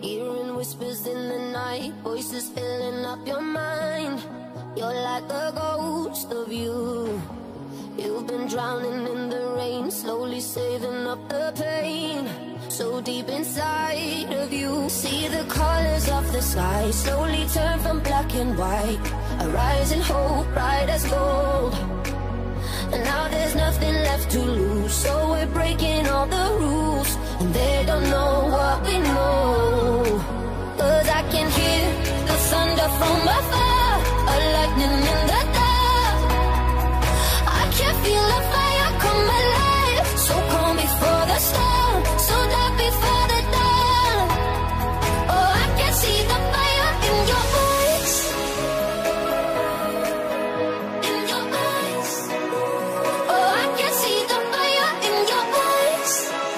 Hearing whispers in the night, voices filling up your mind. You're like a ghost of you. You've been drowning in the rain, slowly saving up the pain. So deep inside of you, see the colors of the sky slowly turn from black and white. A rising hope, bright as gold. And now there's nothing left to lose, so we're breaking all the rules. And they don't know what we know. 'Cause I can hear the thunder from afar, a lightning in the dark. I can feel a fire come alive, so calm before the storm, so dark before the dawn. Oh, I can see the fire in your eyes, in your eyes. Oh, I can see the fire in your eyes,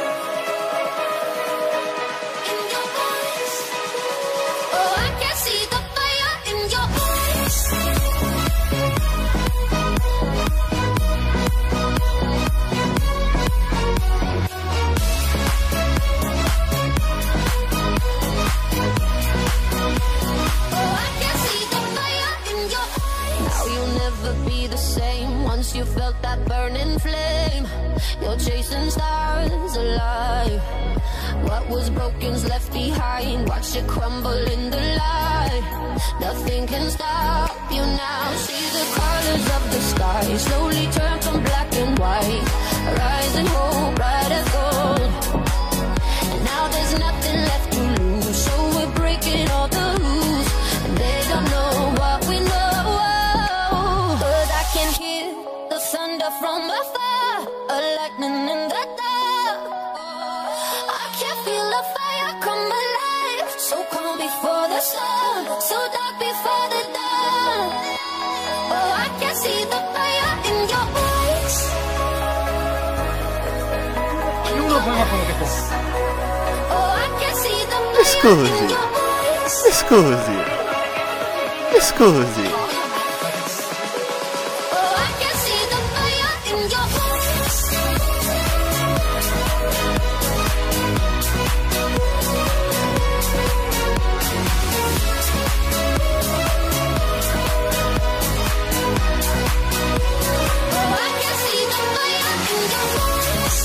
in your eyes. Oh, I can see the fire in your eyes. Now you'll never be the same. Once you felt that burning flame, you're chasing stars alive. What was broken's left behind. Watch it crumble in the light. Nothing can stop you now. See the colors of the sky slowly turn from black and white. Rising hope, bright as gold. And now there's nothing left to lose, so we're breaking all the rules. And they don't know what we know. 'Cause I can hear the thunder from afar, a lightning in the dark. I can feel a fire come alive, so calm before the sun, so dark before the dawn. Oh, I can see the fire in your eyes. Oh, I can see the fire in your eyes. Scusi. Oh, I can see the fire in your eyes. Oh, I can see the fire in your eyes.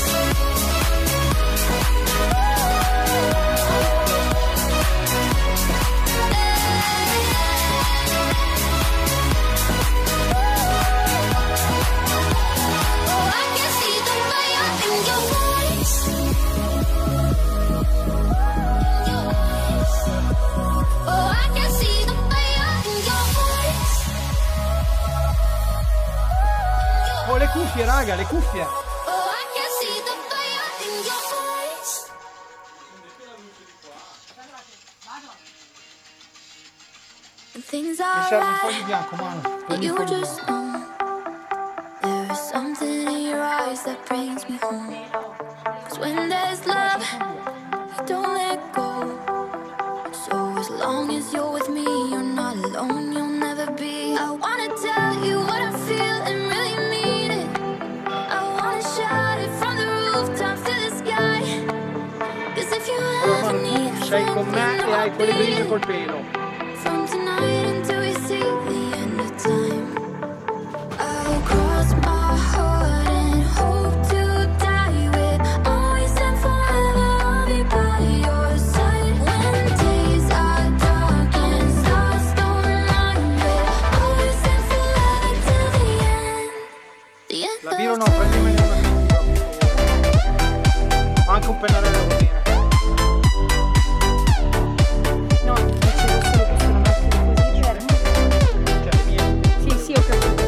Oh, I can see the fire in your eyes. Oh, I can see the fire in your eyes. Oh, le cuffie, raga, le cuffie. Oh, I can see the fire in your eyes. Things Mi are serve un po' di right, bianco, mano. but you just know there is something in your eyes that brings me home. 'Cause when there's love, you don't let go. So as long as you're with me, you're not alone, you'll never be. I wanna tell you what I feel and really mean it. I wanna shout it from the rooftops to the sky. 'Cause if you ever need a Sei con me friend, e hai quelle briglie col pelo. from tonight until we see the end of time, I'll cross my heart and hope to die with. Always and forever, I'll be by your side. When days are dark and stars don't light it. Always and forever till the end. The end La Biro of no, time. prendimene una mia. Anche un pennarello così. No, dicevo solo che sono macchine così per... Cioè, le mie. Sì, ho capito.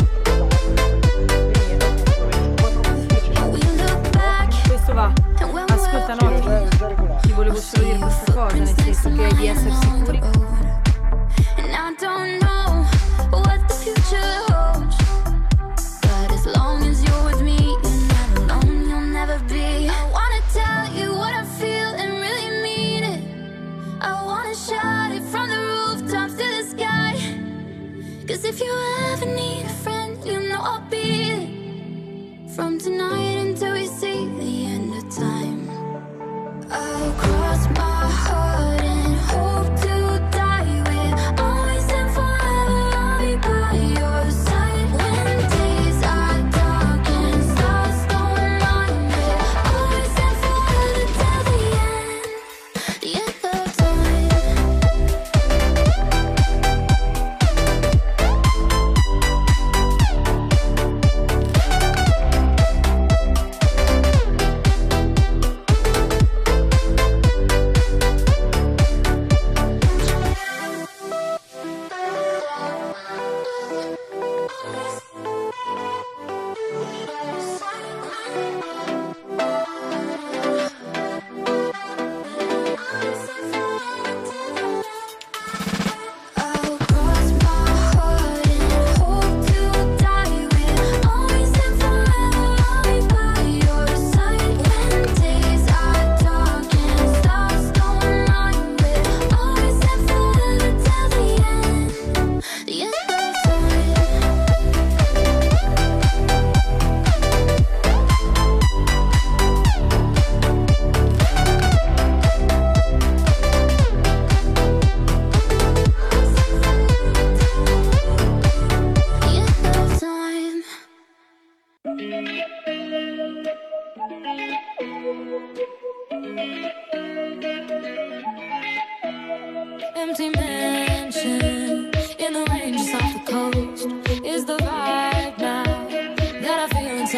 We look back Questo va. and when Ascolta, no, Già regolato. ti volevo solo dire questa cosa, nel senso che di essere sicuri. And I don't know what the future holds, but as long as you're with me, you're never alone, you'll never be. I wanna tell you what I feel and really mean it. I wanna shout it from the rooftops to the sky. 'Cause if you ever need a friend, you know I'll be there. From tonight until we see the end of time, I'll cross my heart and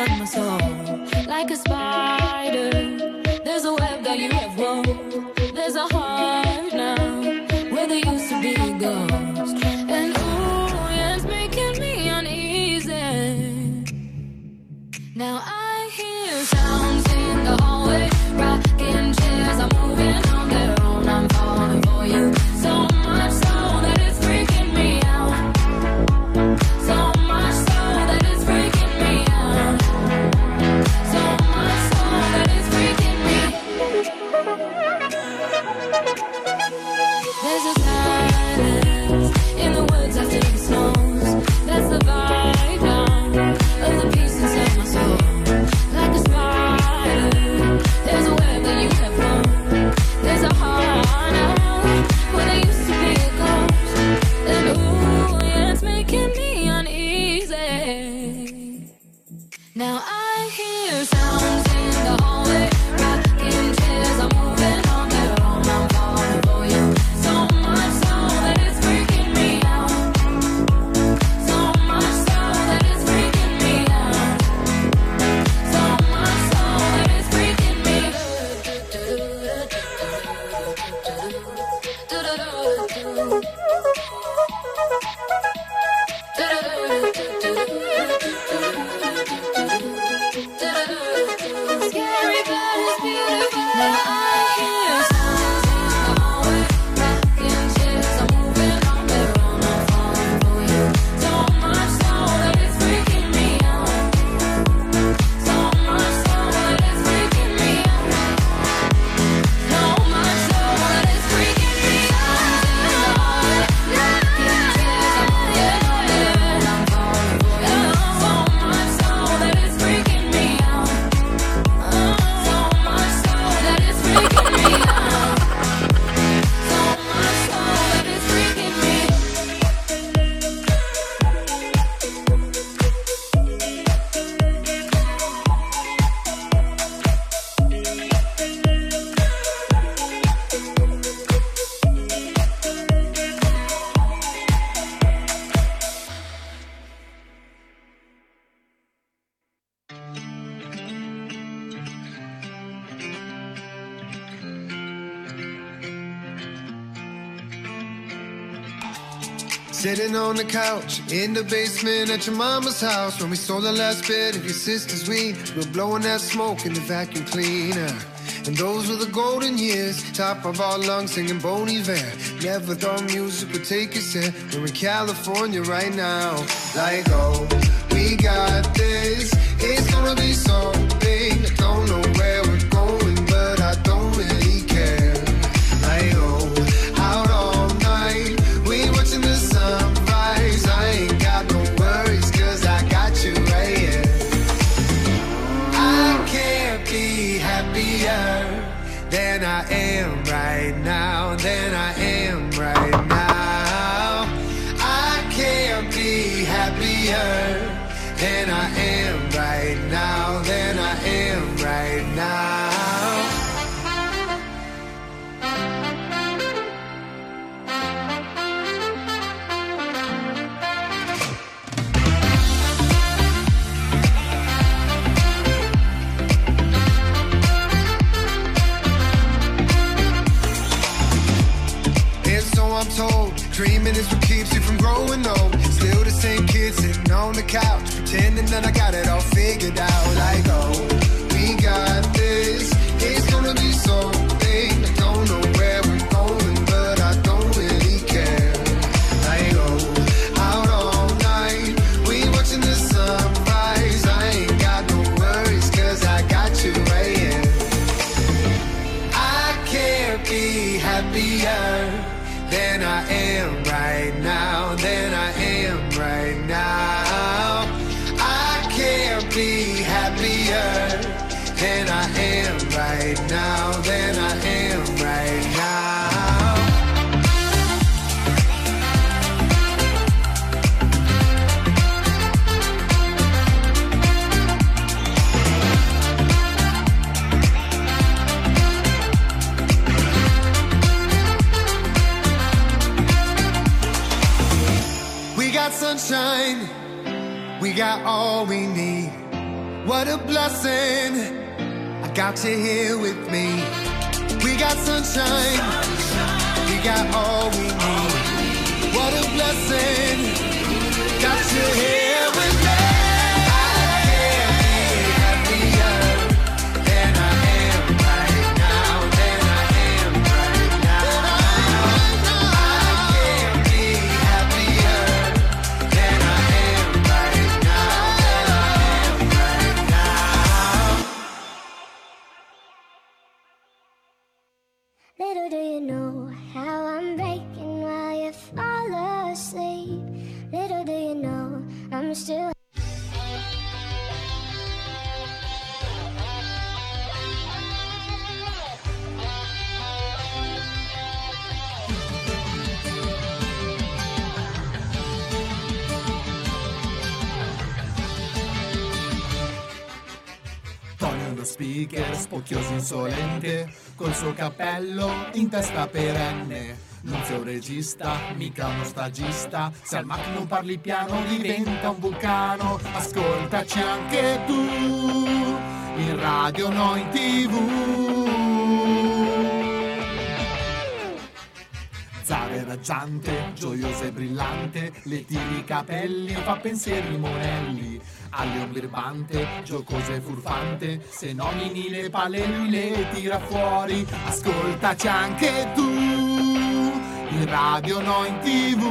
inside my soul. Like a spider, there's a web that you have wove. There's a heart now where there used to be a ghost. And ooh, yeah, it's making me uneasy. Now I hear sounds in the hallway, rocking chairs are moving on their own. I'm falling for you, so much so that it's freaking me out. So much so that it's freaking me out. So much so that it's freaking me. There's a silence in the woods after the snows. That's the vibe now of the peace inside my soul. Like a spider, there's a web that you have won. There's a heart now where there used to be a ghost. And ooh, yeah, it's making me uneasy. Now I hear sounds in the hallway, rocking chairs are moving on their own. I'm falling for you, so much so that it's freaking me out. So much so that it's freaking me out. So much so that it's freaking me. Scary but it's beautiful. Now I hear sounds in the hallway, rocking chairs are moving on their own. I'm falling for you, so much so that it's freaking me out. So much so that it's freaking me out. So much so that it's freaking me out. Rocking chairs are moving on their own. I'm falling for you, so much so that it's freaking me out. So much so that it's freaking me out. So much so that it's freaking me. Sitting on the couch in the basement at your mama's house when we sold the last bit of your sister's weed. We're blowing that smoke in the vacuum cleaner. And those were the golden years, top of our lungs singing Bon Iver. Never thought music would take us there. We're in California right now. Like, oh, we got this. It's gonna be so big. I don't know where we're going, but I don't really care. Like, oh, out all night, we watching the sunrise. I ain't got no worries, cause I got you right here. I can't be happier than I am right now, than I am right now. I can't be happier than I am right now, than I am right now. I'm told, dreaming is what keeps you from growing old. Still the same kid sitting on the couch, pretending that I got it all figured out. Like, oh, we got this. It's gonna be so big. I don't know where we're going, but I don't really care. Like, oh, out all night, we watching the sunrise. I ain't got no worries, cause I got you right here. I can't be happier than I am right now, than I am right now. I can't be happier than I am right now, than I am right now. We got sunshine, we got all we need. What a blessing, I got you here with me. We got sunshine, we got all we need. What a blessing, got you here with me. Little do you know how I'm breaking while you fall asleep. Little do you know I'm still. Tonio lo speaker, spocchioso insolente, col suo cappello in testa perenne. Non sei un regista, mica uno stagista, se al Mac non parli piano diventa un vulcano. Ascoltaci anche tu, in radio, no in TV. Zare raggiante, gioiosa e brillante, le tiri i capelli, fa pensieri monelli. Alle un birbante, giocosa e furfante, se nomini le palle lui le tira fuori. Ascoltaci anche tu, in radio, no in TV.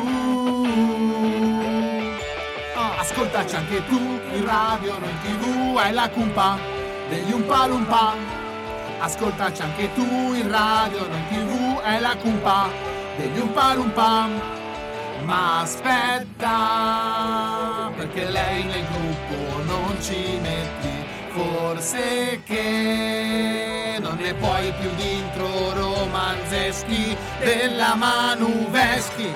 Ascoltaci anche tu, in radio, no in TV. È la cumpa degli Umpa Lumpa. Ascoltaci anche tu, in radio, no in TV. È la cumpa degli Umpa Lumpa. Ma aspetta, perché lei nel gruppo non ci metti. Forse che non ne puoi più di intro romanzeschi della Manuveschi.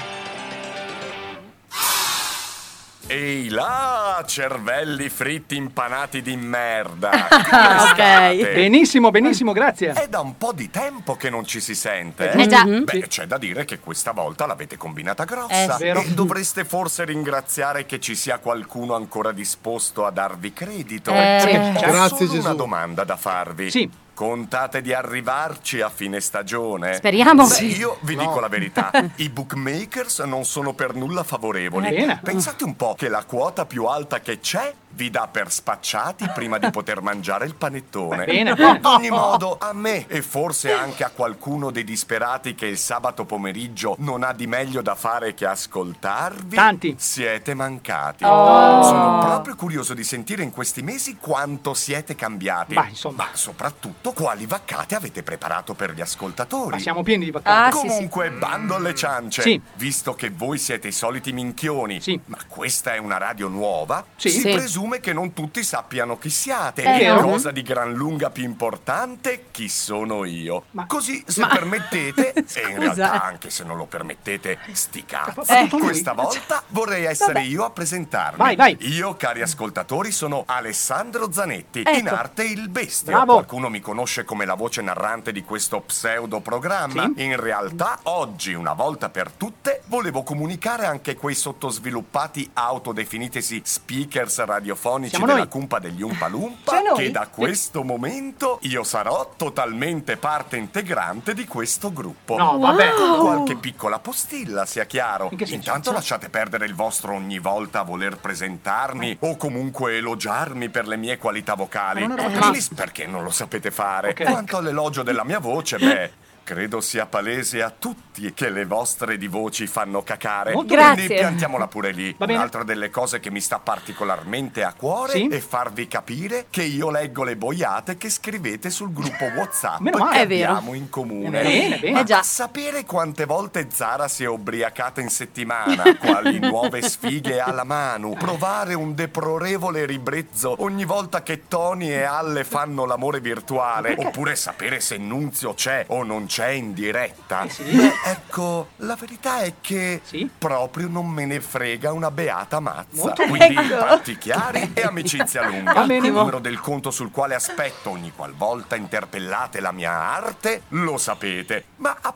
Ehi là, cervelli fritti impanati di merda. Ok. Benissimo, benissimo, grazie. È da un po' di tempo che non ci si sente. Già. Beh, c'è da dire che questa volta l'avete combinata grossa. vero. E dovreste forse ringraziare che ci sia qualcuno ancora disposto a darvi credito. Sì. Ho Grazie, solo Gesù. una domanda da farvi. Sì. Contate di arrivarci a fine stagione? Speriamo. Beh, io vi dico la verità, i bookmakers non sono per nulla favorevoli. Bene. Pensate un po' che la quota più alta che c'è vi dà per spacciati prima di poter mangiare il panettone. Bene. Ad ogni modo, a me e forse anche a qualcuno dei disperati che il sabato pomeriggio non ha di meglio da fare che ascoltarvi, Tanti. siete mancati. Sono proprio curioso di sentire in questi mesi quanto siete cambiati. Bah, insomma. Ma soprattutto quali vaccate avete preparato per gli ascoltatori. Ma siamo pieni di vacanze. Ah, sì, Comunque, bando alle ciance. Sì. Visto che voi siete i soliti minchioni, Sì. ma questa è una radio nuova, Sì. si Sì. presume che non tutti sappiano chi siate. vero. Cosa di gran lunga più importante, chi sono io. Ma- Così, se permettete, e in Scusa. realtà anche se non lo permettete, sti cazzi, tutto lui. questa volta vorrei essere io a presentarmi. Vai, vai. Io, cari ascoltatori, sono Alessandro Zanetti, in arte il Bestio. Bravo. Qualcuno mi conosce come la voce narrante di questo pseudo programma. Sì. In realtà, oggi, una volta per tutte, volevo comunicare anche a quei sottosviluppati autodefinitesi speakers radiofonici Siamo della noi. cumpa degli Umpa Lumpa Cioè noi? che da questo momento io sarò totalmente parte integrante di questo gruppo. No, vabbè. Con qualche piccola postilla, sia chiaro. In che senso? Intanto lasciate perdere il vostro ogni volta voler presentarmi o comunque elogiarmi per le mie qualità vocali. Ma non ero Please, perché non lo sapete fare. Ok. Quanto all'elogio della mia voce, beh, credo sia palese a tutti che le vostre di voci fanno cacare. Molto bene. Quindi piantiamola pure lì. Va bene. Un'altra delle cose che mi sta particolarmente a cuore Sì? è farvi capire che io leggo le boiate che scrivete sul gruppo WhatsApp Meno male. che È vero. abbiamo in comune. Bene, bene. Già. Sapere quante volte Zara si è ubriacata in settimana, quali nuove sfighe ha la mano, provare un deplorevole ribrezzo ogni volta che Tony e Alle fanno l'amore virtuale, oppure sapere se Nunzio c'è o non c'è in diretta. Sì. Beh, ecco, la verità è che Sì. proprio non me ne frega una beata mazza. Molto Quindi Ecco. patti chiari e amicizia lunga. Va bene. Il numero del conto sul quale aspetto ogni qualvolta interpellate la mia arte lo sapete. Ma a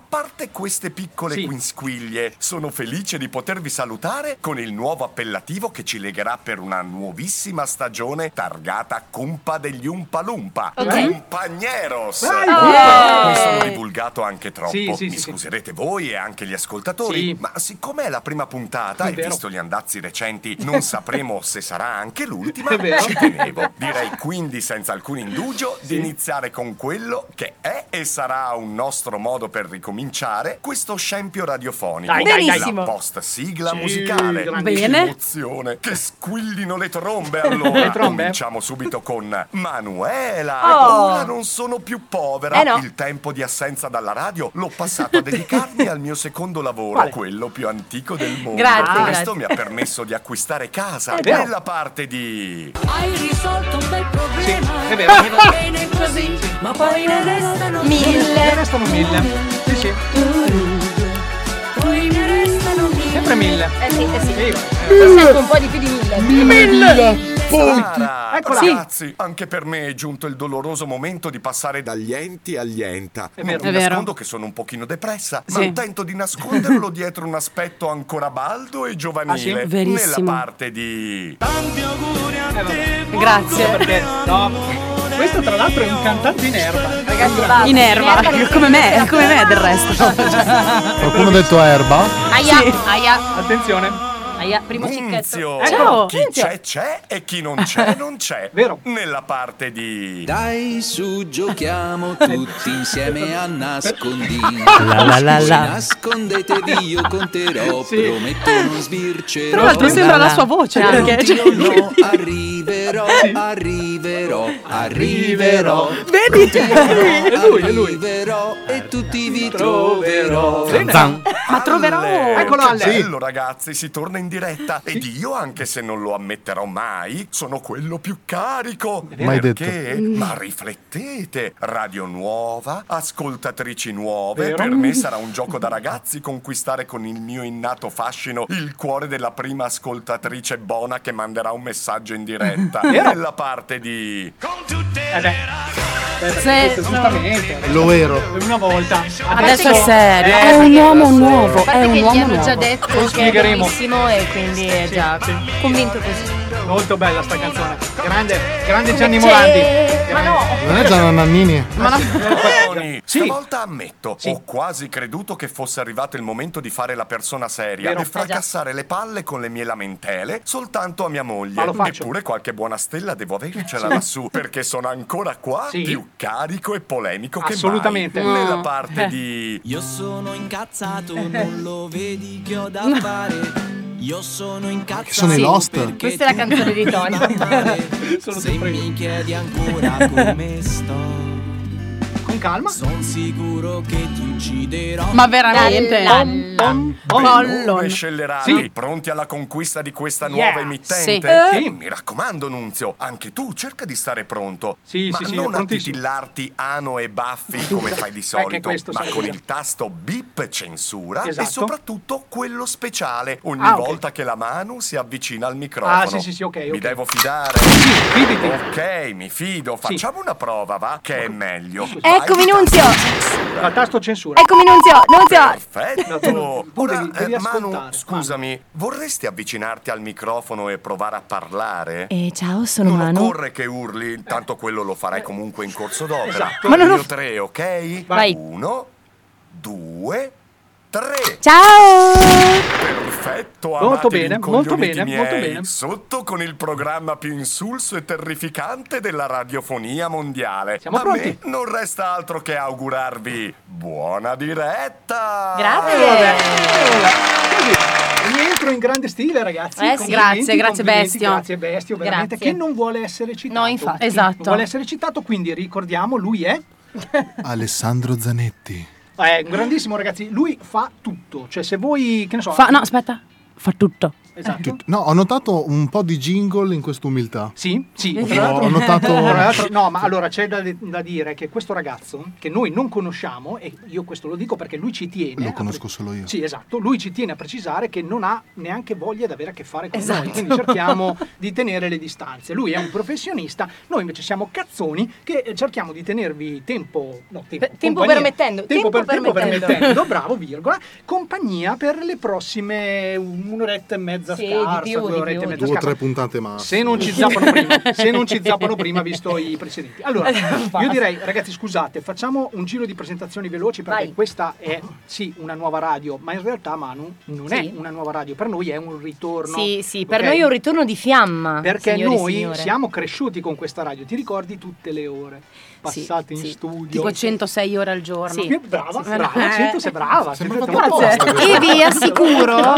parte queste piccole Sì. quisquiglie, sono felice di potervi salutare con il nuovo appellativo che ci legherà per una nuovissima stagione targata Cumpa degli Umpalumpa. Compagneros! Mi sono divulgato anche troppo. Sì, Mi scuserete voi e anche gli ascoltatori, Sì. ma siccome è la prima puntata È e vero. visto gli andazzi recenti non sapremo se sarà anche l'ultima, È vero. ci tenevo. Direi quindi senza alcun indugio di iniziare con quello che è e sarà un nostro modo per ricominciare questo scempio radiofonico. Dai, Benissimo. La post sigla Sì, musicale. grandissimo. Bene. Che emozione! Che squillino le trombe allora. Le trombe? Cominciamo subito con Manuela. Oh. Ora non sono più povera. No. Il tempo di assenza dalla radio l'ho passato a dedicarmi al mio secondo lavoro, Quale? quello più antico del mondo. Grazie, Questo grazie. mi ha permesso di acquistare casa vero. nella parte di Hai risolto un bel problema. Sì, è vero. Va bene così, ma poi ne restano Ne 1000. restano 1000. Sì, sì. Poi ne restano 1000. Sempre 1000. Sì. Sì, Forse anche un po' di più di 1000. Sara. Eccola. Ragazzi, anche per me è giunto il doloroso momento di passare dagli enti agli enta. È vero. Non È vi vero. nascondo che sono un pochino depressa, Sì. ma tento di nasconderlo dietro un aspetto ancora baldo e giovanile. Ah, sì? Verissimo. Nella parte di Grazie. Perché no, questo tra l'altro è un cantante in erba. Ragazzi, basta. In erba, come me del resto. Qualcuno ha detto erba? Aia, aia, Attenzione. aia, primo cicchetto. Nunzio. Ciao. Chi c'è e chi non c'è non c'è. Vero. Nella parte di Dai su, giochiamo tutti insieme a nascondini. Ci nascondetevi, io conterò, Sì. prometto non svircerò. Tra l'altro sembra la sua voce, perché Io no, arriverò, arriverò. vedi? È lui. Arriverò e tutti vi troverò. Bene. Ma troverò. Eccolo, Ale. Bello ragazzi, si torna in diretta ed io, anche se non lo ammetterò mai, sono quello più carico. Mai Perché? Ma riflettete, radio nuova, ascoltatrici nuove. Vero. Per me sarà un gioco da ragazzi conquistare con il mio innato fascino il cuore della prima ascoltatrice buona che manderà un messaggio in diretta. Nella parte di Questo, giustamente. Lo ero. Una volta. Adesso è serio. È un uomo nuovo. È un uomo hanno già nuovo. detto Lo che è spiegheremo. bellissimo e quindi è già convinto così. Molto bella sta canzone. Grande Gianni Morandi. Ma no, Non è Gianna Nannini? Tony, Sì. stavolta ammetto, ho quasi creduto che fosse arrivato il momento di fare la persona seria Vero. e fracassare le palle con le mie lamentele soltanto a mia moglie. Ma lo faccio. Eppure qualche buona stella devo avercela lassù, perché sono ancora qua, Sì. più carico e polemico che Assolutamente. mai. Nella parte di Io sono incazzato, non lo vedi che ho da fare. Io sono incazzato. Sono i Lost? perché questa è la canzone di Tony. Sono Se sempre io. mi chiedi ancora come sto, Con calma. son sicuro che ti ucciderò. Ma veramente? Bellone scellerati, Sì. pronti alla conquista di questa Yeah. nuova emittente? Sì. Mi raccomando, Nunzio, anche tu cerca di stare pronto. Sì, ma sì, non a prontissimo. titillarti ano e baffi come fai di solito, questo ma serve con già. il tasto bip censura Esatto. e soprattutto quello speciale ogni Ah, ok. volta che la Manu si avvicina al microfono. Ah, sì, ok. Mi devo fidare. Fidati. Ok, mi fido. Facciamo una prova, va? Che è meglio. Eccomi, Vai, Nunzio. La tasto censura. Eccomi, Nunzio. Nunzio. Perfetto! Tu Ora, devi Manu, ascoltare. scusami, vorresti avvicinarti al microfono e provare a parlare? Ciao, sono Non Manu. occorre che urli, tanto quello lo farai comunque in corso d'opera. Esatto. Ma non io 3, ok? Vai. 1, 2, 3. Ciao. Perfetto, Molto amati bene, rincoglioniti molto bene, miei. molto bene. Sotto con il programma più insulso e terrificante della radiofonia mondiale. Siamo A pronti? me non resta altro che augurarvi buona diretta. Grazie. Rientro in grande stile, ragazzi. Sì. Complimenti, Grazie complimenti, Bestio. Grazie Bestio, veramente. Grazie. Che non vuole essere citato. No, infatti. Esatto. Non vuole essere citato, quindi ricordiamo, lui è Alessandro Zanetti. un grandissimo, ragazzi. Lui fa tutto. Cioè, se voi, che ne so, No, aspetta. Fa tutto. Esatto. No, ho notato un po' di jingle in questa umiltà. Sì. Ho notato... No, ma allora c'è da dire che questo ragazzo, che noi non conosciamo, e io questo lo dico perché lui ci tiene... Lo conosco solo io. Sì, esatto. Lui ci tiene a precisare che non ha neanche voglia di avere a che fare con Esatto. noi, quindi cerchiamo di tenere le distanze. Lui è un professionista, noi invece siamo cazzoni che cerchiamo di tenervi tempo permettendo. Tempo permettendo, bravo, virgola, compagnia per le prossime un'oretta e mezza scarsa, di più, 2 orette e mezza 2 o 3 scarsa. puntate massime. Se non ci zappano prima, visto i precedenti. Allora, io direi, ragazzi, scusate, facciamo un giro di presentazioni veloci perché questa è sì una nuova radio, ma in realtà, Manu, non è una nuova radio, per noi è un ritorno. Sì, per noi è un ritorno di fiamma. Perché noi signore. siamo cresciuti con questa radio, ti ricordi tutte le ore passate in studio? Tipo 106 ore al giorno. Sì. Brava, 100 sei brava. E vi assicuro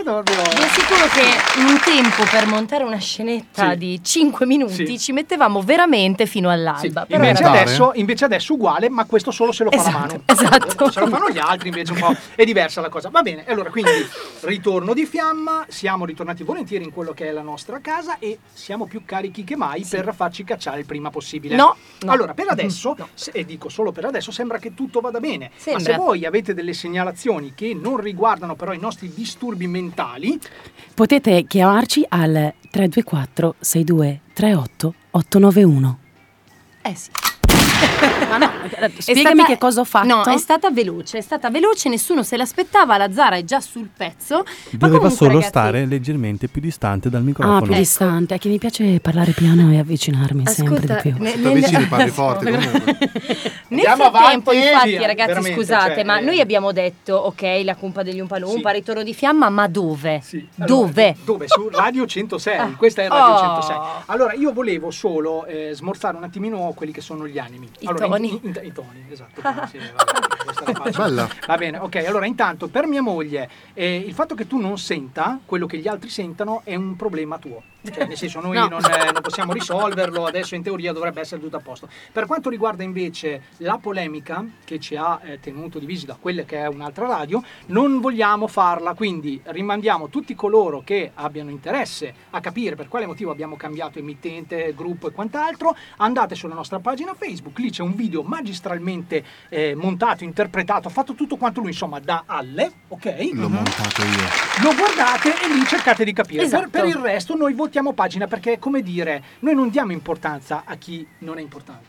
che un tempo per montare una scenetta di 5 minuti ci mettevamo veramente fino all'alba. Però invece adesso uguale, ma questo solo se lo fa la mano. Esatto. Se lo fanno gli altri invece un po' è diversa la cosa. Va bene, allora quindi ritorno di fiamma, siamo ritornati volentieri in quello che è la nostra casa e siamo più carichi che mai per farci cacciare il prima possibile. No. Allora, per adesso, e dico solo per adesso, sembra che tutto vada bene. Ma se voi avete delle segnalazioni che non riguardano però i nostri disturbi mentali, potete chiamarci al 324 62 38 891. Sì. Ma no, spiegami che cosa ho fatto. No, è stata veloce, nessuno se l'aspettava, la Zara è già sul pezzo. Doveva solo stare leggermente più distante dal microfono. Più distante, è che mi piace parlare piano e avvicinarmi sempre di più. Se avvicini parli forte comunque. Nel frattempo, infatti, Sì, ragazzi, scusate, ma noi abbiamo detto, ok, la cumpa degli Umpa Lumpa, ritorno di fiamma, ma dove? Sì. Dove? Dove? Su Radio 106, questa è Radio 106. Allora, io volevo solo smorzare un attimino quelli che sono gli animi. I toni. I toni, esatto. Sì, bella. Va bene, ok, allora intanto per mia moglie il fatto che tu non senta quello che gli altri sentano è un problema tuo. Cioè, nel senso, noi non possiamo risolverlo, adesso in teoria dovrebbe essere tutto a posto. Per quanto riguarda invece la polemica che ci ha tenuto divisi da quella che è un'altra radio, non vogliamo farla, quindi rimandiamo tutti coloro che abbiano interesse a capire per quale motivo abbiamo cambiato emittente, gruppo e quant'altro, andate sulla nostra pagina Facebook, lì c'è un video magistralmente montato, interpretato, fatto tutto quanto lui, insomma, da alle, ok? L'ho montato io. Lo guardate e lì cercate di capire. Esatto. Per il resto noi votiamo pagina perché, come dire, noi non diamo importanza a chi non è importante.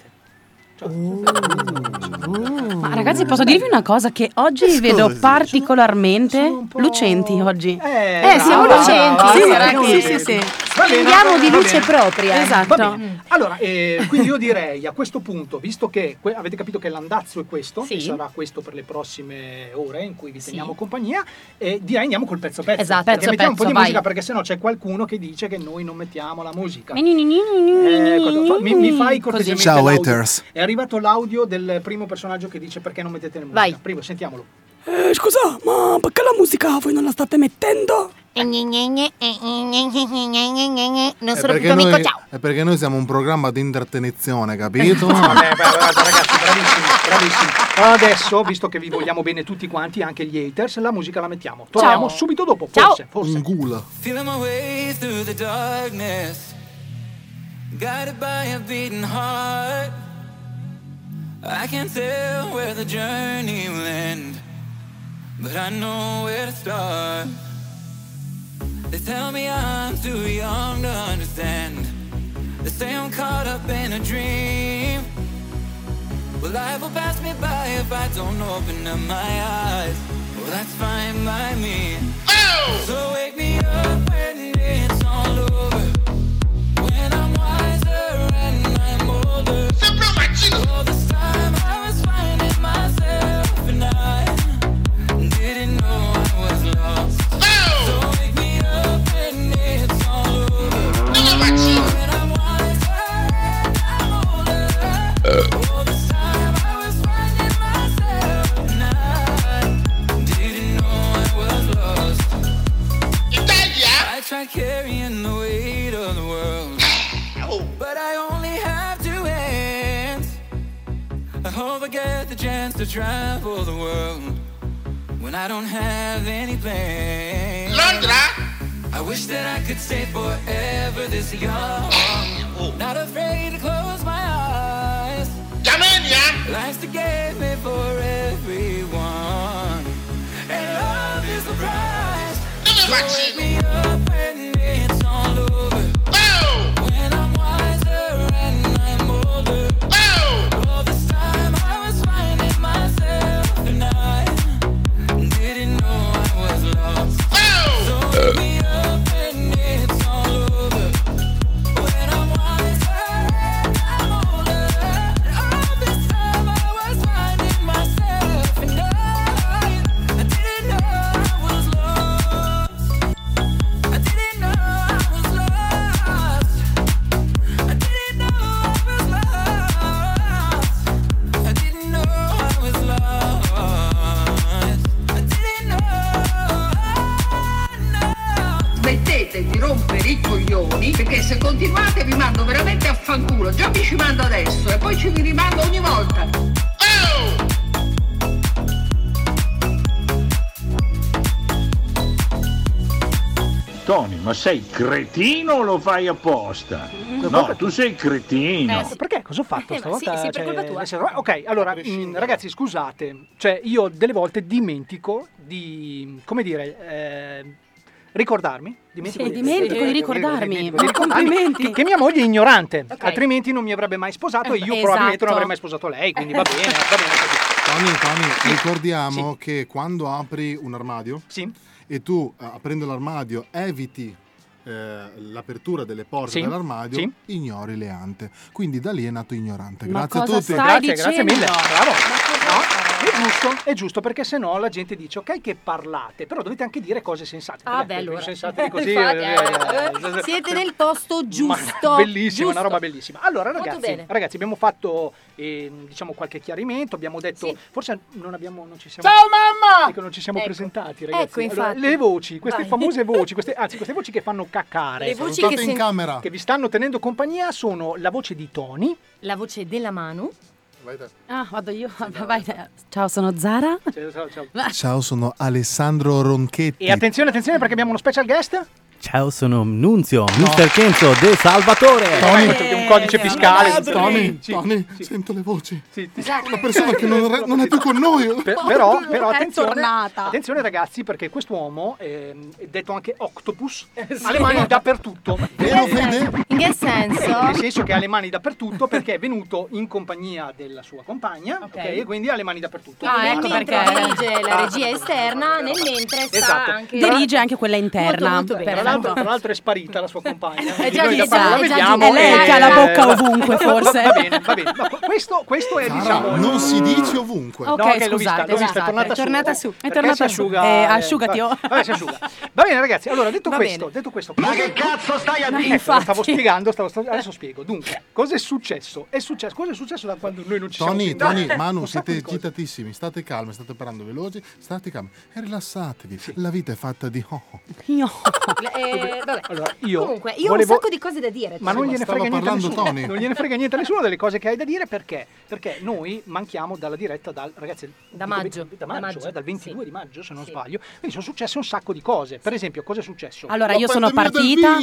Ma ragazzi, posso dirvi una cosa? Che oggi vi vedo particolarmente lucenti oggi. Siamo lucenti. Sì. Spendiamo di luce propria. Esatto. Allora, quindi io direi a questo punto, visto che avete capito che l'andazzo è questo, e sarà questo per le prossime ore in cui vi teniamo compagnia, direi andiamo col pezzo. Esatto, mettiamo un po' di vai. musica, perché sennò c'è qualcuno che dice che noi non mettiamo la musica. Mi fai cortesemente Ciao l'audio. haters. È arrivato l'audio del primo personaggio che dice perché non mettete la musica. Vai. Primo, sentiamolo. Scusa, ma perché la musica voi non la state mettendo? Non sono più tuo amico, ciao. È perché noi siamo un programma di intrattenzione, capito? Vabbè, ragazzi, bravissimi. Adesso, visto che vi vogliamo bene tutti quanti, anche gli haters, la musica la mettiamo. Torniamo subito dopo, forse. Un gula. Feeling my way through the darkness, guided by a beating heart. I can't tell where the journey will end, but I know where to start. They tell me I'm too young to understand. They say I'm caught up in a dream. Well, life will pass me by if I don't open up my eyes. Well, that's fine by me. So wake me up when it's all over, when I'm wiser and I'm older. All this time I was finding myself and I didn't know I was lost. So wake me up when it's all over, when I'm wiser and I'm older. All this time I was finding myself and I didn't know I was lost. I tried carrying the weight of the world, but I only have two hands. I hope I get the chance to travel the world when I don't have any plans. Londra! I wish that I could stay forever this young. Not afraid to close my eyes. Life's the game made for everyone, and love is the prize. So wake me up when it's all over. When I'm wiser and I'm older. All this time I was finding myself and I didn't know I was lost. So wake me up when it's all over. When I'm wiser and I'm older. All this time I was finding myself and I didn't know I was lost. I didn't know I was lost. I didn't know I was lost. I didn't know I was lost. I didn't know. Smettete di rompere i coglioni, perché se continuate vi mando veramente a fanculo. Già mi ci mando adesso e poi ci vi rimando ogni volta. Tony, ma sei cretino o lo fai apposta? No, tu sei cretino. Perché? Cosa ho fatto stavolta? sì, per colpa tua. Ok, allora, ragazzi, scusate. Cioè, io delle volte dimentico di, come dire, ricordarmi. Dimentico di ricordarmi. Complimenti. Che mia moglie è ignorante, altrimenti non mi avrebbe mai sposato e io probabilmente non avrei mai sposato lei, quindi va bene, va bene così. Tony, ricordiamo che quando apri un armadio e tu, aprendo l'armadio, eviti l'apertura delle porte dell'armadio, ignori le ante. Quindi da lì è nato ignorante. Grazie a tutti. Grazie mille. Bravo. È giusto perché sennò la gente dice ok che parlate, però dovete anche dire cose sensate. Allora. Sensate di così. Siete nel posto giusto. Bellissima, una roba bellissima. Allora ragazzi, abbiamo fatto diciamo qualche chiarimento, abbiamo detto forse non ci siamo. Ciao mamma! Non ci siamo presentati, ragazzi. Ecco, infatti. Allora, le voci, queste famose voci, queste voci che fanno caccare, le voci che in camera, che vi stanno tenendo compagnia, sono la voce di Tony, la voce della Manu. Vado io. Vai. Ciao, sono Zara. Ciao, sono Alessandro Ronchetti. E attenzione perché abbiamo uno special guest. Ciao, sono Nunzio, Mr. Kenzo De Salvatore. Tony, un codice fiscale. Tony, sento le voci. Una persona che non è più con noi. Però attenzione ragazzi, perché quest'uomo è detto anche Octopus, ha le mani dappertutto. Vero, Fede? In che senso? Nel senso che ha le mani dappertutto perché è venuto in compagnia della sua compagna, ok? E quindi ha le mani dappertutto. Ecco perché dirige la regia esterna, nel mentre sta anche dirige anche quella interna. Molto bene. Tra l'altro è sparita la sua compagna. È già noi vista, la vediamo. È lei che ha la bocca ovunque, forse. Va bene. No, questo è diciamo. Non si dice ovunque. Ok, l'ho vista, è tornata su. È tornata su. Asciugati. Vabbè, si asciuga. Va bene, ragazzi. Allora, detto questo. Ma che cazzo stai a dire? Stavo spiegando, adesso spiego. Dunque, cosa è successo? Cosa è successo da quando noi non ci siamo Tony, Manu, siete agitatissimi. State calmi, state parlando veloci, state calmi e rilassatevi. La vita è fatta di vabbè. Allora, comunque, io ho un sacco di cose da dire. Ma non gliene frega niente a nessuno. Tony. Non gliene frega niente a nessuno delle cose che hai da dire perché noi manchiamo dalla diretta ragazzi, da maggio, dal 22 di maggio se non sbaglio. Quindi sono successe un sacco di cose. Per esempio, cosa è successo? Allora, io sono partita.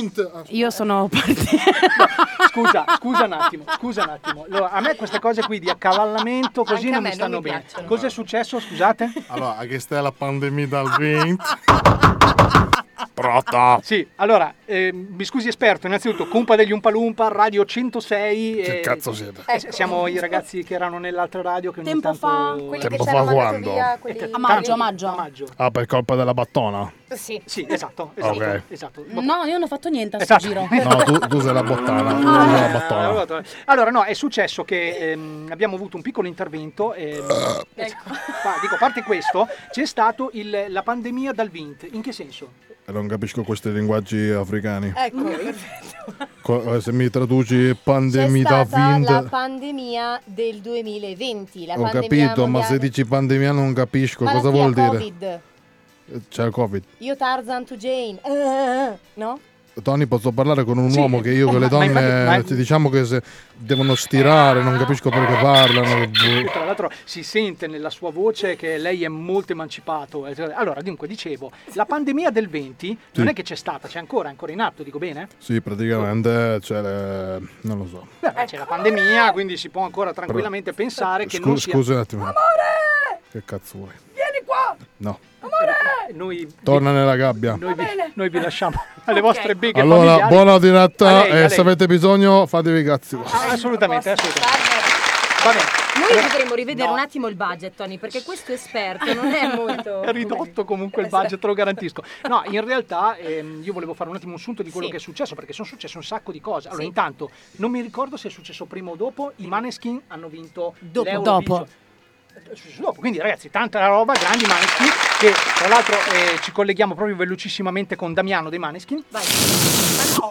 Scusa un attimo. Allora, a me queste cose qui di accavallamento così non mi stanno bene. Cosa è successo, scusate? Allora, che sta la pandemia dal 20. Pronto? Sì, allora, mi scusi esperto, innanzitutto Cumpa degli Umpalumpa, Radio 106. Che cazzo siete? Siamo i ragazzi che erano nell'altra radio che tempo ogni tanto... fa, quelli tempo fa quando? A maggio. Ah, per colpa della battona? Sì, esatto. Okay. Esatto. No, io non ho fatto niente a sto giro. No, tu sei la bottana. Allora, no, è successo che abbiamo avuto un piccolo intervento. Dico, a parte questo, c'è stato la pandemia dal 20. In che senso? Non capisco questi linguaggi africani. Ecco, perfetto. Se mi traduci pandemia da 20. La pandemia del 2020. Ho capito, ma se dici pandemia non capisco. Cosa vuol dire? COVID. C'è il Covid. Io Tarzan to Jane. No? Tony, posso parlare con un uomo che io con le donne infatti, diciamo che se devono stirare, non capisco perché parlano. Tra l'altro si sente nella sua voce che lei è molto emancipato. Allora, dunque, dicevo, la pandemia del 20 non è che c'è stata, c'è ancora in atto, dico bene? Sì, praticamente, non lo so. Beh, c'è la pandemia, quindi si può ancora tranquillamente pensare che non sia... Scusa un attimo. Amore! Che cazzo vuoi? Vieni qua! No. Noi Torna nella gabbia. Noi vi lasciamo alle vostre beghe Allora, familiari. buona diretta A lei. se avete bisogno fatevi i cazzi vostri. Assolutamente. Va bene. Noi dovremmo rivedere un attimo il budget, Tony, perché questo esperto non è molto... È ridotto comunque il budget, te lo garantisco. No, in realtà io volevo fare un attimo un sunto di quello che è successo, perché sono successe un sacco di cose. Allora, intanto, non mi ricordo se è successo prima o dopo, i Maneskin hanno vinto l'Eurovision. Dopo, quindi ragazzi, tanta roba, grandi Maneskin, che tra l'altro ci colleghiamo proprio velocissimamente con Damiano dei Maneskin. Vai. Sono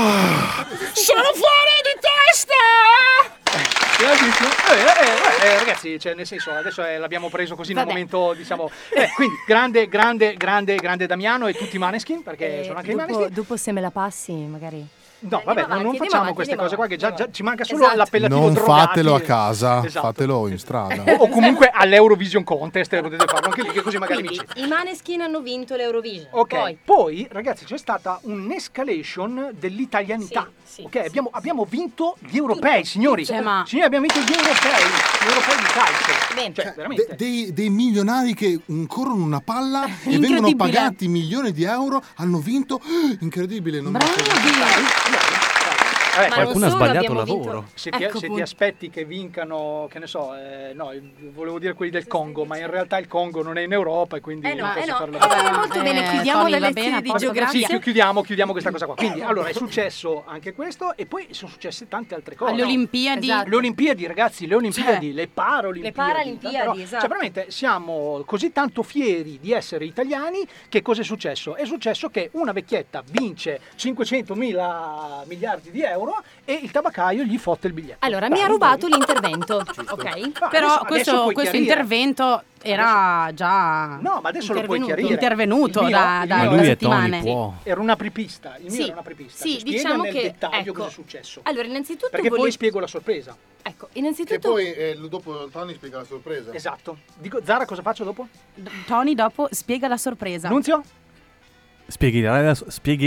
fuori di testa! Ragazzi, cioè, nel senso, adesso l'abbiamo preso così nel momento, diciamo. Quindi grande Damiano e tutti i Maneskin, perché sono anche i Maneskin. Dopo se me la passi, magari. No, vabbè, non facciamo queste cose qua, che già ci manca solo Esatto. l'appellativo Non drogati. fatelo a casa, Esatto. fatelo in strada. O comunque all'Eurovision Contest, potete farlo anche lì, che così magari Quindi, vinci. i Maneskin hanno vinto l'Eurovision. Ok, poi ragazzi c'è stata un'escalation dell'italianità. Ok, abbiamo vinto gli europei, signori. Signori, abbiamo vinto gli europei di calcio. Bene. Cioè, veramente. Dei milionari che corrono una palla e vengono pagati milioni di euro, hanno vinto. Incredibile, non Qualcuno ha sbagliato lavoro. Se ti aspetti che vincano, che ne so, no, volevo dire quelli del Congo, ma in realtà il Congo non è in Europa e quindi non posso farlo. Molto bene, chiudiamo Tony, le va lezioni bene, di a posto, geografia. Sì, chiudiamo questa cosa qua. Quindi, allora, è successo anche questo e poi sono successe tante altre cose. Alle Olimpiadi. Le Olimpiadi, ragazzi, le Olimpiadi, le Paralimpiadi. Paralimpiadi, esatto. Cioè, veramente siamo così tanto fieri di essere italiani che cosa è successo? È successo che una vecchietta vince 500.000 miliardi di euro e il tabaccaio gli fotte il biglietto. Allora, mi ha rubato l'intervento, ok? Però adesso puoi questo chiarire. intervento era già No, ma adesso lo puoi chiarire. intervenuto Il mio- da il mio- da settimane. Era una apripista, il mio Sì. era una apripista. Sì, Ci spiega diciamo nel che, dettaglio ecco, cosa è successo. Allora, innanzitutto Perché poi spiego la sorpresa. Ecco, Che innanzitutto poi dopo Tony spiega la sorpresa. Esatto. Dico, Zara, cosa faccio dopo? Tony dopo spiega la sorpresa. Nunzio? Spieghi da A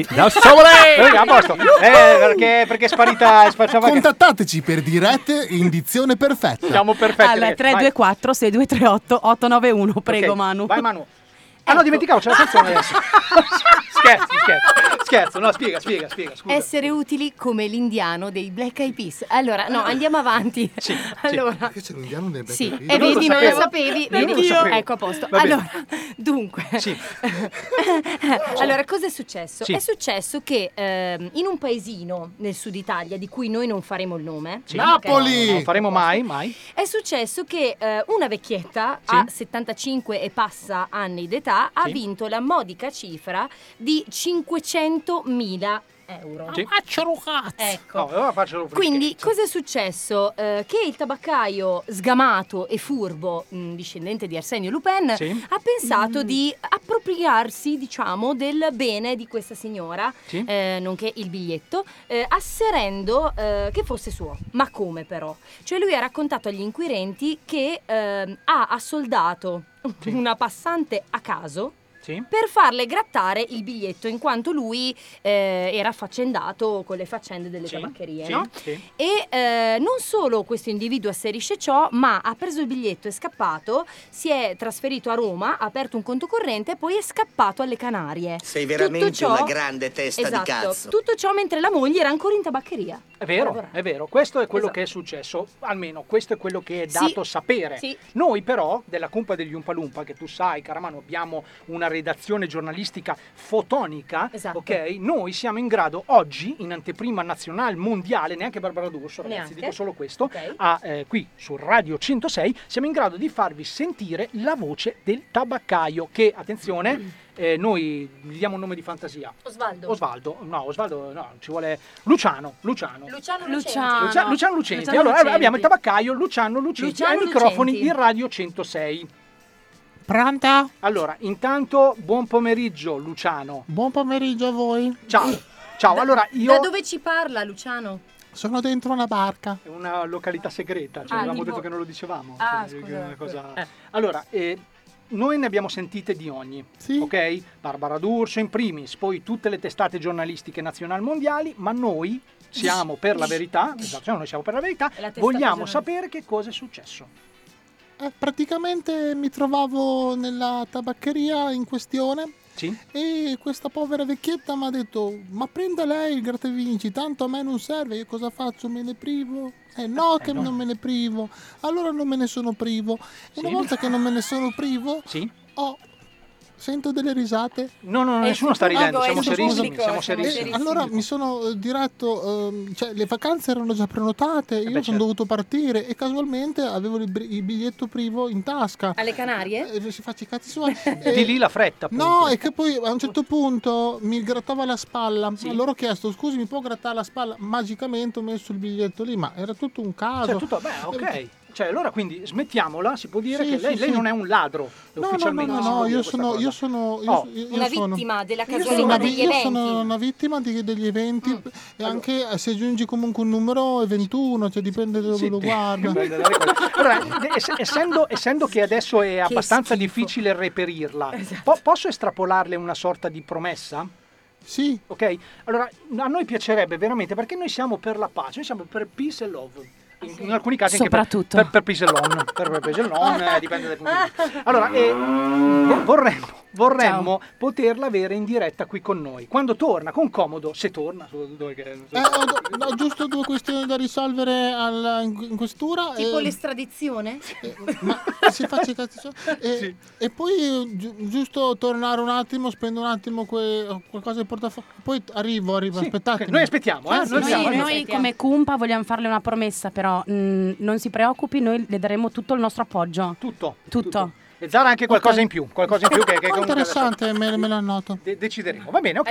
posto. Perché è sparita. Contattateci per dirette in dizione perfetta. Siamo perfetti. Al ragazzi. 324 6238 891. Prego, Ok, Manu. Vai, Manu. Ah no, dimenticavo, c'è la canzone adesso. Scherzo. No, spiega, scusa. essere utili come l'indiano dei Black Eyed Peas. Allora, no, andiamo avanti. Sì. Allora, Perché c'è l'indiano del Black sì, Eyed Peas? e vedi, non lo sapevo. sapevi. Io non lo Vedi? sapevo. Ecco, a posto. Va bene. Allora, dunque. Sì. Allora, cosa è successo? Sì. È successo che in un paesino nel sud Italia, di cui noi non faremo il nome, Sì. Napoli! Non faremo mai. è successo che una vecchietta a 75 e passa anni d'età ha Sì. vinto la modica cifra di 500.000 euro. Sì. Ecco. No, allora faccio Quindi cosa è successo? Che il tabaccaio sgamato e furbo, discendente di Arsenio Lupin, Sì. ha pensato di appropriarsi, diciamo, del bene di questa signora, Sì. nonché il biglietto, asserendo che fosse suo. Ma come però? Cioè lui ha raccontato agli inquirenti che ha assoldato una passante a caso Sì. per farle grattare il biglietto, in quanto lui era affaccendato con le faccende delle Sì, tabaccherie, sì, no? sì. E non solo questo individuo asserisce ciò, ma ha preso il biglietto, è scappato, si è trasferito a Roma, ha aperto un conto corrente e poi è scappato alle Canarie. Sei veramente Tutto ciò- una grande testa esatto, di cazzo. tutto ciò mentre la moglie era ancora in tabaccheria. È vero, questo è quello che è successo, almeno questo è quello che è dato sapere. Sì. Noi però, della Cumpa degli Umpalumpa, che tu sai, Caramano, abbiamo una redazione giornalistica fotonica, Esatto. ok? Noi siamo in grado oggi, in anteprima nazionale, mondiale, neanche Barbara D'Urso, ragazzi, Neanche. dico solo questo, Ok. qui su Radio 106, siamo in grado di farvi sentire la voce del tabaccaio, che, attenzione, noi gli diamo un nome di fantasia. Osvaldo, no, ci vuole Luciano Luciano Lucenti. Allora abbiamo il tabaccaio Luciano Lucenti ai microfoni Lucenti. di Radio 106. Pronto? Allora, intanto buon pomeriggio Luciano. Buon pomeriggio a voi. Ciao. Ciao, allora io... Da dove ci parla, Luciano? Sono dentro una barca. È una località segreta, cioè avevamo detto che non lo dicevamo. Una cosa... Allora, noi ne abbiamo sentite di ogni, ok? Barbara D'Urso in primis, poi tutte le testate giornalistiche nazionali mondiali, ma noi siamo per la verità, noi siamo per la verità, vogliamo sapere che cosa è successo. Praticamente mi trovavo nella tabaccheria in questione. Sì. E questa povera vecchietta mi ha detto: ma prenda lei il gratta e vinci, tanto a me non serve, io cosa faccio? Me ne privo? No, non me ne privo. Allora non me ne sono privo. E una volta che non me ne sono privo, sento delle risate. No, nessuno sta ridendo, siamo serissimi. Allora mi sono diretto, cioè le vacanze erano già prenotate, io sono dovuto partire e casualmente avevo il biglietto privo in tasca. Alle Canarie? Si faccia i cazzi suoi. Di lì la fretta, appunto. No, e che poi a un certo punto mi grattava la spalla. Allora ho chiesto: scusi, mi può grattare la spalla? Magicamente ho messo il biglietto lì, ma era tutto un caso. Ok. Cioè, allora quindi smettiamola, si può dire che lei non è un ladro, ufficialmente. No, io sono una vittima della casualità degli eventi. Io sono una vittima degli eventi e anche se aggiungi comunque un numero è 21, cioè dipende da dove lo guarda. Allora, essendo che adesso è abbastanza difficile reperirla, posso estrapolarle una sorta di promessa? Sì. Ok? Allora, a noi piacerebbe veramente, perché noi siamo per la pace, noi siamo per peace and love. In alcuni casi soprattutto anche per peace and loan, dipende dal punto di vista. Allora, vorremmo poterla avere in diretta qui con noi. Quando torna, con comodo, se torna. Ho giusto due questioni da risolvere in questura. Tipo l'estradizione? Ma si faccia i cazzi suoi. E poi giusto tornare un attimo, spendo un attimo qualcosa in portafoglio. Poi arrivo, aspettate. Noi aspettiamo, Noi come Cumpa vogliamo farle una promessa, però non si preoccupi, noi le daremo tutto il nostro appoggio. Tutto. E Zara anche qualcosa in più, che interessante, me lo annoto. Decideremo. Va bene, ok.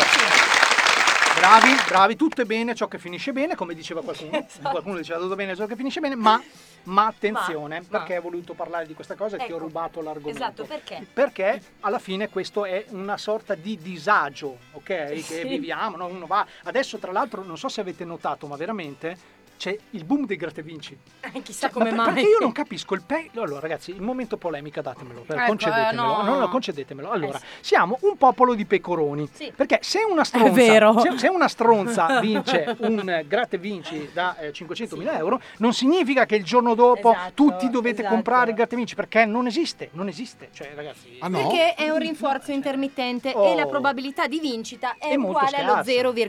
Bravi, tutto è bene ciò che finisce bene, come diceva qualcuno diceva tutto bene ciò che finisce bene, ma attenzione, perché ho voluto parlare di questa cosa e ti ho rubato l'argomento. Esatto, perché? Perché alla fine questo è una sorta di disagio, ok? Che viviamo, no? Uno va. Adesso tra l'altro non so se avete notato, ma veramente c'è il boom dei gratta e vinci. Chissà come mai. Perché io non capisco Allora ragazzi, il momento polemica datemelo, concedetemelo. No, concedetemelo. Allora, siamo un popolo di pecoroni. Sì. Perché se una stronza, è vero. Se una stronza vince un gratta e vinci da 500.000 euro, non significa che il giorno dopo tutti dovete comprare il gratta e vinci, perché non esiste. Cioè, ragazzi, perché è un rinforzo intermittente e la probabilità di vincita è uguale allo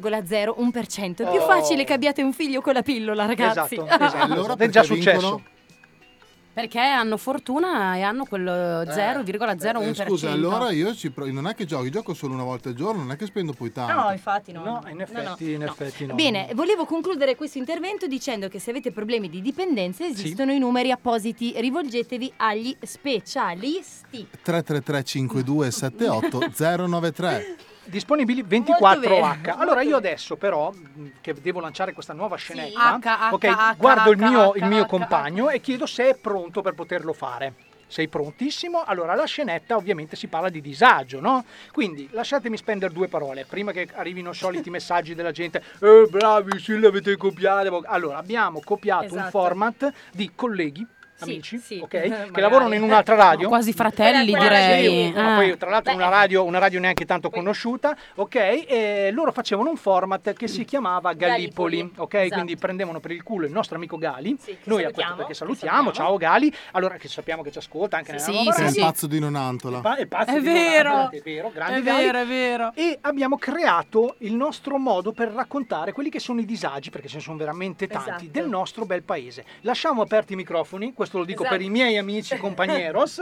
0,01%. È più facile che abbiate un figlio con la pillola, ragazzi. Esatto. Allora è già successo. Perché hanno fortuna e hanno quello 0,01%. Scusa, allora io non è che gioco solo una volta al giorno, non è che spendo poi tanto. No, infatti no. No, in effetti no. Bene, volevo concludere questo intervento dicendo che se avete problemi di dipendenza esistono i numeri appositi, rivolgetevi agli specialisti. 333 52 78 093. Disponibili 24H. Allora io adesso però che devo lanciare questa nuova scenetta, guardo il mio compagno e chiedo se è pronto per poterlo fare. Sei prontissimo? Allora la scenetta ovviamente si parla di disagio, no? Quindi lasciatemi spendere due parole prima che arrivino soliti messaggi della gente. Bravi, sì, l'avete copiato. Allora abbiamo copiato un format di colleghi, amici, ok, che lavorano in un'altra radio, quasi fratelli direi. Poi tra l'altro una radio neanche tanto conosciuta, ok, e loro facevano un format che si chiamava Gallipoli, ok, quindi prendevano per il culo il nostro amico Gali, noi perché salutiamo, ciao Gali, allora che sappiamo che ci ascolta anche nella nuova radio. Il pazzo di Nonantola. È vero, grande Gali. È vero. E abbiamo creato il nostro modo per raccontare quelli che sono i disagi, perché ce ne sono veramente tanti, del nostro bel paese. Lasciamo aperti i microfoni, questo lo dico per i miei amici compagneros,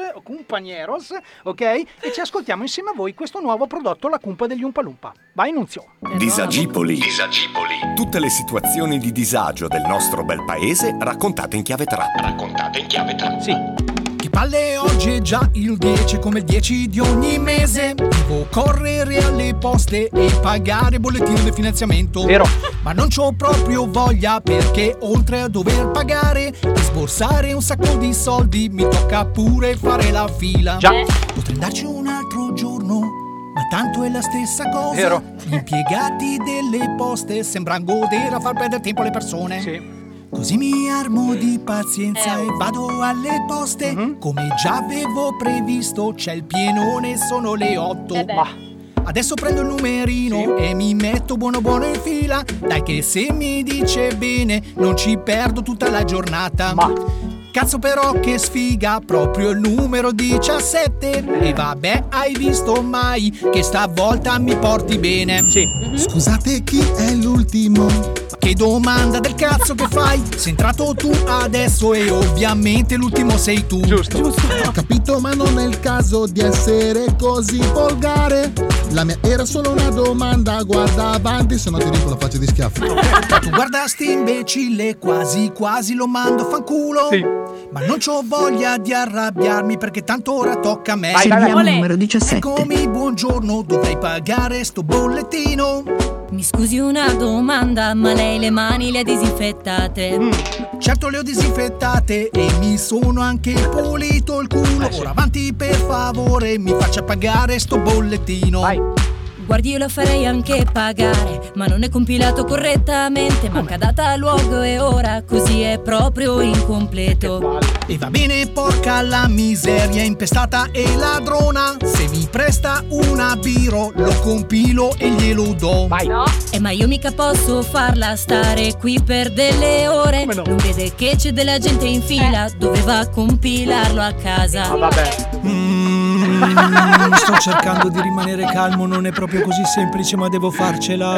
ok? E ci ascoltiamo insieme a voi questo nuovo prodotto, la Cumpa degli Umpalumpa. Vai Nunzio. Disagipoli. Tutte le situazioni di disagio del nostro bel paese raccontate in chiave trap. Sì. Che palle, oggi è già il 10 come il 10 di ogni mese. Devo correre alle poste e pagare bollettino di finanziamento. Vero. Ma non c'ho proprio voglia, perché oltre a dover pagare e sborsare un sacco di soldi, mi tocca pure fare la fila. Già. Potrei andarci un altro giorno, ma tanto è la stessa cosa. Vero. Gli impiegati delle poste sembrano godere a far perdere tempo alle persone. Sì. Così mi armo di pazienza e vado alle poste. Come già avevo previsto, c'è il pienone, sono le 8. Adesso prendo il numerino e mi metto buono in fila. Dai che se mi dice bene non ci perdo tutta la giornata. Cazzo però che sfiga, proprio il numero 17. E vabbè, hai visto mai che stavolta mi porti bene? Scusate, chi è l'ultimo? Che domanda del cazzo che fai? Sei entrato tu adesso e ovviamente l'ultimo sei tu. Giusto. Ho capito, ma non è il caso di essere così volgare. La mia era solo una domanda, guarda avanti, se no ti riempio la faccia di schiaffi. Tu guarda sti imbecille, quasi lo mando a fanculo. Ma non c'ho voglia di arrabbiarmi perché tanto ora tocca a me. Seguiamo il numero 17. Eccomi, buongiorno, dovrei pagare sto bollettino. Mi scusi una domanda, ma lei le mani le ha disinfettate? Certo le ho disinfettate e mi sono anche pulito il culo. Ora avanti per favore, mi faccia pagare sto bollettino. Vai. Guardi, io lo farei anche pagare, ma non è compilato correttamente. Manca data, luogo e ora, così è proprio incompleto. E va bene, porca la miseria, impestata e ladrona. Se mi presta una biro, lo compilo e glielo do. Vai. Ma io mica posso farla stare qui per delle ore. Non vede che c'è della gente in fila, doveva compilarlo a casa. Vabbè. Sto cercando di rimanere calmo, non è proprio così semplice, ma devo farcela.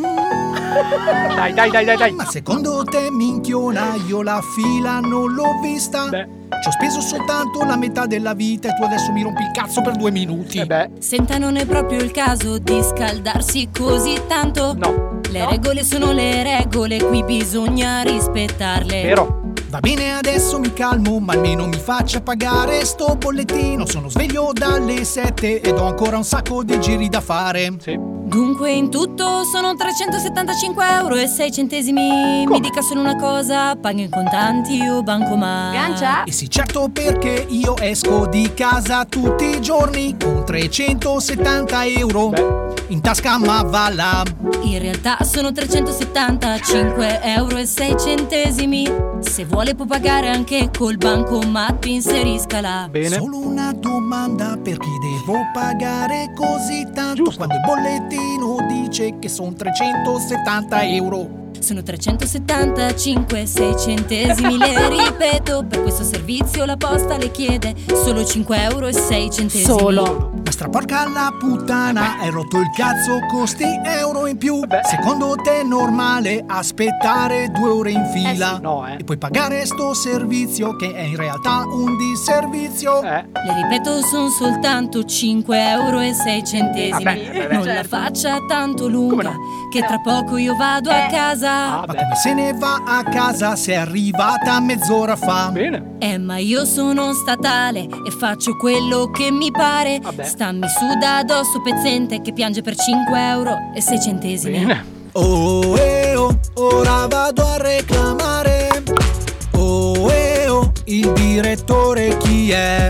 Dai. Ma secondo te, minchiona, io la fila non l'ho vista? Ci ho speso soltanto la metà della vita e tu adesso mi rompi il cazzo per 2 minuti. Senta, non è proprio il caso di scaldarsi così tanto. Le regole sono le regole, qui bisogna rispettarle. Vero. Va bene, adesso mi calmo, ma almeno mi faccia pagare sto bollettino. Sono sveglio dalle 7 ed ho ancora un sacco di giri da fare. Dunque in tutto sono 375 euro e 6 centesimi. Mi dica solo una cosa, pago in contanti o bancomat? E sì, certo, perché io esco di casa tutti i giorni con 370 euro in tasca, ma va là. In realtà sono 375 euro e 6 centesimi. Se vuole può pagare anche col bancomat, inseriscala. Solo una domanda, perché devo pagare così tanto quando il bollettino dice che sono 370 euro? Sono 375, 6 centesimi, le ripeto. Per questo servizio la posta le chiede solo 5 euro e 6 centesimi. Solo. Ma straporca la puttana, hai rotto il cazzo con sti euro in più. Secondo te è normale aspettare 2 ore in fila? E poi pagare sto servizio che è in realtà un disservizio? Le ripeto, sono soltanto 5 euro e 6 centesimi. Non la faccia tanto lunga, che tra poco io vado a casa. Ma come se ne va a casa se è arrivata mezz'ora fa? Bene. Ma io sono statale e faccio quello che mi pare. Stammi su da addosso pezzente che piange per 5 euro e 6 centesimi. Oh, ora vado a reclamare. Oh, il direttore chi è?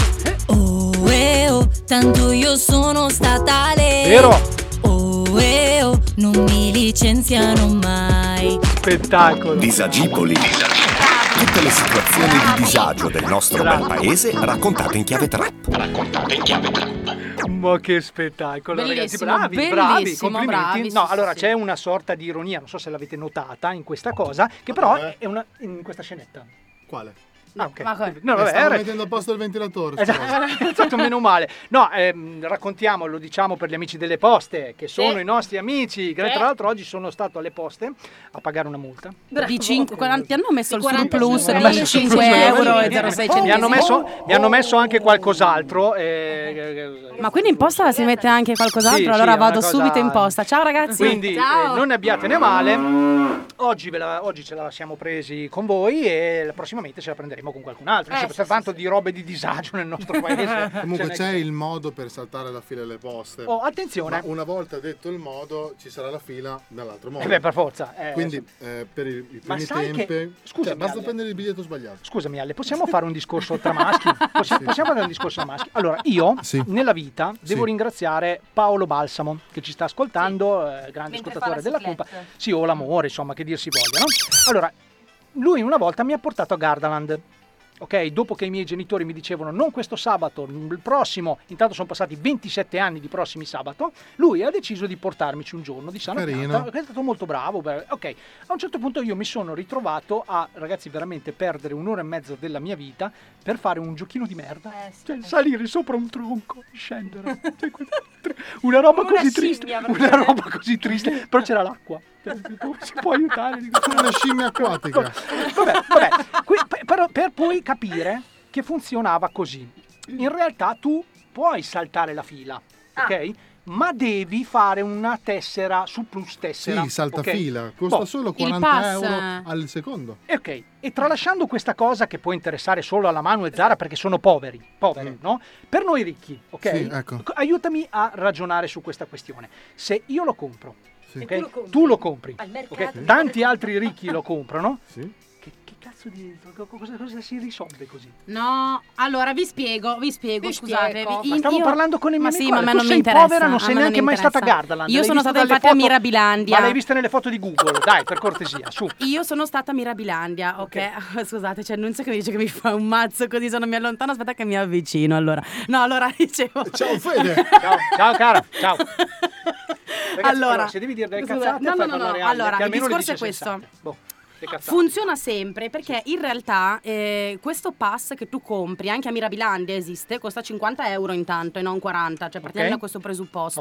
Oh, tanto io sono statale. Vero. Non mi licenziano mai. Spettacolo. Disagipoli. Tutte le situazioni di disagio del nostro bel paese raccontate in chiave trap. Ma che spettacolo, Bellissimo, ragazzi, bravi, bellissimo, complimenti. bravi, No, sì, allora sì. c'è una sorta di ironia, non so se l'avete notata in questa cosa, che però è una in questa scenetta. Quale? Ok. Ma No, vabbè, stavo mettendo a posto il ventilatore. Esatto, meno male. No, raccontiamo, lo diciamo per gli amici delle poste, che sono i nostri amici, che tra l'altro oggi sono stato alle poste a pagare una multa. Di 5, ti hanno messo il 45 surplus euro. di 5 euro e 06 centesimi. Mi hanno messo anche qualcos'altro. Ma quindi in posta si mette anche qualcos'altro? Sì, Allora sì, vado una cosa- subito in posta. Ciao ragazzi. Quindi non ne abbiatene male. Oggi ce la siamo presi con voi e prossimamente ce la prenderemo parleremo con qualcun altro. C'è tanto di robe di disagio nel nostro paese. Comunque c'è il modo per saltare la fila alle poste. Oh, attenzione. Ma una volta detto il modo, ci sarà la fila nell'altro modo. Per forza. Quindi per i primi tempi, basta prendere il biglietto sbagliato. Scusami Ale, possiamo fare un discorso tra maschi? Possiamo fare un discorso tra maschi? Allora, io nella vita devo ringraziare Paolo Balsamo, che ci sta ascoltando, grande ascoltatore della Cumpa. Sì, o l'amore, insomma, che dir si voglia, no? Allora, lui una volta mi ha portato a Gardaland. Ok, dopo che i miei genitori mi dicevano non questo sabato, il prossimo, intanto sono passati 27 anni di prossimi sabato, lui ha deciso di portarmici un giorno di sana pianta, è stato molto bravo. Ok, a un certo punto io mi sono ritrovato a, ragazzi, veramente perdere un'ora e mezza della mia vita per fare un giochino di merda, cioè salire sopra un tronco, scendere, una roba così triste, però c'era l'acqua. Si può aiutare una scimmia acquatica. Vabbè. Per poi capire che funzionava così. In realtà tu puoi saltare la fila, ok? Ma devi fare una tessera su plus tessera. Sì, saltafila, costa solo 40 euro al secondo. Ok, e tralasciando questa cosa che può interessare solo alla Manu e Zara perché sono poveri, no? Per noi ricchi, ok? Sì, ecco. Aiutami a ragionare su questa questione. Se io lo compro, okay? Tu lo compri, okay? Tanti altri ricchi lo comprano. Sì. Che cazzo di cosa si risolve così? No, allora vi spiego, scusate. Ma stavo parlando con il mio amico. Ma tu non sei povera, non sei neanche mai stata a Gardaland. Io sono stata infatti a Mirabilandia. Ma l'hai vista nelle foto di Google, dai, per cortesia, su. Io sono stata a Mirabilandia, ok? Scusate, c'è Annunzio che mi dice che mi fa un mazzo così, se non mi allontano, aspetta che mi avvicino, allora. No, allora dicevo. Ciao Fede. Ciao cara, ciao. Ragazzi, allora, se devi dire delle cazzate, no. Allora, il discorso è questo. Funziona sempre perché in realtà questo pass che tu compri anche a Mirabilandia esiste, costa 50 euro intanto e non 40, cioè partiamo da questo presupposto.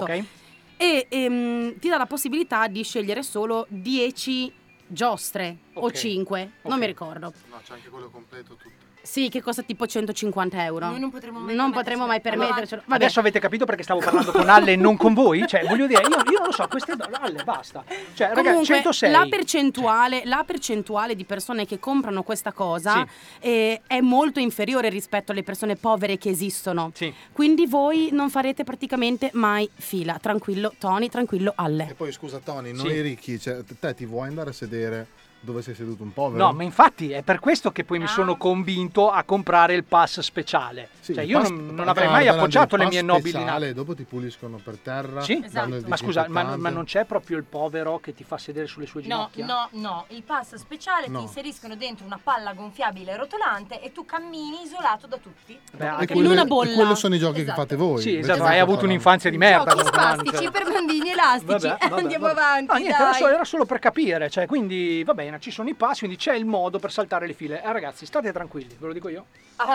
E ti dà la possibilità di scegliere solo 10 giostre o 5, non mi ricordo. No, c'è anche quello completo tutto. Sì, che costa tipo 150 euro. Noi non potremo mai permettercelo. Adesso avete capito perché stavo parlando con Alle e non con voi? Cioè, voglio dire, io non lo so, queste Alle, basta. Cioè, comunque, ragazzi, 106. La percentuale di persone che comprano questa cosa è molto inferiore rispetto alle persone povere che esistono. Sì. Quindi voi non farete praticamente mai fila. Tranquillo Tony, tranquillo Alle. E poi scusa Tony, noi ricchi, cioè, te ti vuoi andare a sedere dove sei seduto un povero? No, ma infatti è per questo che poi mi sono convinto a comprare il pass speciale. Sì, cioè io non avrei mai appoggiato le mie nobili speciale, dopo ti puliscono per terra. Sì? Ma scusa, ma non c'è proprio il povero che ti fa sedere sulle sue ginocchia? No, il pass speciale ti inseriscono dentro una palla gonfiabile rotolante e tu cammini isolato da tutti. In una bolla. E quello sono i giochi che fate voi. Sì, esatto, hai avuto un'infanzia di merda. Giochi spastici per bambini elastici. Andiamo avanti. No, niente, era solo per capire, cioè, quindi va bene, ci sono i passi, quindi c'è il modo per saltare le file. Ragazzi, state tranquilli, ve lo dico io.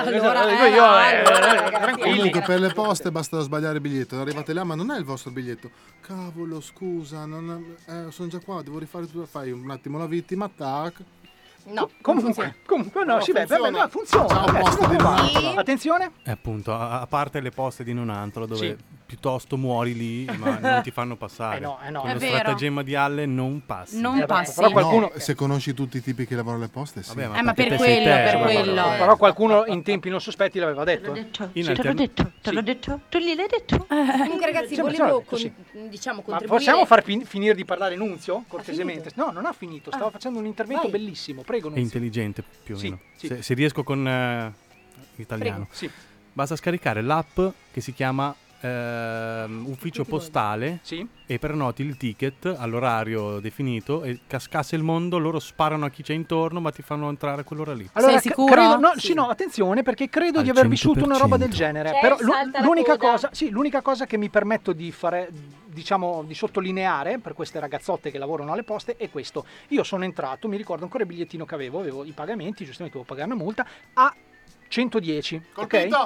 Tranquilli. Comunque per le poste basta sbagliare il biglietto. Arrivate là, ma non è il vostro biglietto. Cavolo, scusa, sono già qua, devo rifare tutto. Fai un attimo la vittima, tac. No, comunque no, funziona. Attenzione. Appunto, a parte le poste di Nonantola dove piuttosto muori lì, ma non ti fanno passare. No. Lo stratagemma di Alle non passi. Non passi. Però qualcuno se conosci tutti i tipi che lavorano alle poste, sì. Vabbè, ma per quello. Però qualcuno in tempi non sospetti l'aveva detto. Te l'ho detto. Tu gliel'hai detto? Comunque ragazzi, volevo contribuire. Ma possiamo far finire di parlare Nunzio, cortesemente? No, non ha finito, stava facendo un intervento bellissimo. Prego, Nunzio. È intelligente più o meno. Sì. Se riesco con italiano. Sì. Basta scaricare l'app che si chiama ufficio postale e prenoti il ticket all'orario definito e cascasse il mondo, loro sparano a chi c'è intorno ma ti fanno entrare a quell'ora lì. Allora, sei sicuro? No, attenzione, perché credo di aver vissuto una roba del genere. Però l'unica cosa che mi permetto di fare, diciamo, di sottolineare per queste ragazzotte che lavorano alle poste è questo. Io sono entrato, mi ricordo ancora il bigliettino che avevo i pagamenti, giustamente dovevo pagare una multa a 110, ok?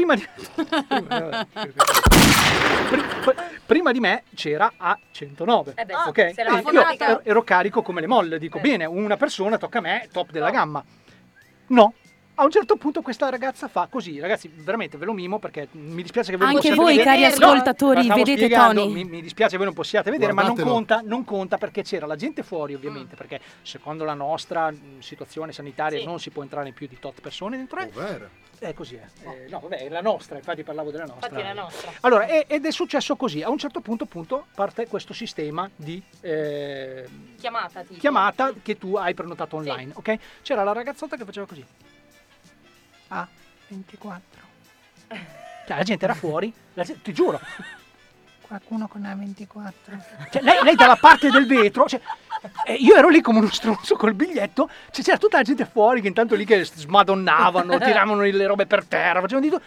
Prima di me c'era a 109, ok? Io ero carico come le molle, dico bene, una persona tocca a me, top della gamma. No, A un certo punto questa ragazza fa così, ragazzi, veramente ve lo mimo perché mi dispiace che voi non Anche possiate voi, vedere. cari ascoltatori, stavo vedete spiegando, Tony. Mi dispiace che voi non possiate vedere, Guardatelo. ma non conta perché c'era la gente fuori, ovviamente, perché secondo la nostra situazione sanitaria non si può entrare più di tot persone dentro. Così è. No, vabbè, è la nostra, infatti parlavo della nostra. Infatti è la nostra. Allora, ed è successo così. A un certo punto, appunto, parte questo sistema di chiamata che tu hai prenotato online, ok? C'era la ragazzotta che faceva così. 24. Cioè, la gente era fuori, ti giuro. Qualcuno con A24. Cioè, lei dalla parte del vetro, cioè, io ero lì come uno stronzo col biglietto, cioè, c'era tutta la gente fuori che intanto lì che smadonnavano, tiravano le robe per terra, facevano di tutto.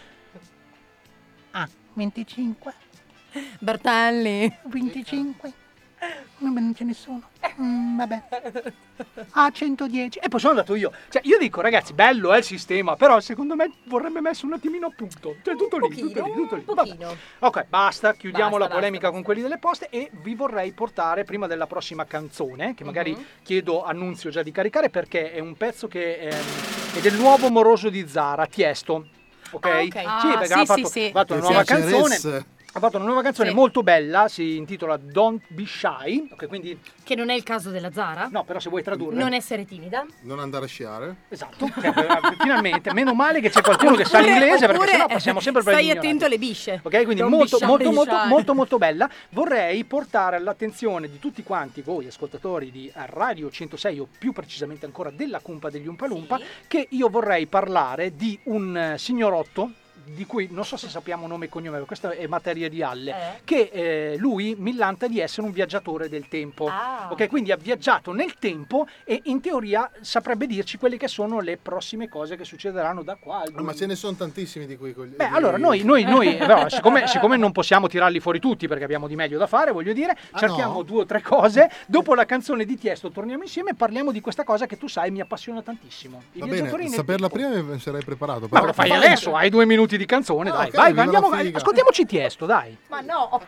25. Bertelli. 25. Non c'è nessuno. Vabbè. 110. E poi sono andato io. Cioè, io dico, ragazzi, bello è il sistema, però secondo me vorrebbe messo un attimino a punto. Cioè, tutto lì, tutto lì. Pochino. Ok, basta, chiudiamo Basta, la polemica con quelli delle poste e vi vorrei portare prima della prossima canzone, che magari chiedo Annunzio già di caricare perché è un pezzo che è del nuovo moroso di Zara, Tiesto. Ok? Sì, perché ha fatto una nuova canzone. Ha fatto una nuova canzone molto bella, si intitola Don't Be Shy, okay, quindi... Che non è il caso della Zara. No, però se vuoi tradurre... Non essere timida. Non andare a sciare. Esatto, finalmente, meno male che c'è qualcuno che sa l'inglese, perché sennò passiamo sempre per stai attento alle bisce. Ok, quindi molto bella. Vorrei portare all'attenzione di tutti quanti voi ascoltatori di Radio 106 o più precisamente ancora della Cumpa degli Umpa Lumpa, che io vorrei parlare di un signorotto di cui non so se sappiamo nome e cognome, questa è materia di Alle, che lui millanta di essere un viaggiatore del tempo. Ok, quindi ha viaggiato nel tempo e in teoria saprebbe dirci quelle che sono le prossime cose che succederanno da qua. Ma ce ne sono tantissimi di cui. Allora noi però, siccome non possiamo tirarli fuori tutti perché abbiamo di meglio da fare, voglio dire, cerchiamo 2 o 3 cose. Dopo la canzone di Tiesto torniamo insieme e parliamo di questa cosa che tu sai mi appassiona tantissimo. Va bene, saperla prima mi sarei preparato. Ma lo fai adesso, hai 2 minuti di canzone, dai, okay, vai, andiamo, ascoltiamoci Tiesto, dai. Ma no.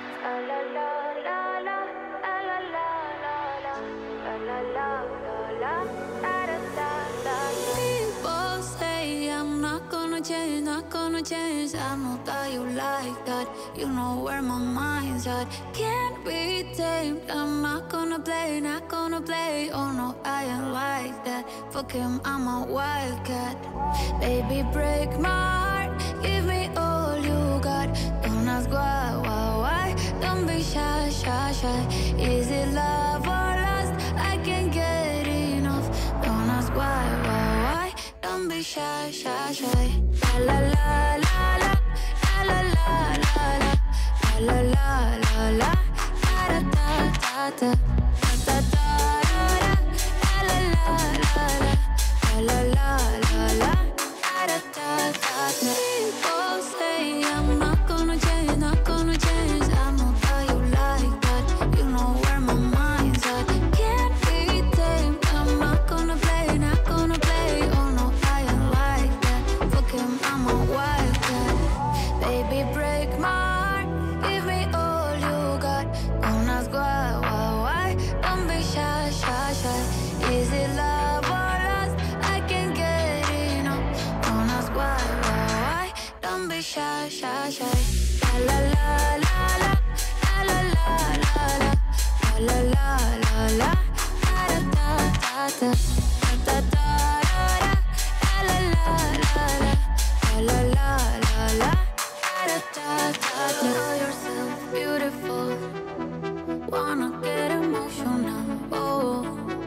People say I'm not gonna change, I know that you like that. You know where my mind's at. Can't be tamed, I'm not gonna play. Oh no, I ain't like that. Fuck him, I'm a wildcat. Baby, break my heart, give me all you got. Don't ask why. Don't be shy. Is it love or lust? I can't get enough. Don't ask why. Don't be shy. La la la la la, la la la la, la la la la, da da da da, da da da, la la la la, la la la la, da da da. People say I'm not gonna change, I know that you like that. You know where my mind's at. Can't be tamed, I'm not gonna play. Oh no, I ain't like that. Fuck him, I'm a wildcat. Baby, break my heart, give me all you got. Don't ask why. Don't be shy. Is it love or lust? I can't get enough. Don't ask why. Don't be shy. La la la la, la la la la, la la la la, da da da da, da da da, la la la la, da da da. Know yourself beautiful, wanna get emotional. Oh,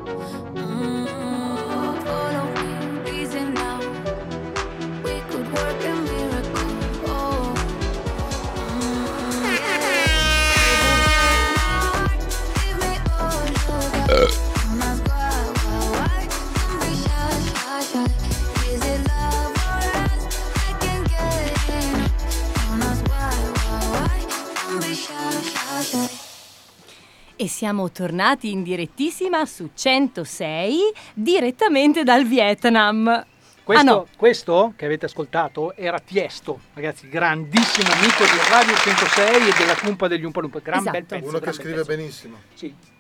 follow me, reason now. We could work a miracle. Oh, give me all you got. Don't ask why. Don't be shy. Is it love or lust? I can't get enough. Don't ask why. Don't be shy. E siamo tornati in direttissima su 106 direttamente dal Vietnam. Questo che avete ascoltato era Tiesto, ragazzi, grandissimo amico di Radio 106 e della Cumpa degli Umpa Lumpa. Bel pezzo. Uno che scrive benissimo. Sì.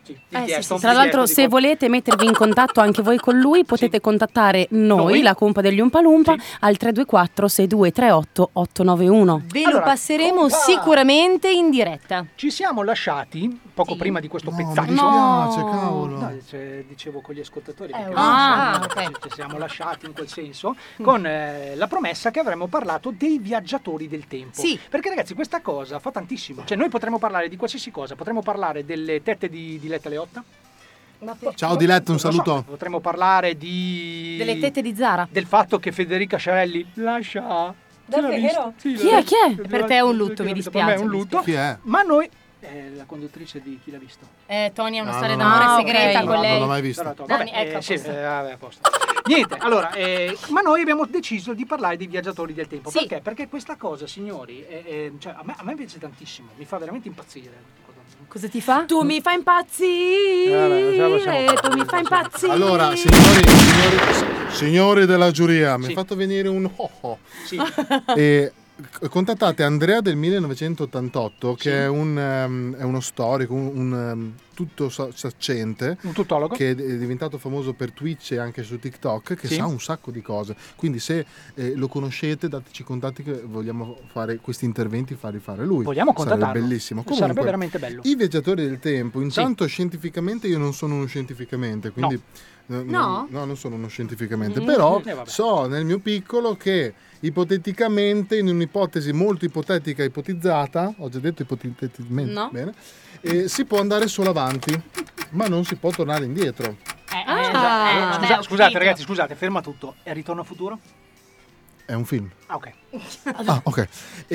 Tra l'altro, se volete mettervi in contatto anche voi con lui, potete contattare noi, la Cumpa degli Umpalumpa, al 324 6238 891. Ve lo passeremo sicuramente in diretta. Ci siamo lasciati poco prima di questo pezzaccio. Mi dispiace, cavolo. No, dicevo con gli ascoltatori perché ok. ci siamo lasciati in quel senso con la promessa che avremmo parlato dei viaggiatori del tempo. Sì. Perché ragazzi, questa cosa fa tantissimo. Cioè noi potremmo parlare di qualsiasi cosa, potremmo parlare delle tette di Diletta Leotta. Ciao Diletta, un saluto. Potremmo parlare delle tette di Zara. del fatto che Federica Sciarelli lascia. Davvero? Sì, Chi è? Per te è un lutto, mi dispiace. Per me è un lutto. Chi è? Ma noi la conduttrice di Chi l'ha visto? Tony ha una No, storia no, d'amore no, segreta ok. con No, lei. non l'ho mai visto. Tony, ecco, a sì, posto. a posto. Niente, allora, ma noi abbiamo deciso di parlare dei viaggiatori del tempo. Sì. Perché? Perché questa cosa, signori, cioè, a me piace tantissimo, mi fa veramente impazzire. Cosa ti fa? Tu mi fai impazzire, tu mi fai impazzire. Allora, signori della giuria, mi ha fatto venire un Sì. E contattate Andrea del 1988, che è uno storico, un tutto saccente, un tuttologo, che è diventato famoso per Twitch e anche su TikTok, che sa un sacco di cose. Quindi se lo conoscete, dateci contatti, che vogliamo fare questi interventi, farli fare lui. Vogliamo contattarlo. Sarebbe bellissimo. Comunque, sarebbe veramente bello. I viaggiatori del tempo, intanto scientificamente io non sono uno scientificamente, quindi No? no, non sono uno scientificamente, però so nel mio piccolo che ipoteticamente, in un'ipotesi molto ipotetica, ipotizzata, ho già detto ipoteticamente, No. bene, si può andare solo avanti, ma non si può tornare indietro. Scusate ragazzi, scusate, ferma tutto. È Ritorno al futuro? È un film. Ah, ok. Ah, ok.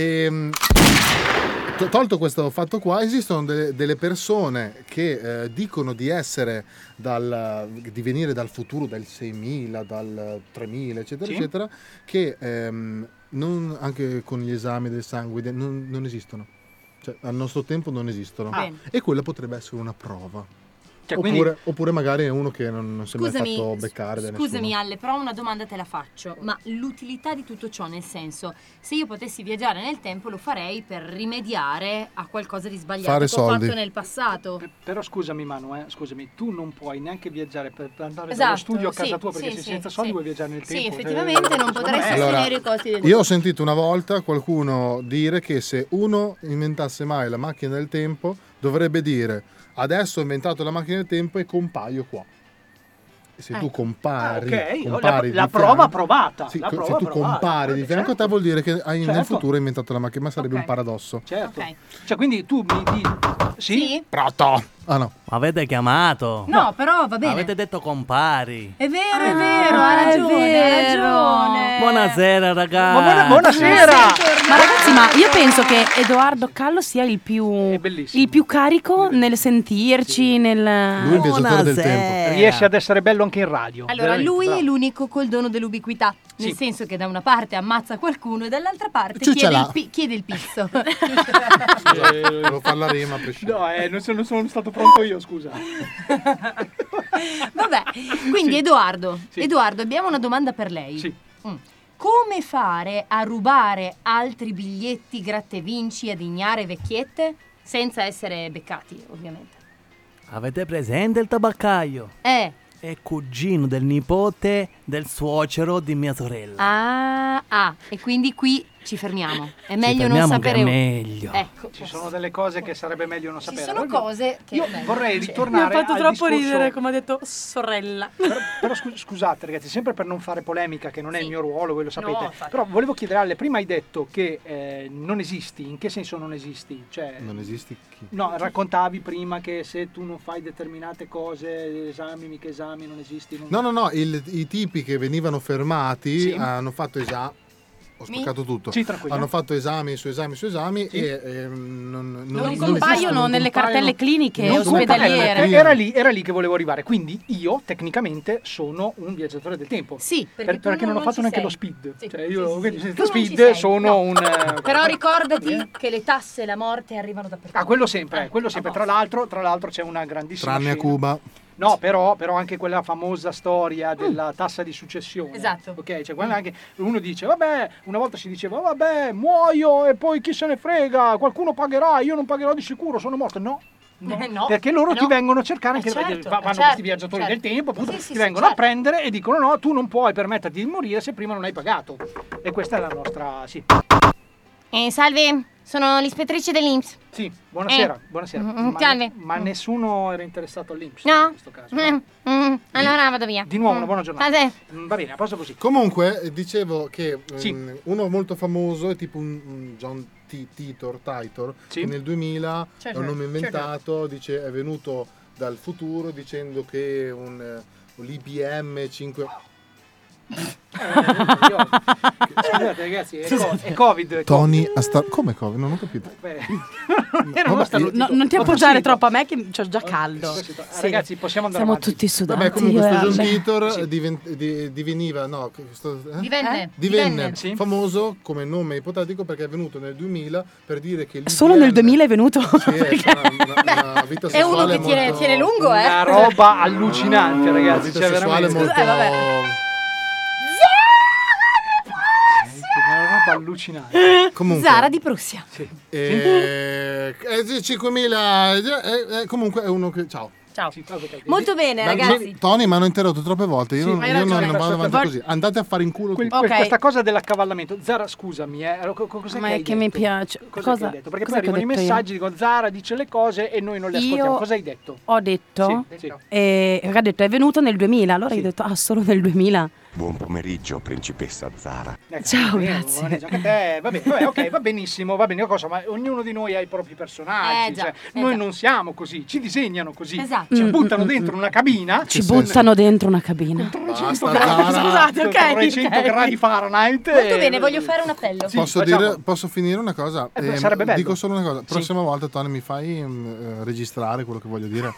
Tolto questo fatto qua, esistono delle persone che dicono di essere di venire dal futuro, dal 6000, dal 3000, eccetera, eccetera, che anche con gli esami del sangue non esistono. Cioè, al nostro tempo non esistono. E quella potrebbe essere una prova. Cioè, oppure magari è uno che non si è mai fatto beccare da Scusami nessuno. Ale, però una domanda te la faccio. Ma l'utilità di tutto ciò, nel senso, se io potessi viaggiare nel tempo lo farei per rimediare a qualcosa di sbagliato Fare che ho soldi. fatto nel passato. Però scusami Manu, scusami, tu non puoi neanche viaggiare per andare Esatto, dallo studio a casa sì, tua, perché sì, se sì, senza soldi sì. vuoi viaggiare nel tempo. Sì, effettivamente non potrei sostenere i costi del Io ho sentito una volta qualcuno dire che se uno inventasse mai la macchina del tempo, dovrebbe dire: adesso ho inventato la macchina del tempo e compaio qua. E se tu compari, la prova provata. Sì, la se prova tu provata. compari di fianco a te, vuol dire che hai nel Certo. futuro inventato la macchina, ma sarebbe un paradosso. Certo. Cioè, quindi tu mi dici... Sì? Pronto? Ah no. Avete chiamato? No, però va bene. Avete detto compari. È vero, ha ragione, ha ragione. Buonasera ragazzi. Buonasera. Ma ragazzi, ma io penso che Edoardo Callo sia il più carico nel sentirci, nel... Lui è il viaggiatore del tempo. Riesce ad essere bello anche in radio. Allora, Veramente, lui bravo. è l'unico col dono dell'ubiquità, nel senso che da una parte ammazza qualcuno e dall'altra parte Ciucciala. chiede il pizzo. Devo fare la rima a prescindere. No, non sono stato pronto io, scusa. Vabbè, quindi Edoardo, abbiamo una domanda per lei. Sì. Come fare a rubare altri biglietti gratta e vinci ad ignare vecchiette senza essere beccati, ovviamente? Avete presente il tabaccaio? È cugino del nipote del suocero di mia sorella. E quindi qui ci fermiamo. È Ci meglio non fermiamo sapere. che è meglio. Ecco. Ci sono delle cose che sarebbe meglio non sapere. sono cose che io è meglio vorrei non ritornare Mi ha fatto al troppo discorso... ridere, come ha detto sorella. Però scusate ragazzi, sempre per non fare polemica, che non è il mio ruolo, voi lo sapete. No, infatti. Però volevo chiedere Ale, prima hai detto che non esisti. In che senso non esisti? Cioè, Non esisti chi? no, raccontavi prima che se tu non fai determinate cose, esami, mica esami, non esisti. Non... No, i tipi che venivano fermati hanno fatto esami. Ho spaccato tutto. Sì, tranquillo. Hanno fatto esami su esami e Non compaiono nelle cartelle cliniche Non ospedaliere. Era lì che volevo arrivare. Quindi io tecnicamente sono un viaggiatore del tempo. Sì, perché non ho fatto ci neanche sei. lo speed. Sì, Cioè sì, io sì, quindi sì. senza Tu non ci speed sei, sono no. un Però ricordati che le tasse e la morte arrivano dappertutto. quello sempre. Tra l'altro c'è una grandissima tranne a scena. Cuba. No, però anche quella famosa storia della tassa di successione. Esatto. Ok, cioè quella anche uno dice, vabbè, una volta si diceva, vabbè, muoio e poi chi se ne frega, qualcuno pagherà, io non pagherò di sicuro, sono morto. No, No. Perché loro ti vengono a cercare anche vanno questi viaggiatori del tempo, appunto, ti vengono a prendere e dicono no, tu non puoi permetterti di morire se prima non hai pagato. E questa è la nostra, salve, sono l'ispettrice dell'INPS. Sì, buonasera. Salve. Ma nessuno era interessato all'INPS no? in questo caso. Allora vado via. Di nuovo una buona giornata. Va bene, a posto così. Comunque, dicevo che uno molto famoso è tipo un John Titor, che nel 2000 è un nome inventato, dice è venuto dal futuro dicendo che l'IBM 5... Scusate ragazzi, è Covid. Tony come Covid? Non ho capito. Non ti appoggiare troppo a me che c'ho già caldo. Ragazzi, possiamo andare Siamo avanti. tutti sudati. Vabbè, comunque questo John Titor divenne famoso come nome ipotetico perché è venuto nel 2000 per dire che solo nel 2000 è venuto. Una vita è uno che tiene lungo, Una roba allucinante, ragazzi. Una vita sessuale molto... Una roba allucinante. Comunque, Zara di Prussia. 5.000 comunque è uno che... Ciao. Molto bene, ragazzi. Tony mi hanno interrotto troppe volte. Io non vado avanti così. Andate a fare in culo. Questa cosa dell'accavallamento. Zara, scusami, cosa ma è che mi piace. Cosa hai detto? Perché poi arrivano i messaggi, dicono Zara dice le cose e noi non le ascoltiamo. Cosa hai detto? Ho detto, ha detto è venuto nel 2000. Allora io ho detto solo nel 2000. Buon pomeriggio, principessa Zara. Ciao, grazie. Va bene, ok, va benissimo, va bene. Ma ognuno di noi ha i propri personaggi. Noi non siamo così, ci disegnano così. Ci buttano dentro una cabina. Ci buttano dentro una cabina. 300 gradi Fahrenheit. Molto bene, voglio fare un appello. Posso finire una cosa? Sarebbe bello. Dico solo una cosa. Prossima volta, Tony, mi fai registrare quello che voglio dire?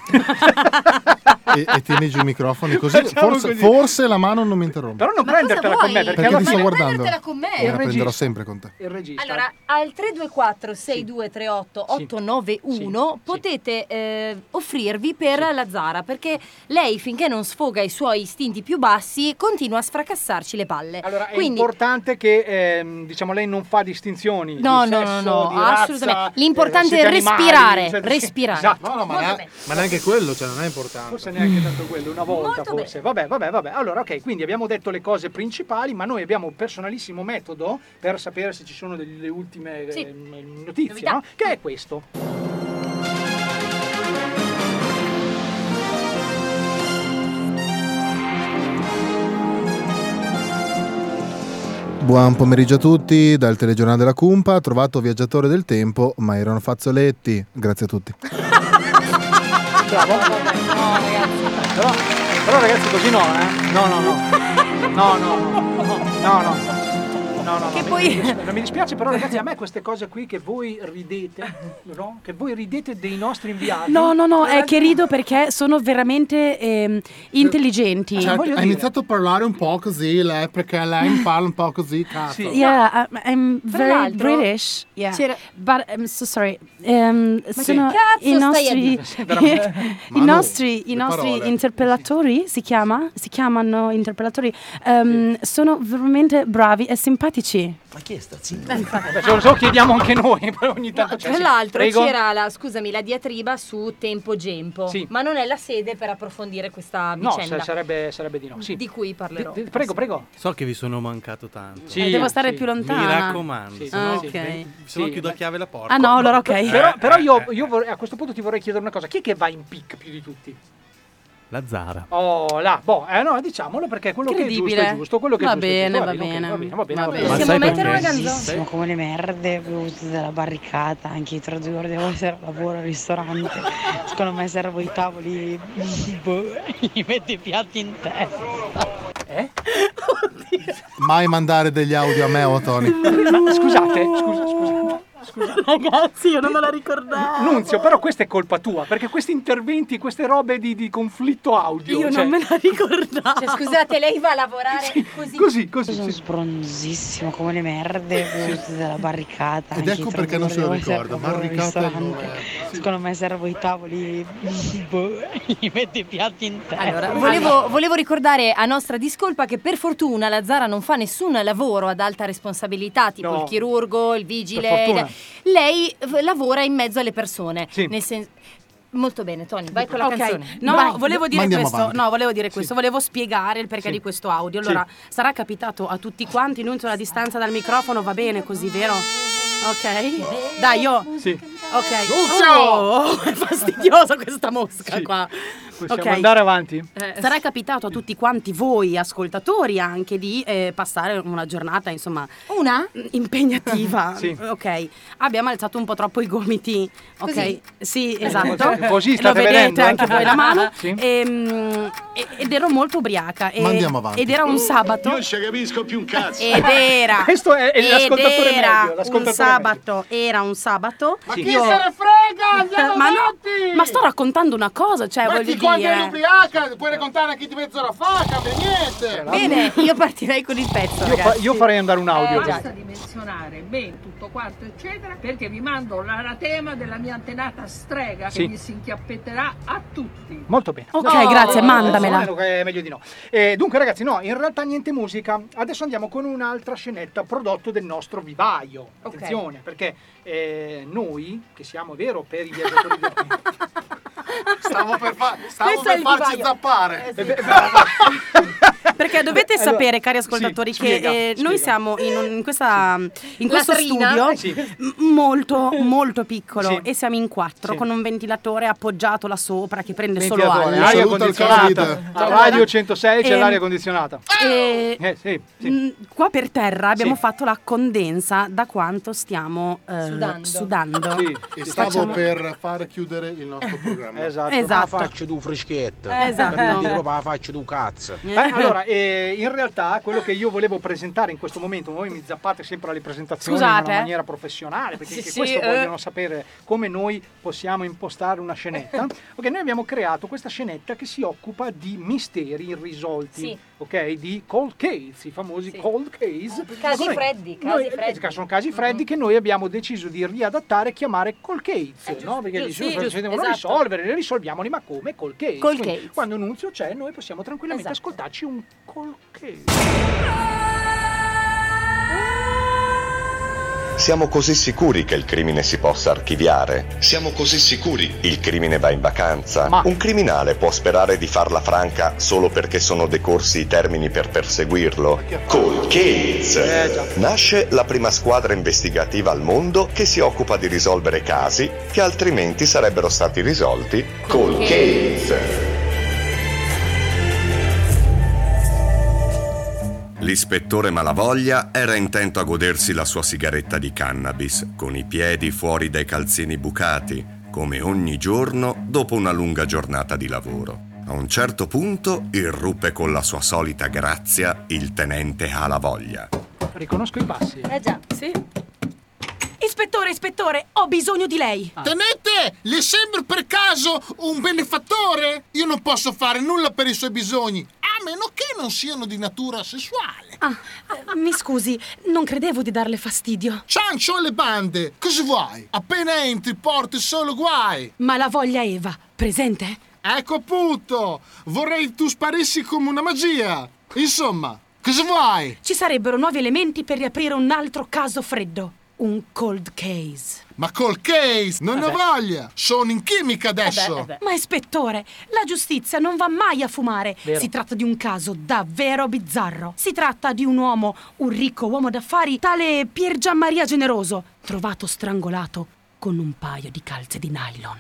e tieni giù i microfoni così forse la mano non mi interrompe. Però non prendertela con me perché ti sto guardando. Con me. La prenderò sempre con te. Allora, al 324 6238 891 potete offrirvi per la Zara, perché lei finché non sfoga i suoi istinti più bassi continua a sfracassarci le palle. Allora è importante che lei non fa distinzioni di sesso, di razza, assolutamente. L'importante è respirare, respirare. Esatto. No, ma neanche quello, non è importante. Forse neanche tanto quello, una volta forse. Vabbè. Allora, ok, quindi abbiamo detto le cose principali, ma noi abbiamo un personalissimo metodo per sapere se ci sono delle ultime notizie, no? Che è questo. Buon pomeriggio a tutti dal telegiornale della Cumpa. Trovato viaggiatore del tempo, ma erano fazzoletti. Grazie a tutti. Bravo. No, ragazzi. Però ragazzi così no, No. Che poi non mi dispiace, però ragazzi, a me queste cose qui che voi ridete, no? Che voi ridete dei nostri inviati. No, è che rido perché sono veramente intelligenti. Ha iniziato a parlare un po' così lei, perché lei parla un po' così, cazzo. Yeah, I'm very British. Yeah. But I'm so sorry. Sono i nostri interpellatori si chiamano interpellatori. Sono veramente bravi e simpatici. Ma chi è sta zitta? Lo chiediamo anche noi, però ogni tanto tra l'altro c'era la diatriba su Tempo Gempo, ma non è la sede per approfondire questa vicenda. No, sarebbe di no. Sì. Di cui parlerò. Prego. So che vi sono mancato tanto. Devo stare più lontana. Mi raccomando, se no chiudo a chiave la porta. Ah no, allora ok. Però io a questo punto ti vorrei chiedere una cosa. Chi è che va in pic più di tutti? La Zara. No, diciamolo perché quello che è giusto, quello che va è bene, giusto. Va bene. Possiamo mettere una canzone? Siamo come le merde venute dalla barricata, anche i 3 giorni devo essere al lavoro al ristorante. Secondo me servo i tavoli, gli metti i piatti in testa. Oddio. Mai mandare degli audio a me o a Tony. Scusate. Ragazzi, io non me la ricordavo. Nunzio, però questa è colpa tua, perché questi interventi, queste robe di conflitto audio. Io non me la ricordavo. Scusate, lei va a lavorare così. Sono sbronzissimo come le merde venute dalla barricata. Ed ecco perché non se lo ricorda. Barricata secondo me servo i tavoli, gli metti i piatti in testa. Allora, volevo ricordare a nostra discolpa che per fortuna la Zara non fa nessun lavoro ad alta responsabilità, tipo il chirurgo, il vigile. Lei lavora in mezzo alle persone, nel senso Molto bene, Tony, vai con la canzone. No, Vai. volevo dire Mandiamo questo. avanti. No, volevo dire questo. Volevo spiegare il perché Sì. di questo audio. Allora, sarà capitato a tutti quanti, Nunzio, la distanza dal microfono va bene così, vero? Ok. Dai, io. Sì. Ok. Nunzio! Oh, è fastidiosa questa mosca Sì. qua. Possiamo Ok. andare avanti? Sarà capitato a tutti quanti voi ascoltatori anche di passare una giornata, insomma, impegnativa. Sì. Ok. Abbiamo alzato un po' troppo i gomiti. Ok. Così. Sì, esatto. Così Lo state vedete vedendo? anche voi la mano. Sì. Ed ero molto ubriaca. Mandiamo avanti. Ed era un sabato. Io non ci capisco più un cazzo. Ed era. Questo è l'ascoltatore ed era medio, l'ascoltatore un sabato. Era un sabato. Ma Sì. chi se ne frega? Andiamo Ma no, avanti! ma sto raccontando una cosa, cioè Metti voglio quando eri dire. ubriaca, puoi raccontare anche di mezz'ora fa, cambia niente! Bene, io partirei con il pezzo. ragazzi. Io farei andare un audio. Basta di menzionare me, tutto quanto, eccetera, perché vi mando l'anatema della mia antenata strega Sì. che vi si inchiappetterà a tutti. Molto bene. Ok, grazie, mandamela. È meglio di no. Dunque ragazzi, no, in realtà niente musica. Adesso andiamo con un'altra scenetta prodotto del nostro vivaio. Attenzione, perché noi, che siamo, vero, per i viaggiatori del tempo. Stavo per Questo è farci il vivaio. zappare. Perché dovete Allora, sapere, cari ascoltatori, sì, che spiega. noi siamo in questo Latrina. studio molto piccolo Sì. e siamo in 4 Sì. con un ventilatore appoggiato là sopra che prende solo Ventilatore, aria. aria Saluto al condizionata. Covid. A Radio 106 c'è Ehm, l'aria condizionata. Sì. Qua per terra abbiamo Sì. fatto la condensa da quanto stiamo sudando. Sì. E stavo per far chiudere il nostro programma. Esatto. Esatto. Faccio tu freschetto. Esatto. Per dire proprio la faccio tu cazzo. Allora, in realtà quello che io volevo presentare in questo momento, voi mi zappate sempre alle presentazioni in Scusate. una maniera professionale, perché Sì, anche sì, questo vogliono sapere come noi possiamo impostare una scenetta. Ok, noi abbiamo creato questa scenetta che si occupa di misteri irrisolti, Sì. ok? Di cold case, i famosi cold case. Casi Noi- freddi, noi- casi freddi. Sono casi freddi che noi abbiamo deciso di riadattare e chiamare cold case, no? Perché giusto, dici, sì, si devono esatto. risolvere, le risolviamoli, ma come? Cold case. Cold Quindi, case. quando Nunzio c'è, noi possiamo tranquillamente Esatto. ascoltarci un cold case. Siamo così sicuri che il crimine si possa archiviare? Siamo così sicuri? Il crimine va in vacanza? Ma- Un criminale può sperare di farla franca solo perché sono decorsi i termini per perseguirlo? Cold Case! Nasce la prima squadra investigativa al mondo che si occupa di risolvere casi che altrimenti sarebbero stati risolti. Cold Case! L'ispettore Malavoglia era intento a godersi la sua sigaretta di cannabis, con i piedi fuori dai calzini bucati, come ogni giorno dopo una lunga giornata di lavoro. A un certo punto irruppe con la sua solita grazia il tenente Malavoglia. Riconosco i passi. Già. Sì. Ispettore, ho bisogno di lei. Tenente, le sembra per caso un benefattore? Io non posso fare nulla per i suoi bisogni, a meno che non siano di natura sessuale. Mi scusi, non credevo di darle fastidio. Ciancio alle bande, cosa vuoi? Appena entri porti solo guai. Ma la voglia Eva, presente? Ecco appunto, vorrei tu sparissi come una magia. Insomma, cosa vuoi? Ci sarebbero nuovi elementi per riaprire un altro caso freddo. Un cold case. Ma col case, non ne ho voglia. Sono in chimica adesso. Ma ispettore, la giustizia non va mai a fumare. Vero. Si tratta di un caso davvero bizzarro. Si tratta di un uomo, un ricco uomo d'affari, tale Pier Gianmaria Generoso, trovato strangolato con un paio di calze di nylon.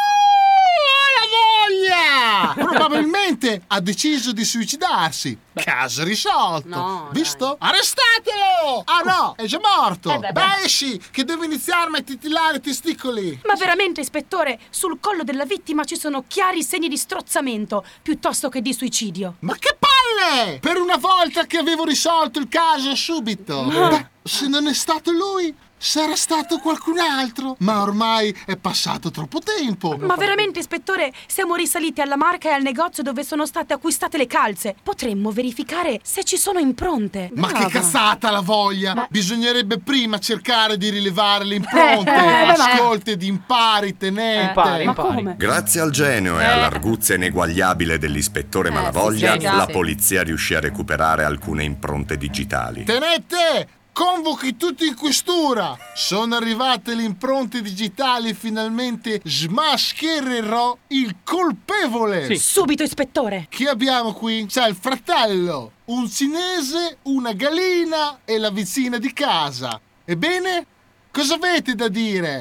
Probabilmente ha deciso di suicidarsi. Caso risolto. No, visto? Arrestatelo! Ah no, è già morto. Beh sì, che devo iniziarmi a titillare i testicoli. Ma veramente, ispettore, sul collo della vittima ci sono chiari segni di strozzamento piuttosto che di suicidio. Ma che palle! Per una volta che avevo risolto il caso subito. Beh, se non è stato lui, sarà stato qualcun altro. Ma ormai è passato troppo tempo. Ma veramente, ispettore, siamo risaliti alla marca e al negozio dove sono state acquistate le calze. Potremmo verificare se ci sono impronte. Ma che Brava. cazzata la voglia! Bisognerebbe prima cercare di rilevare le impronte. ma- Ascolti ed impari, tenente. Ma come? Grazie al genio e all'arguzia ineguagliabile dell'ispettore Malavoglia, sì, sì, la sì. polizia riuscì a recuperare alcune impronte digitali. Tenente! convochi tutti in questura. Sono arrivate le impronte digitali e finalmente smaschererò il colpevole. Sì. Subito, ispettore. Chi abbiamo qui? C'è il fratello, un cinese, una gallina e la vicina di casa. Ebbene, cosa avete da dire?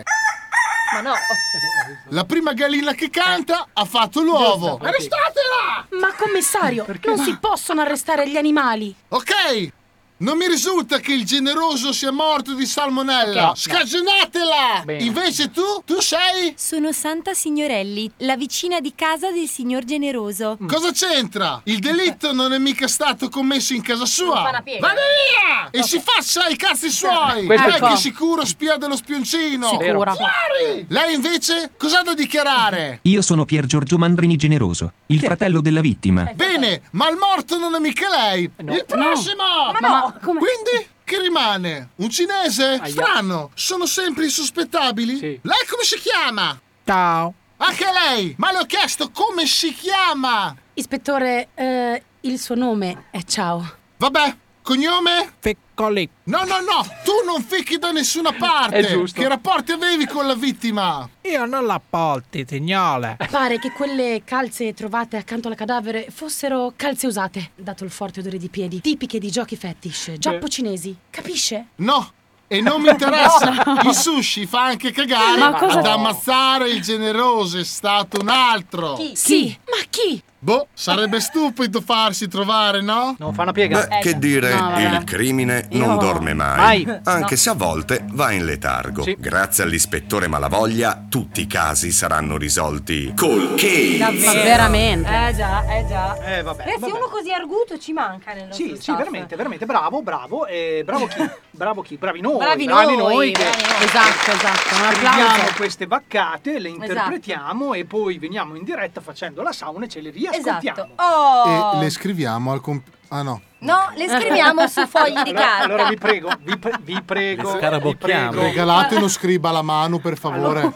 Ma no. La prima gallina che canta ha fatto l'uovo. Arrestatela! Ma commissario, non si possono arrestare gli animali. Ok, non mi risulta che il generoso sia morto di salmonella. Ok. Scagionatela! Bene. Invece tu sei? Sono Santa Signorelli, la vicina di casa del signor Generoso. Cosa c'entra? Il delitto non è mica stato commesso in casa Non sua. fa una piega. Vada via! E si faccia i cazzi suoi! Questo Lei fa. che sicuro spia dello spioncino. Sicura. Fuori! Lei invece cosa ha da dichiarare? Io sono Pier Giorgio Mandrini Generoso, il fratello della vittima. Bene, ma il morto non è mica lei. Il prossimo! Ma no, come? Quindi che rimane? Un cinese? Strano, sono sempre insospettabili. Sì. Lei come si chiama? Ciao. Anche lei! Ma le ho chiesto come si chiama! Ispettore, il suo nome è Ciao. Vabbè, cognome? Piccoli. No, tu non ficchi da nessuna parte! È giusto. Che rapporti avevi con la vittima? Io non la porti, signore. Pare che quelle calze trovate accanto al cadavere fossero calze usate, dato il forte odore di piedi, tipiche di giochi fetish, giappo-cinesi. Capisce? No! E non mi interessa! Il sushi fa anche cagare! Ma cosa- Ad ammazzare il generoso è stato un altro! Sì, ma chi? Boh, sarebbe stupido farsi trovare, no? Non fa una piega. Beh, che dire, No, vabbè. il crimine non Io- dorme mai, Mai. anche se a volte va in letargo. Sì. Grazie all'ispettore Malavoglia, tutti i casi saranno risolti col case. Ma veramente. Già. Vabbè. Ragazzi, vabbè. uno così arguto ci manca nel nostro Sì, staff. veramente, bravo. Bravo chi? Bravo chi? Bravi noi. Bravi noi noi, che bravi noi. Esatto, un scriviamo applauso. queste vaccate, le interpretiamo e poi veniamo in diretta facendo la sauna e ce le riascoltiamo. Esatto. Oh. E le scriviamo al Ah no. No, le scriviamo su fogli di carta. Allora vi prego, vi prego. Le scarabocchiamo. vi prego. Regalate uno scriba alla mano, per favore.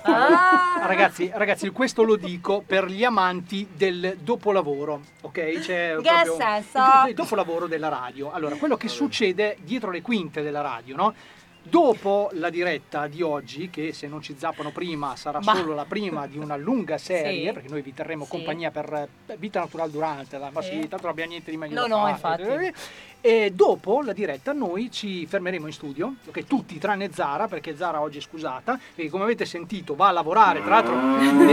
Ragazzi, questo lo dico per gli amanti del dopolavoro, ok? C'è Che proprio senso? il dopolavoro della radio. Allora, quello che succede dietro le quinte della radio, no? Dopo la diretta di oggi, che se non ci zappano prima sarà Ma- solo la prima di una lunga serie, Sì. perché noi vi terremo Sì. compagnia per vita naturale durante, ma sì, tanto non abbiamo niente di meglio da No, fare. infatti. E dopo la diretta noi ci fermeremo in studio, ok? Tutti tranne Zara, perché Zara oggi è scusata, perché come avete sentito va a lavorare, tra l'altro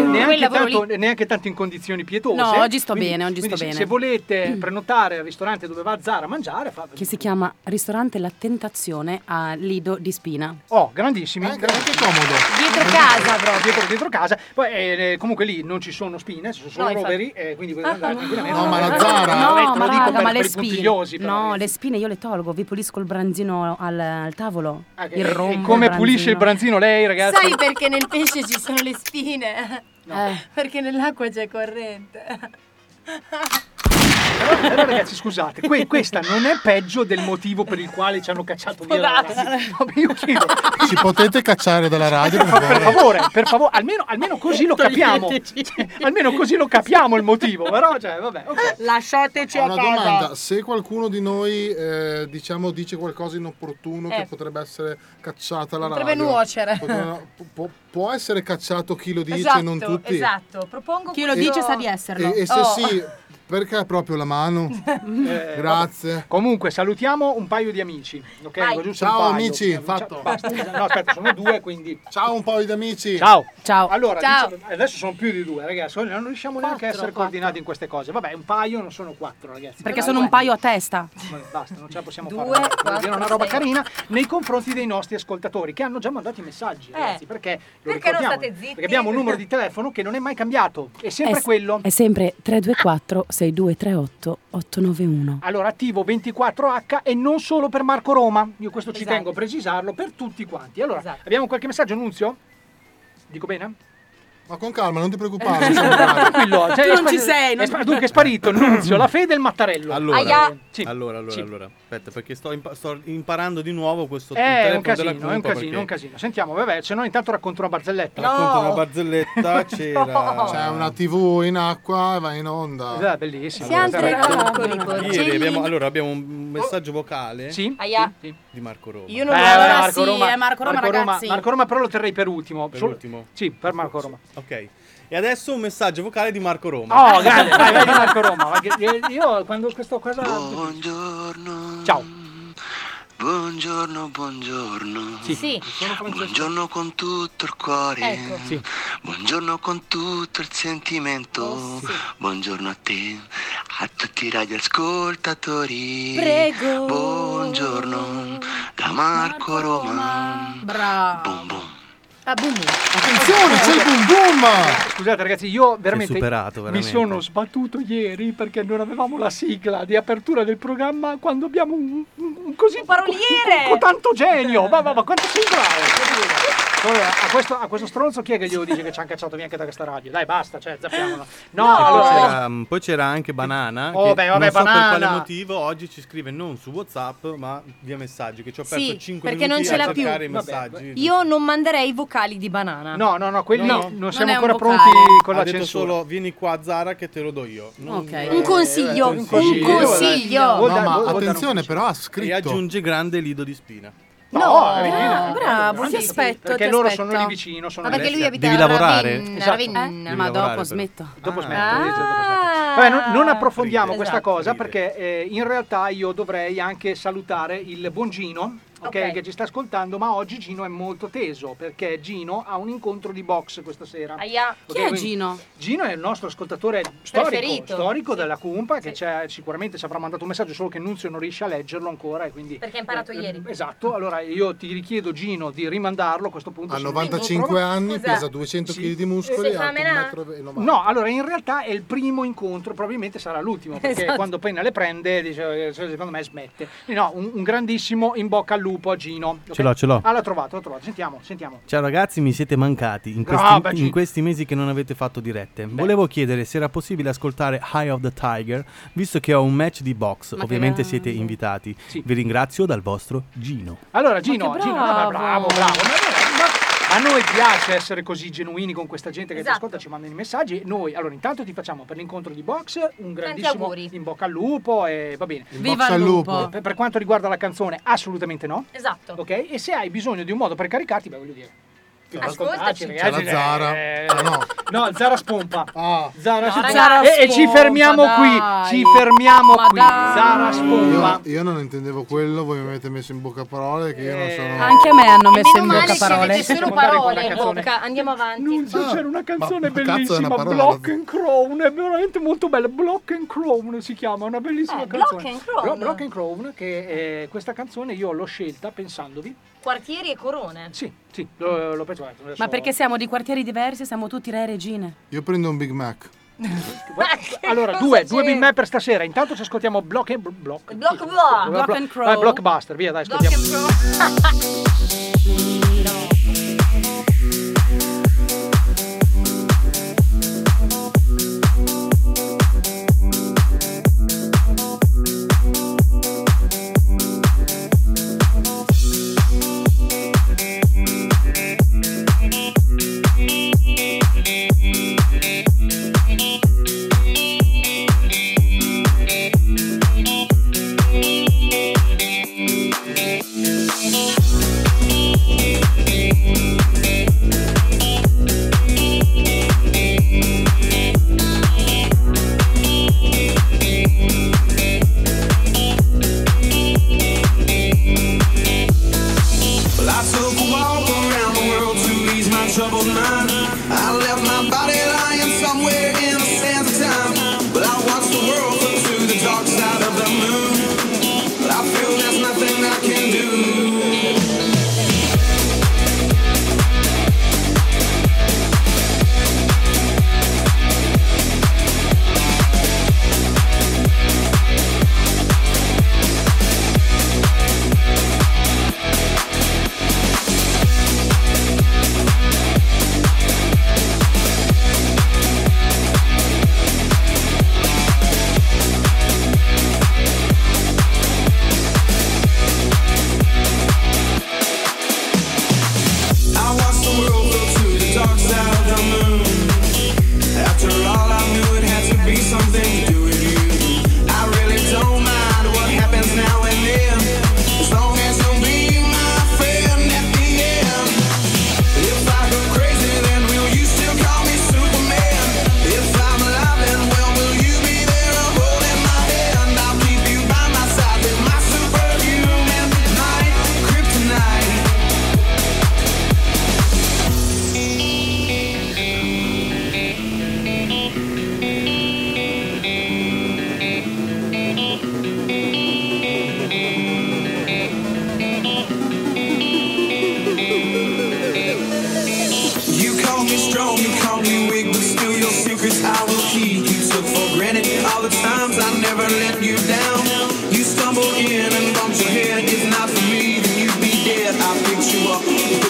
neanche tanto in condizioni pietose. No, oggi sto Quindi- bene, oggi quindi sto se- bene. Se volete prenotare al ristorante dove va Zara a mangiare, Che si chiama Ristorante La Tentazione a Lido di Spina. Oh, grandissimi, Anche comodo. Dietro casa proprio. dietro casa. Poi comunque lì non ci sono spine, ci sono solo No, infatti. roveri, quindi potete andare tranquillamente. No, ma la Zara- No, te lo ma dico raga, per ma le i puntigliosi, spine. però, No, ragazzi. le spine io le tolgo, vi pulisco il branzino al tavolo. Il E rombo, come il pulisce il branzino lei, ragazzi? Sai perché nel pesce ci sono le spine? Perché nell'acqua c'è corrente. Però ragazzi, scusate, questa non è peggio del motivo per il quale ci hanno cacciato via dalla radio. No, io chiedo, Ci potete cacciare dalla radio, per favore? per favore, almeno così lo capiamo. Cioè, almeno così lo capiamo il motivo, però cioè, vabbè, ok. Lasciateci Una domanda, se qualcuno di noi dice qualcosa inopportuno che potrebbe essere cacciata alla Potrebbe radio, nuocere. può essere cacciato chi lo dice, Esatto, non tutti? esatto. Propongo Chi lo dice sa di esserlo. E se Oh. sì, perché proprio la mano? Grazie. Comunque salutiamo un paio di amici, ok? Vai. Dico giusto un Ciao paio. amici, fatto. Basta. No, aspetta, sono due, quindi Ciao un paio di amici. ciao. Ciao. Allora, Ciao. adesso sono più di due, ragazzi. Non riusciamo neanche a essere coordinati in queste cose. Vabbè, un paio, non sono quattro, ragazzi. Perché sono un paio a testa. Vabbè, basta, non ce la possiamo Due, fare. Devo quattro, dire una roba sei. carina nei confronti dei nostri ascoltatori che hanno già mandato i messaggi, ragazzi. Perché lo Perché non ricordiamo, state zitti? Perché abbiamo un numero di telefono che non è mai cambiato, è sempre È- quello. È sempre 324 6238 891. Allora, attivo 24H e non solo per Marco Roma. Io questo ci Esatto. tengo a precisarlo per tutti quanti. Allora, Esatto. abbiamo qualche messaggio, Annunzio? Dico bene? Ma con calma, non ti preoccupare. Tranquillo, Tu non ci sei, Dunque è sparito Nunzio, la Fede e il Mattarello. Allora, Sì. allora, Sì. aspetta, perché sto imparando di nuovo questo È un telefono della casino, è un Cumpa, casino, perché un casino. Sentiamo, vabbè, se no intanto racconto una barzelletta. Racconta una barzelletta, c'era... C'è una TV in acqua e va in onda. È bellissimo. Siamo tre piccoli porcellini. abbiamo un messaggio vocale Aia. di Marco Roma. Io non Marco sì, Roma, è Marco Roma, ragazzi. Marco Roma però lo terrei per ultimo. Per ultimo? Sì, per Marco Roma. Ok. E adesso un messaggio vocale di Marco Roma. Oh, grande, vai di Marco Roma. Io quando questa cosa... Buongiorno. Ciao. Buongiorno. Sì. Buongiorno con tutto il cuore. Ecco. Sì. Buongiorno con tutto il sentimento. Buongiorno a te, a tutti i radioascoltatori. Prego. Buongiorno da Marco Roma. Bravo. Boom boom. Attenzione, c'è il boom boom! Scusate ragazzi, io veramente, superato, mi veramente. sono sbattuto ieri perché non avevamo la sigla di apertura del programma quando abbiamo un così paroliere! con tanto genio. Ma quanto sei bravo! Allora, a questo stronzo chi è che glielo dice che ci hanno cacciato via anche da questa radio? Dai, basta, zappiamolo. No, allora Poi c'era anche Banana, Oh, che beh, non so Banana. per quale motivo oggi ci scrive non su WhatsApp ma via messaggi, che ci ho perso Sì, 5 perché minuti non ce a l'ha più. cercare i Vabbè, messaggi. Io non manderei i vocali di Banana. No, quelli No, non siamo è un ancora vocale. pronti con Ha la detto censura. solo vieni qua Zara che te lo do io. Ok. Un consiglio. un consiglio. No, ma Vuol dare attenzione, un però ha E scritto. aggiunge grande Lido di Spina. Bravo, ti aspetto. Perché ti loro aspetto. sono lì vicino. Sono Ma perché lui abita Devi a lavorare? Ravenna. Esatto. Ravenna. Ma lavorare, dopo però. smetto. Dopo smetto. Ah. Vabbè, non approfondiamo Esatto. questa cosa Ride. perché in realtà io dovrei anche salutare il buon Gino, Ok. che ci sta ascoltando, ma oggi Gino è molto teso perché Gino ha un incontro di box questa sera. Aia. Chi è Gino? Gino è il nostro ascoltatore storico della Cumpa, che sicuramente ci avrà mandato un messaggio, solo che Nunzio non riesce a leggerlo ancora e quindi Perché ha imparato ieri. Esatto, allora io ti richiedo Gino di rimandarlo a questo punto. Ha se non 95 lo trova. anni, Scusa. pesa 200 kg di muscoli Sì, e alto famela. 1,90 m. No, allora in realtà è il primo incontro, probabilmente sarà l'ultimo, perché Esatto. quando poi ne le prende, dice, secondo me smette. No, un grandissimo in bocca al lupo a Gino. ok? Ce l'ho. Ah, l'ho trovato. Sentiamo. Ciao ragazzi, mi siete mancati in Brava, in questi mesi che non avete fatto dirette. Volevo chiedere se era possibile ascoltare Eye of the Tiger, visto che ho un match di box. Ma Ovviamente che- siete invitati. Sì. Vi ringrazio dal vostro Gino. Allora, Gino, che Gino, bravo. bravo. Ma a noi piace essere così genuini con questa gente che Esatto. ci ascolta, ci mandano i messaggi. Noi, allora, intanto ti facciamo per l'incontro di box un grandissimo auguri. in bocca al lupo e va bene. Viva bocca il al lupo. lupo. Per quanto riguarda la canzone, assolutamente no. Esatto. Ok? E se hai bisogno di un modo per caricarti, beh, voglio dire. Ascoltaci. C'è la Zara. Ah, no. No, Zara Spompa. Ah. Zara No, Spompa. ragazzi. E ci fermiamo Spompa, qui. dai. Ci fermiamo Ma qui. dai. Zara Spompa. Io non intendevo quello, voi mi avete messo in bocca parole che io non sono... Anche a me hanno messo Meno in male bocca ci avete parole. solo Possiamo andare con parole la in canzone? bocca. Andiamo avanti. Nunzio, Ah, c'era una canzone ma cazzo è una bellissima, parola? Block and Crown, è veramente molto bella. Block and Crown si chiama, una bellissima Block canzone. and Crown. Block and Crown, che questa canzone io l'ho scelta pensandovi. Quartieri e corone. Sì, l'ho pensato. Ma perché siamo di quartieri diversi, siamo tutti re e regine. Io prendo un Big Mac. Allora, Cosa due c'è? Big Mac per stasera. Intanto ci ascoltiamo Block and Block Block and Crow. Blockbuster, via, dai, Block ascoltiamo. and Crow.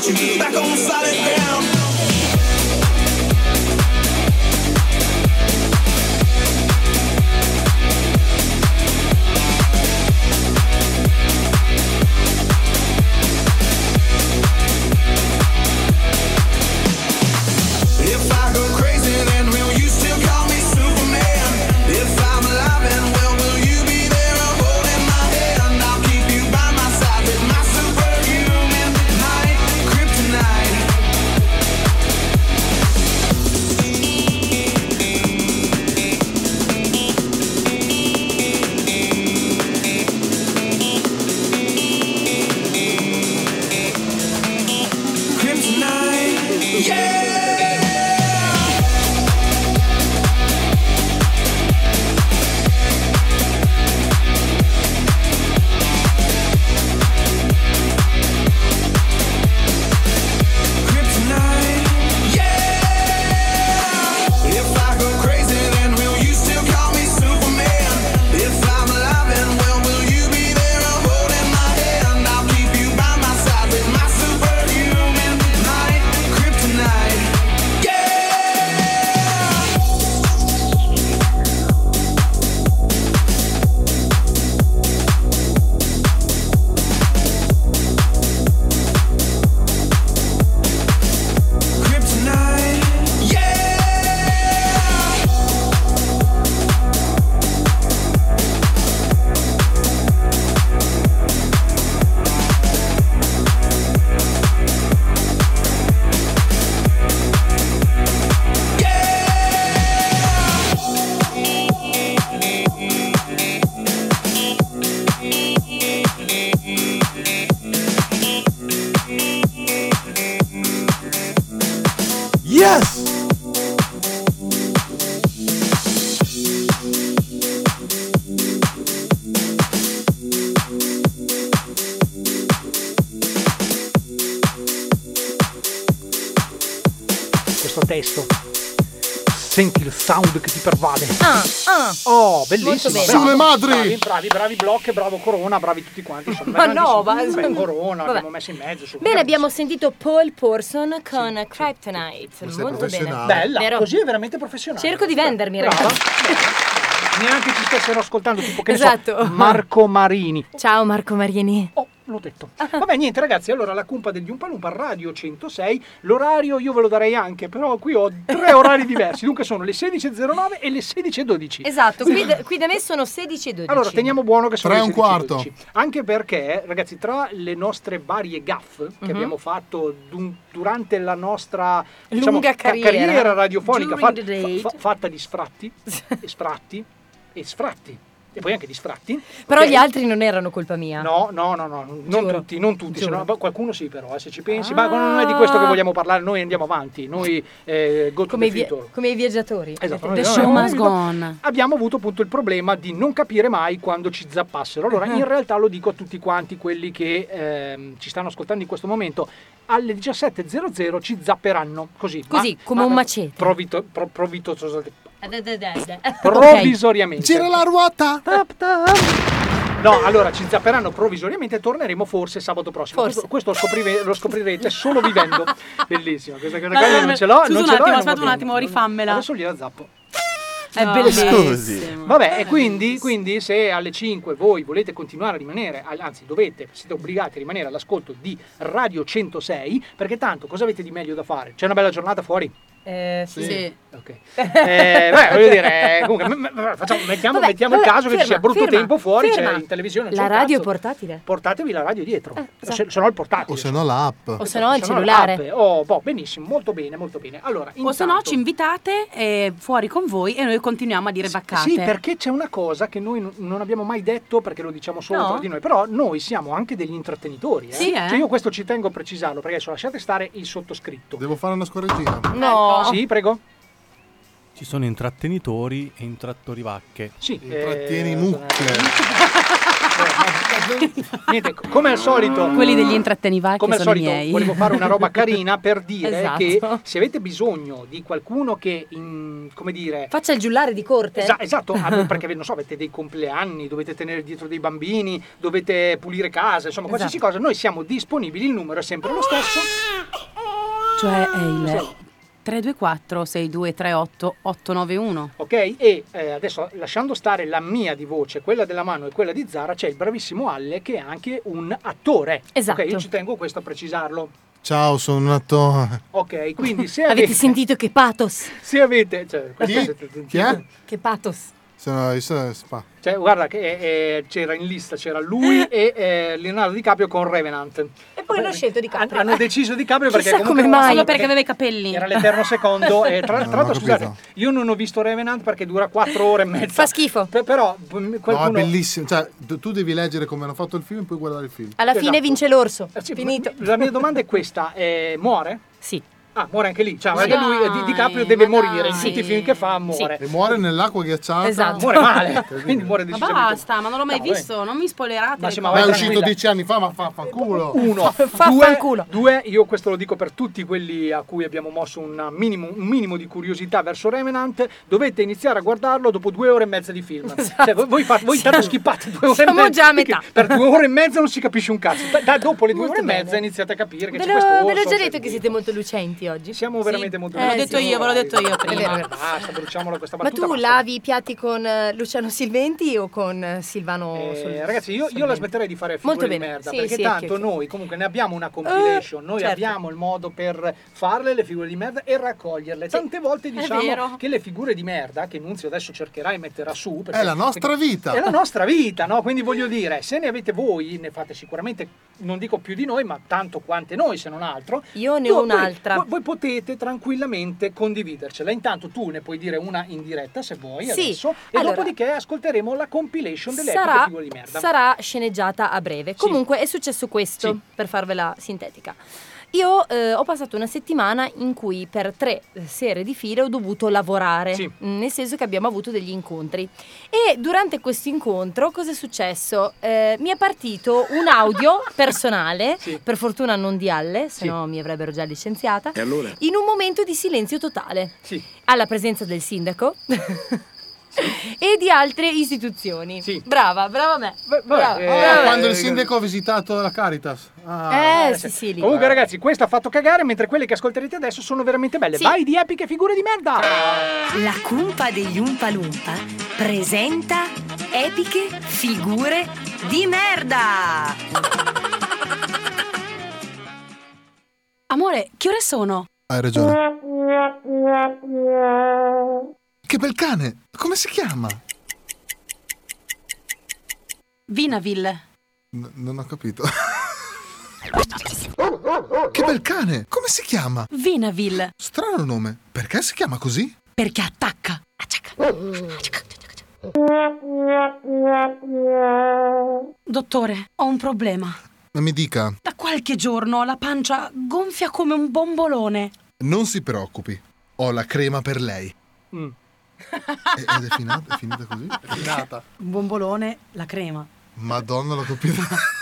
you back on solid ground. If I go crazy, then will you still call me Superman? If I'm alive and well, will you be there holding my hand? I'll keep you by my side with my superhuman might, kryptonite. Kryptonite, yeah. If I go crazy, then will you still call me Superman? If I'm alive and well, will you be there holding my hand? I'll keep you by my side with my superhuman might, kryptonite. Yes! Questo testo. Senti il sound che ti pervade. Oh, bellissimo. bene. Bravo, Sulle madri! Bravi Block, bravo Corona, bravi tutti quanti. Insomma, Ma no, grandissimi. ma- Corona, Vabbè. abbiamo messo in mezzo. Bene, abbiamo sentito Paul Porson con Kryptonite. Molto bene. Bella, Vero? così è veramente professionale. Cerco di vendermi, Brava. ragazzi. Neanche ci stessero ascoltando, tipo che ne Esatto. so, Marco Marini. Ciao Marco Marini. L'ho detto. Vabbè, niente ragazzi, allora la cumpa degli Umpa Lumpa Radio 106, l'orario io ve lo darei anche, però qui ho 3 orari diversi, dunque sono le 16.09 e le 16.12. Esatto, qui da me sono 16 e 12. Allora, teniamo buono che sono 3 le e un quarto. 16:12. Anche perché, ragazzi, tra le nostre varie gaffe che Mhm. abbiamo fatto durante la nostra Lunga carriera. radiofonica During the day. fatta di sfratti e sfratti e sfratti e poi anche di sfratti. Però ok? gli altri non erano colpa mia. No, non Giuro. tutti, Giuro. sennò qualcuno sì però, se ci pensi, ma non è di questo che vogliamo parlare, noi andiamo avanti, noi go to Come the future. come i viaggiatori. Esatto, The noi- show noi- must go on. Abbiamo avuto appunto il problema di non capire mai quando ci zappassero. Allora, in realtà lo dico a tutti quanti quelli che ci stanno ascoltando in questo momento, alle 17.00 ci zapperanno così. Come un macete. Provvisoriamente. Gira la ruota! No, allora ci zapperanno provvisoriamente e torneremo forse sabato prossimo. Forse. Questo lo scoprirete solo vivendo. Bellissimo. Questa cosa qua io non ce l'ho. Scusa non un ce l'ho attimo, e non aspetta va un bene. attimo, rifammela. Adesso gliela zappo. È No. bellissimo. Vabbè, e quindi se alle 5 voi volete continuare a rimanere, anzi siete obbligati a rimanere all'ascolto di Radio 106, perché tanto cosa avete di meglio da fare? C'è una bella giornata fuori? Sì. Ok. Voglio dire, comunque, mettiamo il caso che ci sia brutto tempo fuori, ferma. c'è in televisione. La radio portatile. Portatevi la radio dietro, esatto. se no il portatile. O se no l'app. O se no il Se no cellulare. l'app. benissimo, molto bene. Allora, O se no ci invitate fuori con voi e noi continuiamo a dire vaccate. Sì, perché c'è una cosa che noi non abbiamo mai detto, perché lo diciamo solo No. tra di noi, però noi siamo anche degli intrattenitori. Sì, Cioè, io questo ci tengo a precisarlo, perché adesso lasciate stare il sottoscritto. Devo fare una scorreggina. No. Sì, prego. Ci sono intrattenitori e intrattori vacche. Sì. Intrattieni mucche. Niente, come al solito. Quelli degli intrattenivacchi come al sono solito, miei. volevo fare una roba carina per dire Esatto. che se avete bisogno di qualcuno che, come dire, faccia il giullare di corte. esatto, perché non so, avete dei compleanni, dovete tenere dietro dei bambini, dovete pulire casa, insomma, qualsiasi cosa, noi siamo disponibili, il numero è sempre lo stesso. Cioè è il 324 6238 891. Ok? E adesso, lasciando stare la mia di voce, quella della Manu e quella di Zara, c'è il bravissimo Alle che è anche un attore. Esatto. Ok, io ci tengo questo a precisarlo. Ciao, sono un attore. Ok, quindi se Avete sentito che pathos? Se avete... Cioè, Chi è? Che pathos. Sono Spa. Cioè, guarda che c'era in lista, c'era lui e Leonardo DiCaprio con Revenant. E poi hanno scelto DiCaprio. Hanno deciso DiCaprio perché Chissà comunque come mai. Solo perché aveva i capelli. era l'eterno secondo. E tra Non ho l'altro, scusate, capito. io non ho visto Revenant perché dura 4 ore e mezza. Fa schifo. Però No, è qualcuno... bellissimo. Cioè, tu devi leggere come hanno fatto il film e poi guardare il film. Alla fine Esatto. vince l'orso. Sì, Finito. La mia domanda è questa: muore? Sì. Ah, muore anche lì. Cioè, Dai, perché lui DiCaprio deve ma morire in dai. tutti i film che fa, muore. E muore nell'acqua ghiacciata. Esatto. Muore male. Quindi muore Ma decisamente. basta, ma non l'ho mai visto, non mi spoilerate. Ma le sì, ma cose. Ma è vai uscito tranquilla. 10 anni fa, ma fanculo. Uno, Fanculo. due, io questo lo dico per tutti quelli a cui abbiamo mosso un minimo di curiosità verso Revenant, dovete iniziare a guardarlo dopo 2 ore e mezza di film. Cioè, voi intanto skippate 2 ore e Siamo mezza. già a metà. Per 2 ore e mezza non si capisce un cazzo. Dopo le 2 Molto ore e mezza bene. iniziate a capire che Ve c'è questo l'ho orso. già detto che siete molto lucenti oggi. Siamo veramente molto Ve l'ho detto io, ve l'ho detto io prima. Basta, bruciamolo questa Ma battuta. tu basta. lavi i piatti con Luciano Silventi o con Silvano Ragazzi, io la smetterei di fare figure Molto di bene. merda, Sì, perché sì, tanto ok. noi comunque ne abbiamo una compilation, noi certo. abbiamo il modo per farle le figure di merda e raccoglierle. Tante volte diciamo vero. che le figure di merda, che Nunzio adesso cercherà e metterà su, perché È la nostra vita. è la nostra vita, no? Quindi voglio dire, se ne avete voi, ne fate sicuramente, non dico più di noi, ma tanto quante noi, se non altro. Io ne ho Voi- un'altra. Voi potete tranquillamente condividercela. Intanto tu ne puoi dire una in diretta se vuoi Sì. adesso, e Allora, dopodiché ascolteremo la compilation delle epiche sarà, figure di merda. sarà sceneggiata a breve. Comunque è successo questo, Sì. per farvela sintetica. Io ho passato una settimana in cui per 3 sere di fila ho dovuto lavorare, Sì. nel senso che abbiamo avuto degli incontri. E durante questo incontro cosa è successo? Mi è partito un audio personale, Sì. per fortuna non di Alle, se Sì. no mi avrebbero già licenziata, E allora? in un momento di silenzio totale, Sì. alla presenza del sindaco. E di altre istituzioni. Sì. Brava me. Vabbè, Brava. Quando il sindaco ha visitato la Caritas. Sì, lì. Comunque ragazzi, questo ha fatto cagare, mentre quelle che ascolterete adesso sono veramente belle. Sì. Vai di epiche figure di merda! La cumpa degli Umpa Lumpa presenta epiche figure di merda. Amore, che ore sono? Hai ragione. Che bel cane! Come si chiama? Vinaville. Non ho capito. Che bel cane! Come si chiama? Vinaville. Strano nome. Perché si chiama così? Perché attacca. Dottore, ho un problema. Mi dica, Da qualche giorno la pancia gonfia come un bombolone. non si preoccupi. Ho la crema per lei. Mm. Ed è finita così? È finata. Un bombolone, la crema. Madonna, l'ho capito.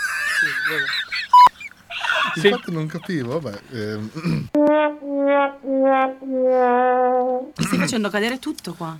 Sì. Infatti non capivo, vabbè. Mi stai facendo cadere tutto qua.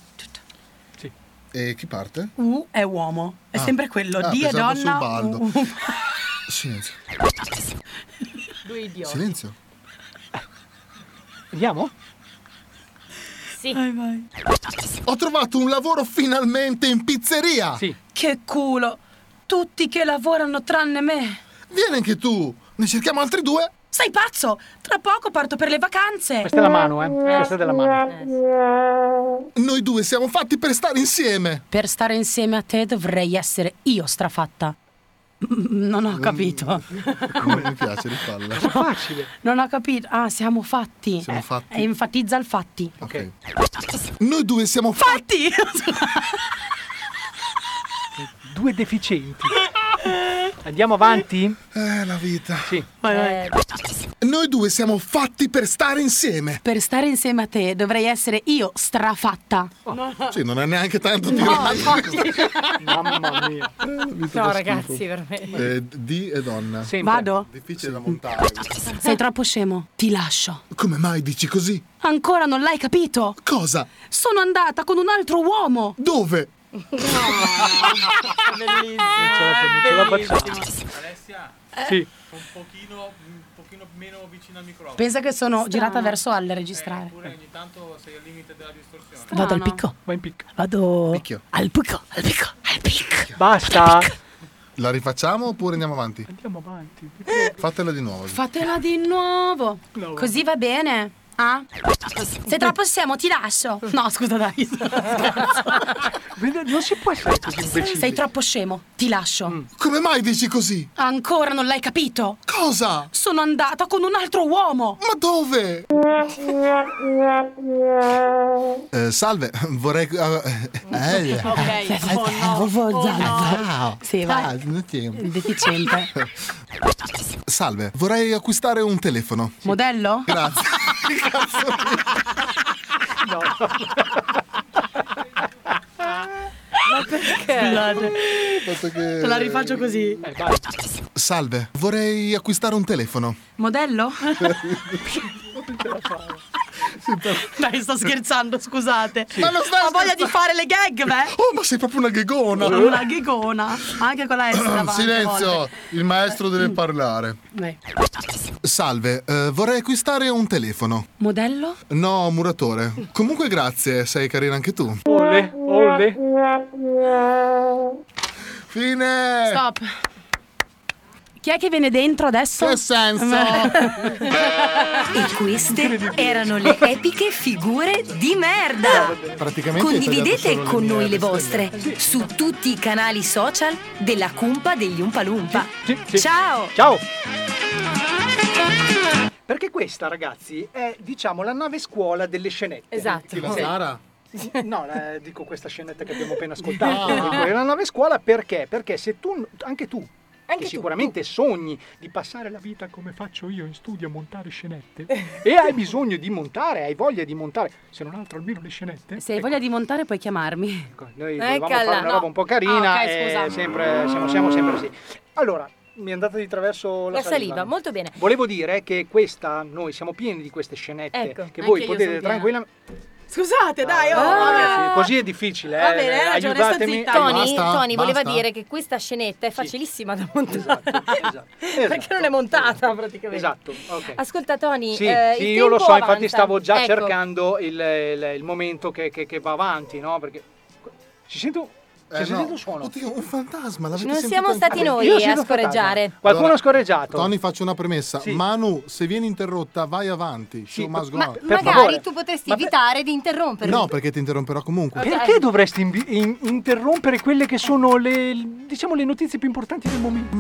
E chi parte? U è uomo. È Ah. sempre quello. Ah, D è pensavo donna. sul baldo. U. Silenzio. Due idioti. Silenzio. Andiamo? Sì. Vai. Ho trovato un lavoro finalmente in pizzeria. Sì. Che culo. Tutti che lavorano tranne me. Vieni anche tu. Ne cerchiamo altri 2. Sei pazzo? Tra poco parto per le vacanze. Questa è la mano, Questa è della mano. Noi 2 siamo fatti per stare insieme. Per stare insieme a te dovrei essere io strafatta. Non ho capito. Non mi piace rifalla. È facile. Non ho capito. Ah, siamo fatti. Siamo fatti. E enfatizza il fatti. Ok. Noi 2 siamo fatti. Fatti! Due deficienti. Andiamo avanti? La vita. Sì. Noi due siamo fatti per stare insieme. Per stare insieme a te dovrei essere io strafatta. Sì, non è neanche tanto No, tirato. Mamma mia. No, ragazzi, veramente. Di e donna. Vado? Difficile da montare. Sei troppo scemo. Ti lascio. Come mai dici così? Ancora non l'hai capito? Cosa? Sono andata con un altro uomo. Dove? Bellissimo. Ce la facciamo. Alessia? Sì. Un pochino meno vicino al microfono. Pensa che sono girata verso Alle a registrare. Pure ogni tanto sei al limite della distorsione. Vado al picco. Vai in picco. Vado Picchio. al picco, al picco, al picco. Basta. La rifacciamo oppure andiamo avanti? Andiamo avanti. Fatela di nuovo. Fatela di nuovo. No. Così va bene. Ah? Sei troppo scemo, ti lascio. No, scusa, dai. Non si può essere così imbecilli. Sei troppo scemo, ti lascio. Come mai dici così? Ancora non l'hai capito? Cosa? Sono andata con un altro uomo. Ma dove? Salve, vorrei... Sì, vai. Il deficiente. Salve, vorrei acquistare un telefono. Modello? Grazie. No. Ma perché? Scusate. Te la rifaccio così. Salve, vorrei acquistare un telefono. Modello? Dai, sto scherzando, scusate. Ma non stai Ho voglia di fare le gag, beh? Oh, ma sei proprio una ghegona. Una ghegona. Anche con la S davanti. Silenzio, il maestro deve parlare. Vai. Salve, vorrei acquistare un telefono. Modello? No, muratore. Comunque grazie, sei carina anche tu. Ole. Fine. Stop. Chi è che viene dentro adesso? Che senso? E queste erano le epiche figure di merda. Praticamente Condividete con noi le vostre su tutti i canali social della Cumpa degli Umpalumpa. Sì. Ciao! Ciao! Perché questa, ragazzi, è, diciamo, la nave scuola delle scenette. Esatto. La Sara? No, dico questa scenetta che abbiamo appena ascoltato. È la nave scuola perché? Perché se tu, anche tu, che sicuramente sogni di passare la vita come faccio io in studio a montare scenette e hai bisogno di montare, hai voglia di montare, se non altro almeno le scenette. Se hai voglia di montare puoi chiamarmi. Noi dovevamo fare una roba un po' carina e siamo sempre sì. Allora, mi è andata di traverso la saliva. Molto bene. Volevo dire che noi siamo pieni di queste scenette che anche voi io potete sono tranquillamente... Scusate, dai, così è difficile. Va bene, hai ragione, aiutatemi. Tony voleva dire che questa scenetta è facilissima da montare. Esatto. Perché non è montata praticamente. Esatto, ok. Ascolta Tony, Sì, il io lo tempo so, avanza. infatti stavo già Ecco. cercando il momento che va avanti, no? Perché si sente un suono. Oddio, un fantasma. L'avete Non sentito siamo anche stati voi? noi Io a sento scorreggiare. fantasma. Qualcuno ha scorreggiato. Tony, faccio una premessa. Sì. Manu, se vieni interrotta, vai avanti. Show must go on. Magari tu potresti evitare di interrompermi. No, perché ti interromperò comunque. Perché dovresti interrompere quelle che sono le notizie più importanti del momento?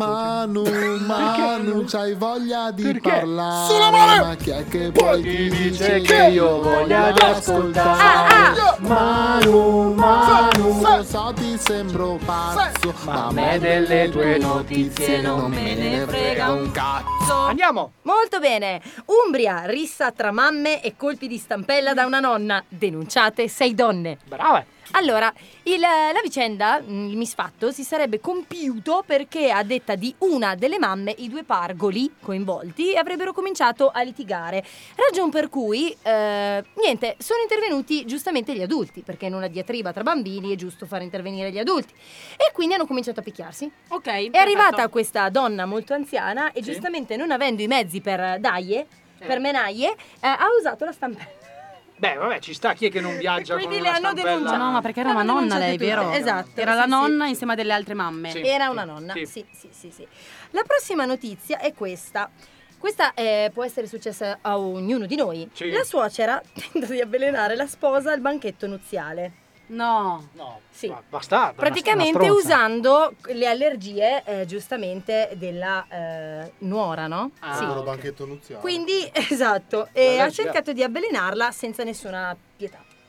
Manu, c'hai voglia di Perché? parlare? Sulla mano! Ma chi è che poi ti dice che io voglia di ascoltare? Manu, lo so ti sembro pazzo, ma a me delle tue notizie non me ne frega un cazzo. Andiamo! Molto bene. Umbria, rissa tra mamme e colpi di stampella da una nonna. Denunciate 6 donne. Brava! Allora, la vicenda, il misfatto, si sarebbe compiuto perché, a detta di una delle mamme, i 2 pargoli coinvolti avrebbero cominciato a litigare. Ragion per cui, niente, sono intervenuti giustamente gli adulti, perché in una diatriba tra bambini è giusto far intervenire gli adulti. E quindi hanno cominciato a picchiarsi. Ok, È arrivata questa donna molto anziana e giustamente, non avendo i mezzi per per menaglie, ha usato la stampella. Beh, vabbè, ci sta, chi è che non viaggia con Quindi una le hanno stampella? denunciato. No, ma perché era una nonna lei, vero? Esatto. Era la sì, nonna sì. insieme a delle altre mamme. Sì. Era una nonna, sì. La prossima notizia è questa. Questa può essere successa a ognuno di noi. Sì. La suocera tenta di avvelenare la sposa al banchetto nuziale. No. Sì. Bastarda. Praticamente una stronza. usando le allergie giustamente della nuora, no? Sì. Sì. Banchetto nuziale. Quindi, esatto, e ha cercato di avvelenarla senza nessuna pietà.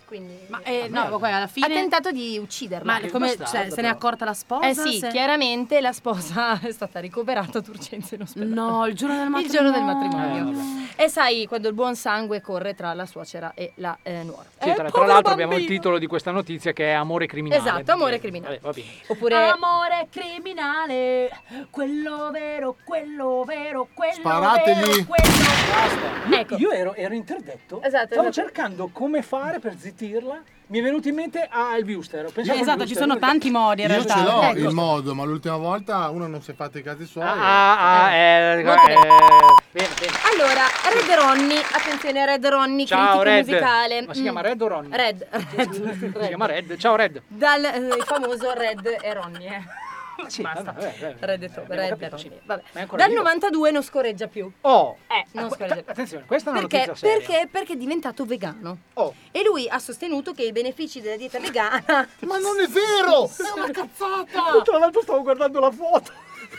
Quindi, Ma no, poi alla fine ha tentato di ucciderla. Ma come se ne è accorta la sposa? Sì, chiaramente la sposa è stata ricoverata d'urgenza in ospedale. No, il giorno del matrimonio. Il giorno del matrimonio. E sai, quando il buon sangue corre tra la suocera e la nuora. Sì, tra l'altro abbiamo il titolo di questa notizia che è Amore criminale. Esatto, amore criminale. Va bene. Oppure amore criminale, quello vero, quello vero, quello Sparategli. vero, quello. Ecco. Io ero interdetto. Esatto, Stavo cercando come fare per zittirla. Mi è venuto in mente il Viewster. Esatto, ci sono tanti modi in Io realtà. ce l'ho Ecco. il modo, ma l'ultima volta uno non si è fatto i cazzi suoi. Bene. allora, Red Ronnie, attenzione, Red Ronnie, Ciao, critico Red. musicale. Ma si chiama Red o Ronnie? Red. Si chiama Red. Ciao Red. Dal famoso Red e Ronnie. Sì, Basta. vabbè. Red e Red e Ronnie. Ma è Vabbè. ancora Dal vivo? 92 non scorreggia più. Non scorreggia più. Attenzione, questa è una notizia seria. Perché è diventato vegano. E lui ha sostenuto che i benefici della dieta vegana. Ma non è vero! È una cazzata! Tra l'altro stavo guardando la foto.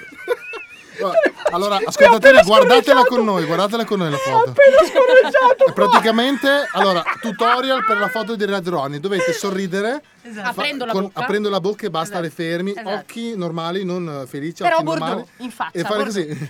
Allora, ascoltatori, guardatela con noi la foto. Appena scorreggiato. È praticamente, allora, tutorial per la foto di Red Ronnie. Dovete sorridere aprendo la bocca e basta, le fermi. Esatto. Occhi normali, non felici, Però occhi Bordeaux, normali. in faccia, E fare Bordeaux. così.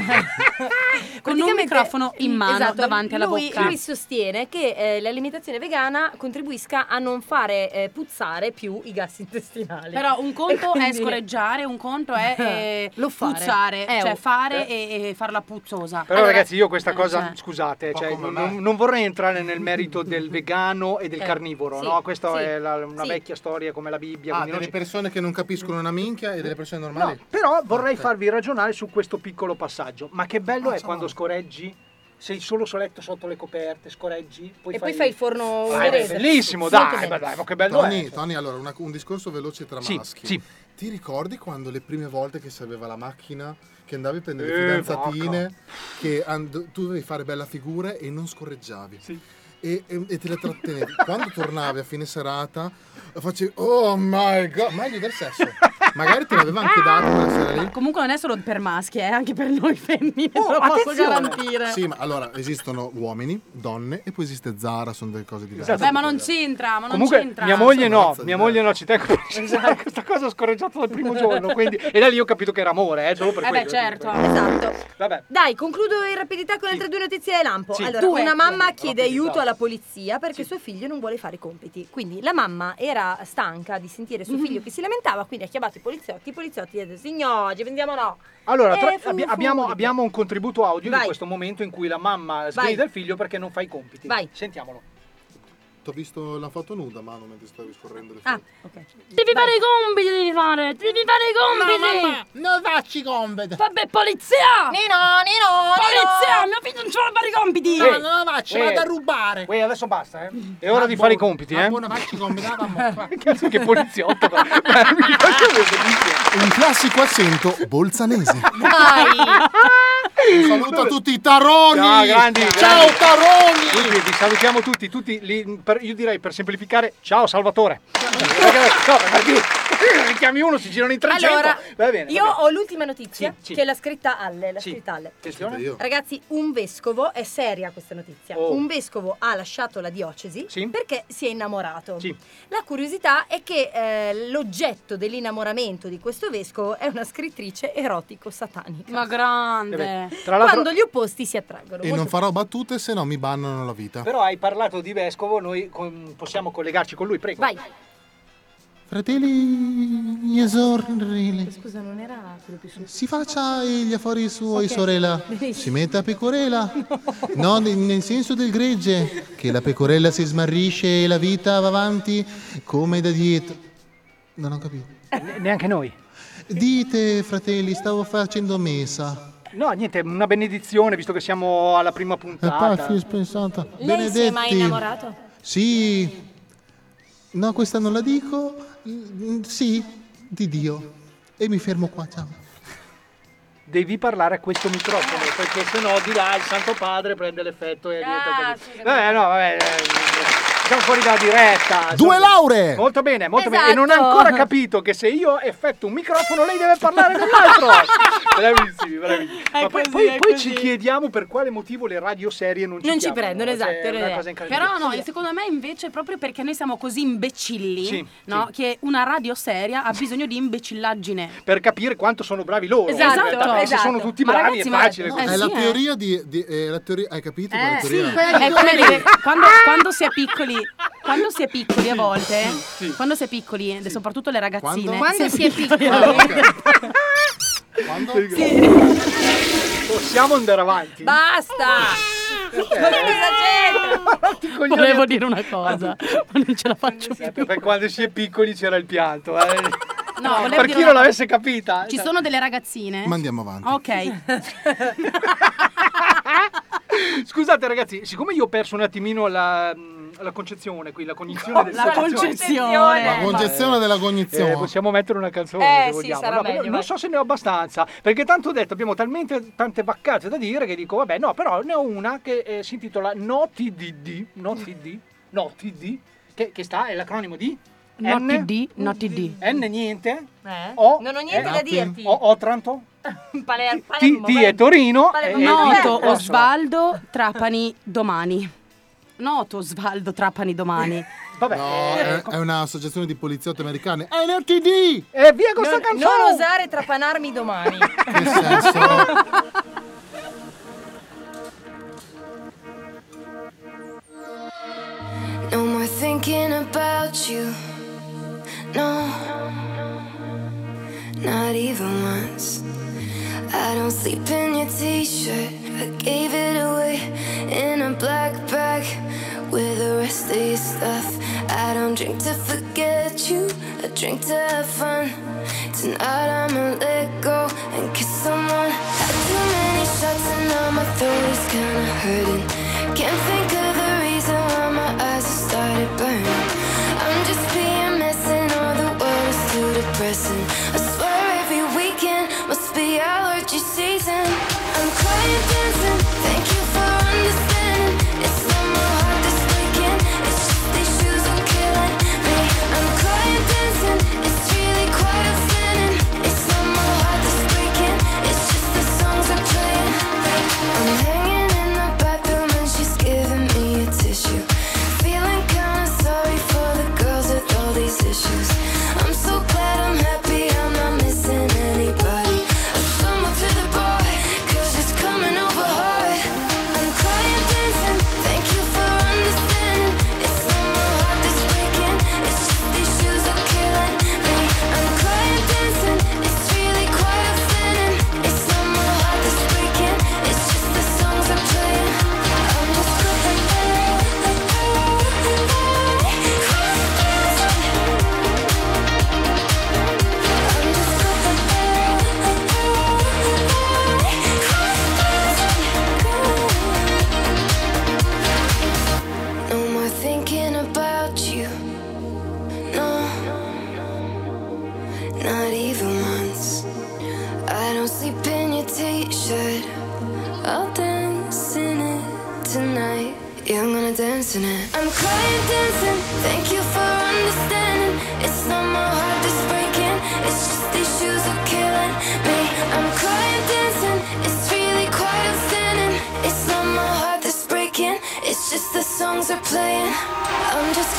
Con un microfono in mano Esatto, davanti alla bocca. Lui sostiene che l'alimentazione vegana contribuisca a non fare puzzare più i gas intestinali. Però un conto è scorreggiare, un conto è puzzare, cioè fare e farla puzzosa. Però ragazzi, io questa cosa, cioè. scusate, non vorrei entrare nel merito del vegano e del carnivoro, Sì, no? Questa sì, è una sì. vecchia storia come la Bibbia. quindi delle persone che non capiscono una minchia e delle persone normali. No, però vorrei farvi ragionare su questo piccolo passaggio. Ma che bello è quando scorreggi, sei solo soletto sotto le coperte, scorreggi, poi fai il forno è ungherese. bellissimo, dai, ma che bello è. Tony, allora un discorso veloce tra Sì, maschi. sì. Ti ricordi quando le prime volte che si aveva la macchina, che andavi a prendere le fidanzatine, che tu dovevi fare bella figura e non scorreggiavi? Sì. E te la trattenevi. Quando tornavi a fine serata facevi oh my god, meglio del sesso. Magari te l'aveva anche dato quella sera lì. Comunque non è solo per maschi, è anche per noi femmine, lo posso garantire. Sì, ma allora esistono uomini, donne e poi esiste Zara, sono delle cose diverse. Vabbè, ma non c'entra, Comunque mia moglie no, ci tengo questa cosa ho scorreggiato dal primo giorno, quindi e da lì ho capito che era amore, solo per quello. Certo. Esatto. Vabbè. Dai, concludo in rapidità con altre due notizie di lampo. Sì. Allora, una mamma chiede aiuto alla polizia perché suo figlio non vuole fare i compiti. Quindi la mamma era stanca di sentire suo figlio che si lamentava, quindi ha chiamato i poliziotti ha detto signor, ci prendiamo no. Allora, abbiamo un contributo audio Vai. di questo momento in cui la mamma sgrida il figlio perché non fa i compiti. Vai. Sentiamolo. Ti ho visto la foto nuda, mano, mentre stavi scorrendo le foto. Ok. Devi fare i compiti, devi fare i compiti. No, mamma, non faccio i compiti. Vabbè, polizia! Nino! Polizia, mio figlio non ci vuole fare i compiti. No, non la faccio, vado a rubare. Adesso basta, È ora di fare i compiti, buona, faccio i compiti, Cazzo, che poliziotto. Un classico accento bolzanese. Dai! Un saluto a tutti i taroni. Ciao, grandi. Ciao taroni. Vi salutiamo tutti lì, io direi per semplificare, ciao Salvatore. Perché ne chiami uno, si girano in 300. Allora, va bene. io ho l'ultima notizia, Sì. che l'ha scritta Alle. Attenzione. Ragazzi, un vescovo, è seria questa notizia, un vescovo ha lasciato la diocesi perché si è innamorato. Sì. La curiosità è che l'oggetto dell'innamoramento di questo vescovo è una scrittrice erotico-satanica. Ma grande. Tra l'altro, quando gli opposti si attraggono. E non farò battute, se no mi bannano la vita. però hai parlato di vescovo, noi possiamo collegarci con lui, prego. Vai. Fratelli esorrili, Scusa, non era quello più su. si faccia gli affari suoi, Ok. sorella. Benissimo. Si metta a pecorella. No, nel senso del gregge, che la pecorella si smarrisce e la vita va avanti come da dietro. Non ho capito. Neanche noi. Dite, fratelli, stavo facendo messa. No, niente, una benedizione, visto che siamo alla prima E puntata. poi spensata. Lei si è mai innamorato? Sì. No, questa non la dico. Sì, di Dio. E mi fermo qua, ciao. Devi parlare a questo microfono, perché sennò di là il Santo Padre prende l'effetto e diventa così. scusami. Vabbè, no, vabbè. siamo fuori dalla diretta. 2 lauree! Molto bene, molto Esatto. bene. E non ha ancora capito che se io effetto un microfono lei deve parlare dell'altro. Bravissimi, bravissimi. Ma poi ci chiediamo per quale motivo le radioserie non ci prendono, esatto. È una cosa incredibile. Però no, secondo me invece proprio perché noi siamo così imbecilli, Sì, no? sì. Che una radio seria ha bisogno di imbecillaggine. Per capire quanto sono bravi loro. Esatto. Se sono tutti Ma bravi ragazzi, è facile. No, così. è la teoria di la teoria, hai capito quella teoria? È come dire, quando si è piccoli a volte, quando si è piccoli, soprattoputto le ragazzine, Quando si è piccoli. Quando? Possiamo andare avanti? Basta! Ma cosa c'entra? Volevo dire una cosa, ma non ce la faccio più. Per quando si è piccoli c'era il pianto. No, volevo per dire chi una non l'avesse capita. Ci sono delle ragazzine. Ma andiamo avanti. Ok. Scusate ragazzi, siccome io ho perso un attimino la concezione qui, la cognizione del La concezione. La concezione della cognizione. possiamo mettere una canzone se sì, vogliamo. sarà No, meglio, non vai. so se ne ho abbastanza, perché tanto ho detto, abbiamo talmente tante vaccate da dire che dico vabbè, no, però ne ho una che si intitola NoTD, che sta, è l'acronimo di NoTD. N niente, Non ho niente da dirti. Otranto, Palermo, T è Torino, Noto Osvaldo Trapani domani. Noto Osvaldo Trapani domani. Vabbè, No, è un'associazione di poliziotti americani. NTD! E via con sta canzone! Non osare trapanarmi domani. Che senso? No more thinking about you. No, not even once. I don't sleep in your t-shirt. I gave it away in a black bag with the rest of your stuff. I don't drink to forget you, I drink to have fun. Tonight I'ma let go and kiss someone. Had too many shots and now my throat is kinda hurting. Can't think of the reason why my eyes have started burning. I'm just being messy and all the world is too depressing. I swear every weekend must be allergy season. I'm crying, dancing, thank you for understanding. It's not my heart that's breaking, it's just these shoes are killing me. I'm crying, dancing, it's really quite upsetting. It's not my heart that's breaking, it's just the songs are playing. I'm hanging in the bathroom and she's giving me a tissue. Feeling kinda sorry for the girls with all these issues. I'm so glad I'm happy, I'm not missing anybody. I stumbled to the bar, cause it's coming over hard. I'm crying, dancing, thank you for understanding. It's not my heart that's breaking, it's just these shoes are killing me. I'm crying, dancing, it's really quite upsetting. It's not my heart that's breaking, it's just the songs are playing. I'm just crying. No more thinking about you. No, not even once. I don't sleep in your t-shirt. I'll dance in it tonight. Yeah, I'm gonna dance in it. I'm crying, dancing. Thank you for understanding. It's not my heart that's breaking. It's just these shoes are killing me. I'm crying, dancing. It's really quite upsetting. It's not my heart that's breaking. It's just the songs are playing. I'm just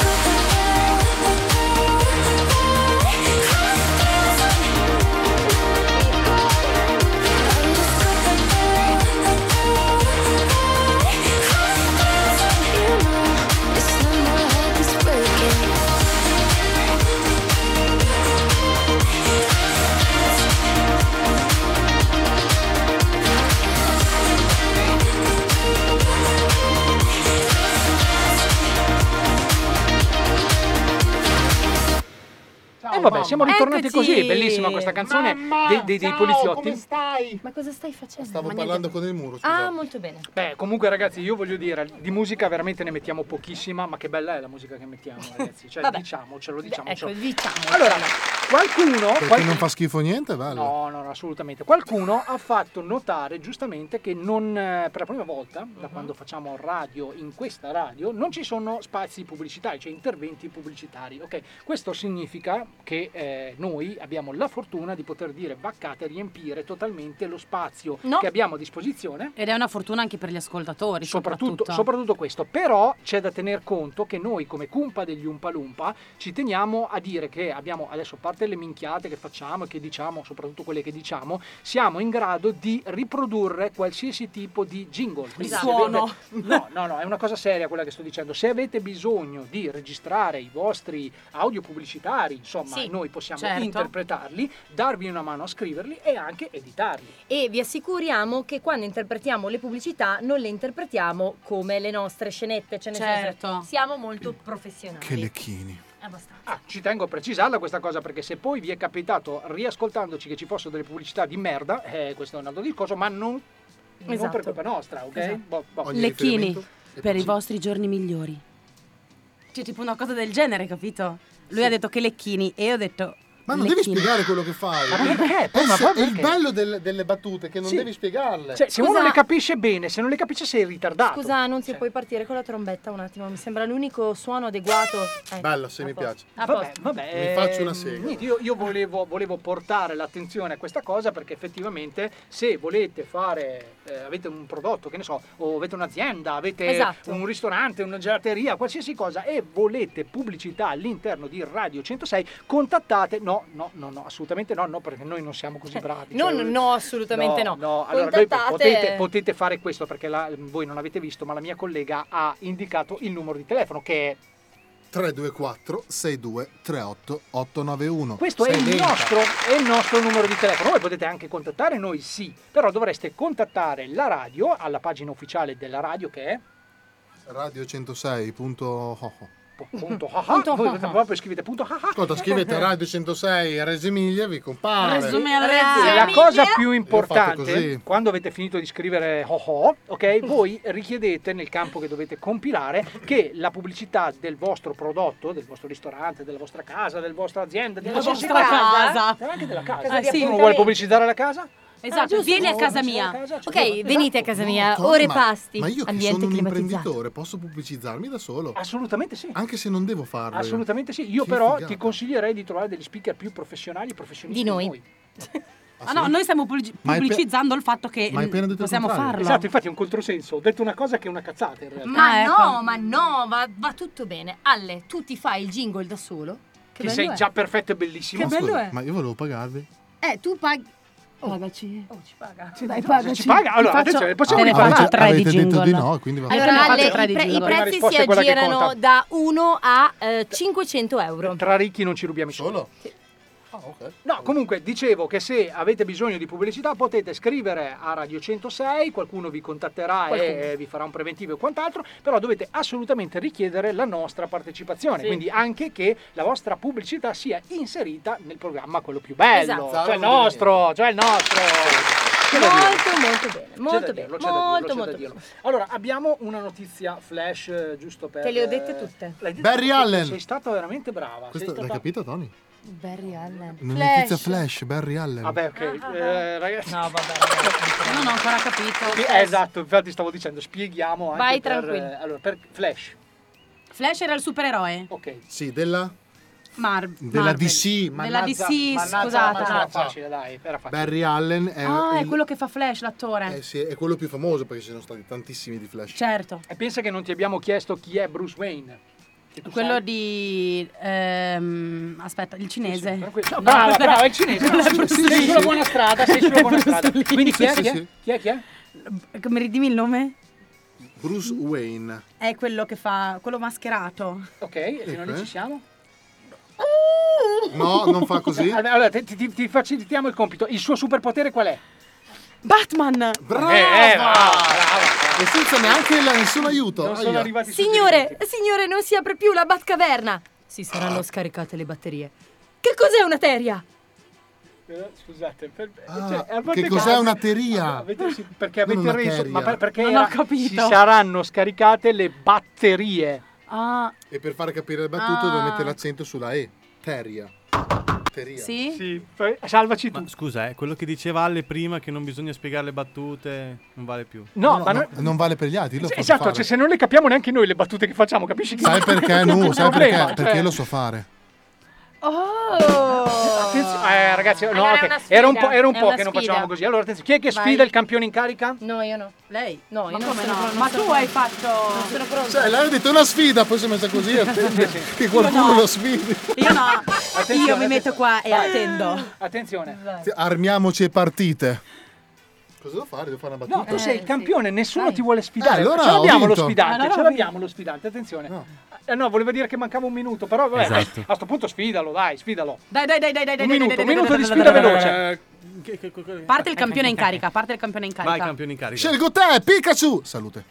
vabbè, siamo ritornati Eccoci. così. Bellissima questa canzone dei poliziotti. Come stai? Ma cosa stai facendo? Stavo Ma parlando niente. con il muro. Ah, molto bene. Beh, comunque ragazzi, io voglio dire, di musica veramente ne mettiamo pochissima, ma che bella è la musica che mettiamo, ragazzi. Cioè, Vabbè. diciamocelo. Ecco, diciamo. Allora, qualcuno... Perché non fa schifo niente, bello. No, assolutamente. Qualcuno ha fatto notare giustamente che non, per la prima volta, da quando facciamo radio, in questa radio, non ci sono spazi pubblicitari, cioè interventi pubblicitari. Ok, questo significa che noi abbiamo la fortuna di poter dire vaccate, riempire totalmente lo spazio che abbiamo a disposizione. Ed è una fortuna anche per gli ascoltatori, Soprattutto questo. Però c'è da tener conto che noi come Cumpa degli Umpa Lumpa ci teniamo a dire che abbiamo, adesso a parte le minchiate che facciamo e che diciamo, soprattutto quelle che diciamo, siamo in grado di riprodurre qualsiasi tipo di jingle. Di Quindi suono. No, è una cosa seria quella che sto dicendo. Se avete bisogno di registrare i vostri audio pubblicitari, insomma, Sì, noi possiamo certo. interpretarli, darvi una mano a scriverli e anche editarli. E vi assicuriamo che quando interpretiamo le pubblicità non le interpretiamo come le nostre scenette, cioè nel Certo. senso, siamo molto professionali. Che lecchini. Abbastanza. Ci tengo a precisarla questa cosa, perché se poi vi è capitato riascoltandoci che ci fossero delle pubblicità di merda, questo è un altro discorso, ma non Esatto. per colpa nostra, ok? Esatto. Lecchini per i vostri giorni migliori. Cioè, tipo una cosa del genere, capito? Lui ha detto che lecchini e io ho detto Ma non lecchini. devi spiegare quello che fai. Ma perché? È il bello delle battute, che non Sì. devi spiegarle. Cioè, se uno le capisce bene, se non le capisce sei ritardato. Scusa, non si puoi partire con la trombetta un attimo, mi sembra l'unico suono adeguato. Bello, se mi piace. A Vabbè, posto. Mi faccio una sega. niente, io volevo portare l'attenzione a questa cosa, perché effettivamente se volete fare, avete un prodotto, che ne so, o avete un'azienda, avete Esatto. un ristorante, una gelateria, qualsiasi cosa, e volete pubblicità all'interno di Radio 106, contattate, no, assolutamente no, perché noi non siamo così bravi. No, assolutamente no. Allora noi Contattate- potete fare questo, perché voi non avete visto, ma la mia collega ha indicato il numero di telefono, che è 324 62 38 891. questo è il nostro numero di telefono. Voi potete anche contattare noi, sì, però dovreste contattare la radio alla pagina ufficiale della radio, che è Radio 106. punto Punto voi proprio scrivete punto Ascolta, scrivete Radio 106 Reggio Emilia, vi compare. La cosa più Io ho fatto importante, così. quando avete finito di scrivere ok, voi richiedete nel campo che dovete compilare che la pubblicità del vostro prodotto, del vostro ristorante, della vostra casa, della vostra azienda, Della qualsiasi vostra cosa, casa. anche della casa. Casa di Uno vuole appuntamenti. pubblicizzare la casa? Esatto, giusto. vieni a casa mia. Ok, venite a casa mia, Tom, ore ma- pasti, Ma io che ambiente sono un climatizzato. imprenditore posso pubblicizzarmi da solo? Assolutamente sì. Anche se non devo farlo. io. Assolutamente sì. Io Che però figata. ti consiglierei di trovare degli speaker più professionali e professionisti Di noi. Ah no, noi stiamo Ma hai pubblicizzando il fatto che ma hai appena detto il possiamo contrario. farlo. Esatto, infatti è un controsenso. Ho detto una cosa che è una cazzata in realtà. Ma no, va tutto bene. Alle, tu ti fai il jingle da solo. Che sei già perfetto e bellissimo. Che bello è. Ma io volevo pagarvi. Tu paghi. Pagaci. Ci paga. Dai, pagaci. Ci paga? Allora, Ti faccio- attenzione, possiamo te ne riparlare. faccio 3 di Avete detto jingle. di no, quindi va. Allora, faccio Ale, tre di i jingle. prezzi si risposta è quella che aggirano conta. da 1 a 500 euro. Tra ricchi non ci rubiamo i soldi. No, comunque dicevo che se avete bisogno di pubblicità potete scrivere a Radio 106, qualcuno vi contatterà e vi farà un preventivo e quant'altro, però dovete assolutamente richiedere la nostra partecipazione, Sì. quindi anche che la vostra pubblicità sia inserita nel programma quello più bello, Esatto. cioè il nostro. C'è da dirlo. Molto bene. Molto dirlo. Allora, abbiamo una notizia flash, giusto per... Te le ho dette tutte. L'hai dette Barry tutte, Allen. Sei stata veramente brava. Questo sei l'hai stata... capito, Tony? Barry Allen. Una notizia flash, Barry Allen. Vabbè, ok. Ragazzi. No, vabbè, ragazzi. Non ho ancora capito. Esatto, infatti stavo dicendo, spieghiamo anche Vai per, tranquillo. allora, per Flash. Flash era il supereroe. Ok. Sì, della Marvel. DC. Della DC, Era scusate. facile, dai, era facile. Barry Allen è, Ah, è il- quello che fa Flash, l'attore. sì, è quello più famoso perché ci sono stati tantissimi di Flash. Certo. E pensa che non ti abbiamo chiesto chi è Bruce Wayne. Che tu Quello sai. di aspetta, il cinese. Tranquillo. No, No, brava, aspetta. brava, è il cinese. No, sei sulla buona strada, sei sulla buona strada. Quindi chi è? Sì, Chi è? sì. Chi è? Chi è? Come ridimi il nome? Bruce Wayne. È quello che fa quello mascherato. Ok, e fino a lì ci siamo? No, non fa così. Allora, ti facilitiamo il compito. Il suo superpotere qual è? Batman! Brava! E senza neanche nessun aiuto. Non sono Aia. arrivati Signore, non si apre più la Batcaverna. Si saranno scaricate le batterie. Che cos'è una teria? Scusate, che cos'è una teria? Perché avete reso, perché non ho capito. Si saranno scaricate le batterie. E per fare capire le battute devo mettere l'accento sulla E. Teria. Sì? Salvaci tu. Ma scusa, quello che diceva Ale prima, che non bisogna spiegare le battute, non vale più. No, non vale per gli altri. Esatto, cioè, se non le capiamo neanche noi le battute che facciamo, capisci? Sai perché? Sai perché? Perché lo so fare. Ragazzi, Allora okay. Era un po' che non facevamo così. Allora, attenzione, chi è che sfida il campione in carica? No, io no. Lei? No, io Ma non come sono no? pronta. Ma tu hai fatto... Non sono pronta. Cioè, lei ha detto una sfida, poi si è messa così attende che qualcuno lo sfidi. Io no. Io mi metto qua e attendo. Attenzione. Armiamoci e partite. Cosa devo fare? Devo fare una battuta? No, tu sei il campione, nessuno ti vuole sfidare. Allora ce l'abbiamo ho lo vinto. sfidante, Allora lo sfidante, attenzione. No, voleva dire che mancava un minuto, però vabbè, Esatto. a sto punto sfidalo, dai, sfidalo. Dai. Un minuto di sfida veloce. Parte il campione in carica, Vai, campione in carica. Scelgo te, Pikachu! Salute.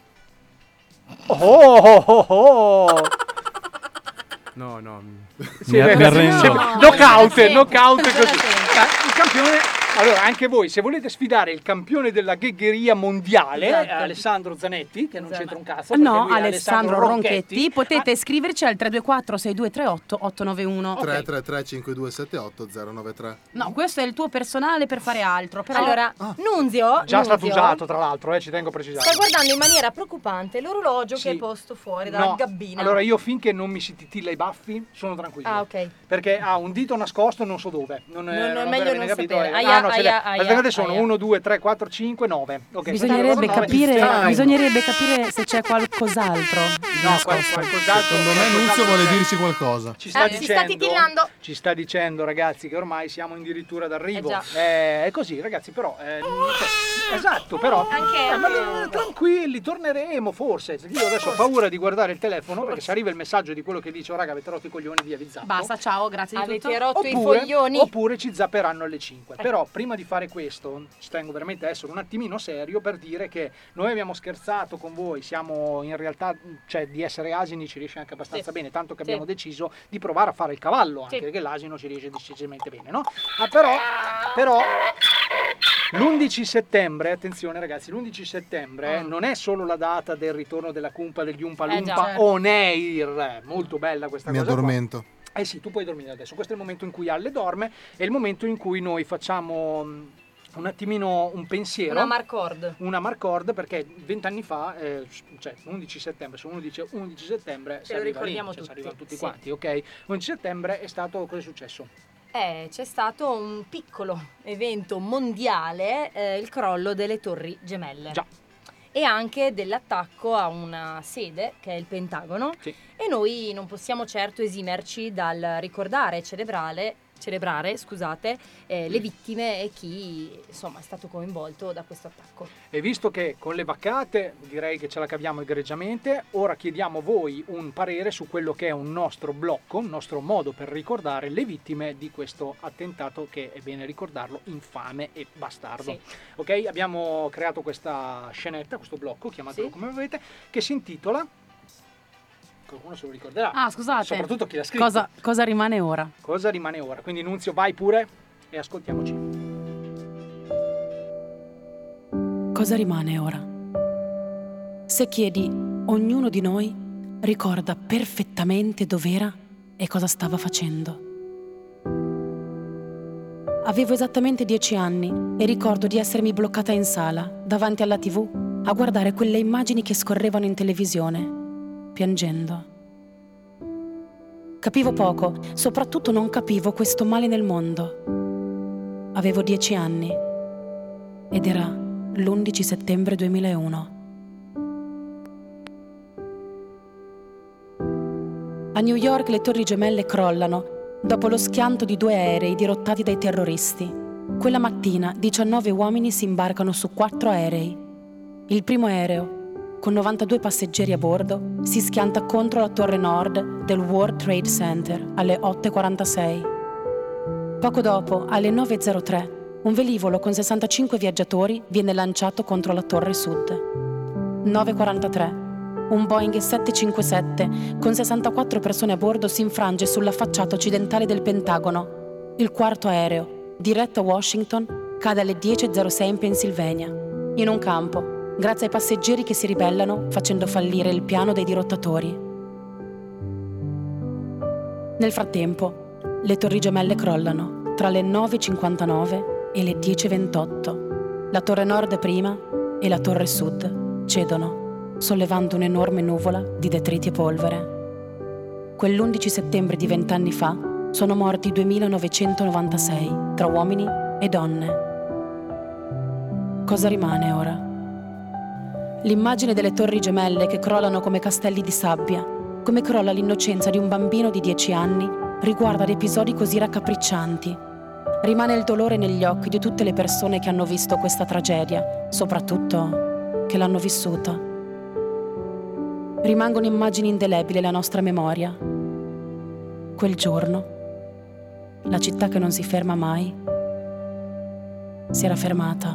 No. Sì, mi arrendo. Knockout così. Il campione. Allora, anche voi, se volete sfidare il campione della ghegheria mondiale, Alessandro Zanetti, che non c'entra un cazzo. No, perché lui è Alessandro Ronchetti, potete scriverci al 324 6238 891. 333 5278 093. No, questo è il tuo personale per fare altro. Però... Allora, Nunzio Già stato Nunzio usato, tra l'altro, ci tengo a precisare. sta guardando in maniera preoccupante l'orologio che è posto fuori dalla gabbina. Allora, io finché non mi si titilla i baffi, sono tranquillo. Ah, ok. Perché ha un dito nascosto, non so dove. Non è meglio non capito. sapere. Aspetta, sono 1, 2, 3, 4, 5, 9. Okay, Bisognerebbe capire se c'è qualcos'altro. No, qualcos'altro. Secondo me Nunzio vuole dirci qualcosa. Ci sta si sta titillando. Ci sta dicendo, ragazzi, che ormai siamo addirittura d'arrivo. già. È così, ragazzi, però. Esatto, però. Ma tranquilli, torneremo forse. Io adesso ho paura di guardare il telefono perché se arriva il messaggio di quello che dice: oh, raga, avete rotto i coglioni, via, vi zappo. Basta, ciao, grazie di tutto. Avete rotto i foglioni. Oppure ci zapperanno alle 5. Però prima di fare questo ci tengo veramente a essere un attimino serio per dire che noi abbiamo scherzato con voi, siamo in realtà, cioè di essere asini ci riesce anche abbastanza bene, tanto che abbiamo deciso di provare a fare il cavallo, anche perché l'asino ci riesce decisamente bene, no? Però l'11 settembre, attenzione ragazzi, l'11 settembre non è solo la data del ritorno della cumpa degli Umpa Lumpa on air, molto bella questa cosa. Mi addormento. Eh sì, tu puoi dormire adesso, questo è il momento in cui Alle dorme, è il momento in cui noi facciamo un attimino un pensiero. Una marcord, perché 20 anni fa, cioè 11 settembre, se uno dice 11 settembre, ce lo ricordiamo tutti. Si arrivano tutti quanti, ok? 11 settembre è stato, cosa è successo? C'è stato un piccolo evento mondiale, il crollo delle Torri Gemelle. Già. E anche dell'attacco a una sede che è il Pentagono. Sì. E noi non possiamo certo esimerci dal ricordare e celebrare le vittime e chi insomma è stato coinvolto da questo attacco. E visto che con le vaccate direi che ce la caviamo egregiamente, ora chiediamo a voi un parere su quello che è un nostro blocco, un nostro modo per ricordare le vittime di questo attentato che, è bene ricordarlo, infame e bastardo. Sì. Ok, abbiamo creato questa scenetta, questo blocco, chiamatelo come volete, che si intitola... Qualcuno se lo ricorderà. Ah, scusate. Soprattutto chi l'ha scritto. Cosa rimane ora? Cosa rimane ora? Quindi Nunzio, vai pure e ascoltiamoci. Cosa rimane ora? Se chiedi, ognuno di noi ricorda perfettamente dov'era e cosa stava facendo. Avevo esattamente 10 anni e ricordo di essermi bloccata in sala, davanti alla TV, a guardare quelle immagini che scorrevano in televisione, piangendo. Capivo poco, soprattutto non capivo questo male nel mondo. Avevo 10 anni ed era l'11 settembre 2001. A New York le Torri Gemelle crollano dopo lo schianto di 2 aerei dirottati dai terroristi. Quella mattina 19 uomini si imbarcano su 4 aerei. Il primo aereo, con 92 passeggeri a bordo, si schianta contro la torre nord del World Trade Center alle 8:46. Poco dopo, alle 9:03, un velivolo con 65 viaggiatori viene lanciato contro la torre sud. 9:43, un Boeing 757 con 64 persone a bordo si infrange sulla facciata occidentale del Pentagono. Il quarto aereo, diretto a Washington, cade alle 10:06 in Pennsylvania, in un campo, grazie ai passeggeri che si ribellano facendo fallire il piano dei dirottatori. Nel frattempo, le torri gemelle crollano tra le 9:59 e le 10:28. La torre nord prima e la torre sud cedono, sollevando un'enorme nuvola di detriti e polvere. Quell'11 settembre di 20 anni fa sono morti 2996 tra uomini e donne. Cosa rimane ora? L'immagine delle torri gemelle che crollano come castelli di sabbia, come crolla l'innocenza di un bambino di 10 anni, riguarda di episodi così raccapriccianti. Rimane il dolore negli occhi di tutte le persone che hanno visto questa tragedia, soprattutto che l'hanno vissuta. Rimangono immagini indelebili nella nostra memoria. Quel giorno, la città che non si ferma mai, si era fermata.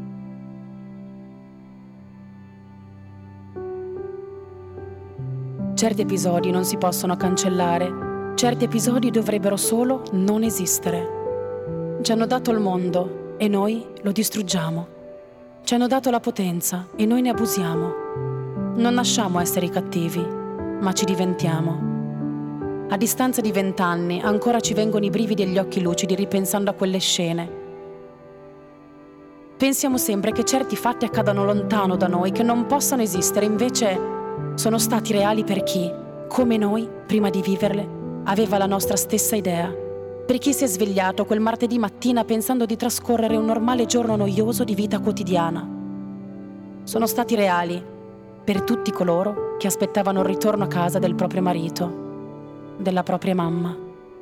Certi episodi non si possono cancellare, certi episodi dovrebbero solo non esistere. Ci hanno dato il mondo e noi lo distruggiamo. Ci hanno dato la potenza e noi ne abusiamo. Non nasciamo esseri cattivi, ma ci diventiamo. A distanza di 20 anni ancora ci vengono i brividi agli occhi lucidi ripensando a quelle scene. Pensiamo sempre che certi fatti accadano lontano da noi, che non possano esistere, invece sono stati reali per chi, come noi, prima di viverle, aveva la nostra stessa idea. Per chi si è svegliato quel martedì mattina pensando di trascorrere un normale giorno noioso di vita quotidiana. Sono stati reali per tutti coloro che aspettavano il ritorno a casa del proprio marito, della propria mamma.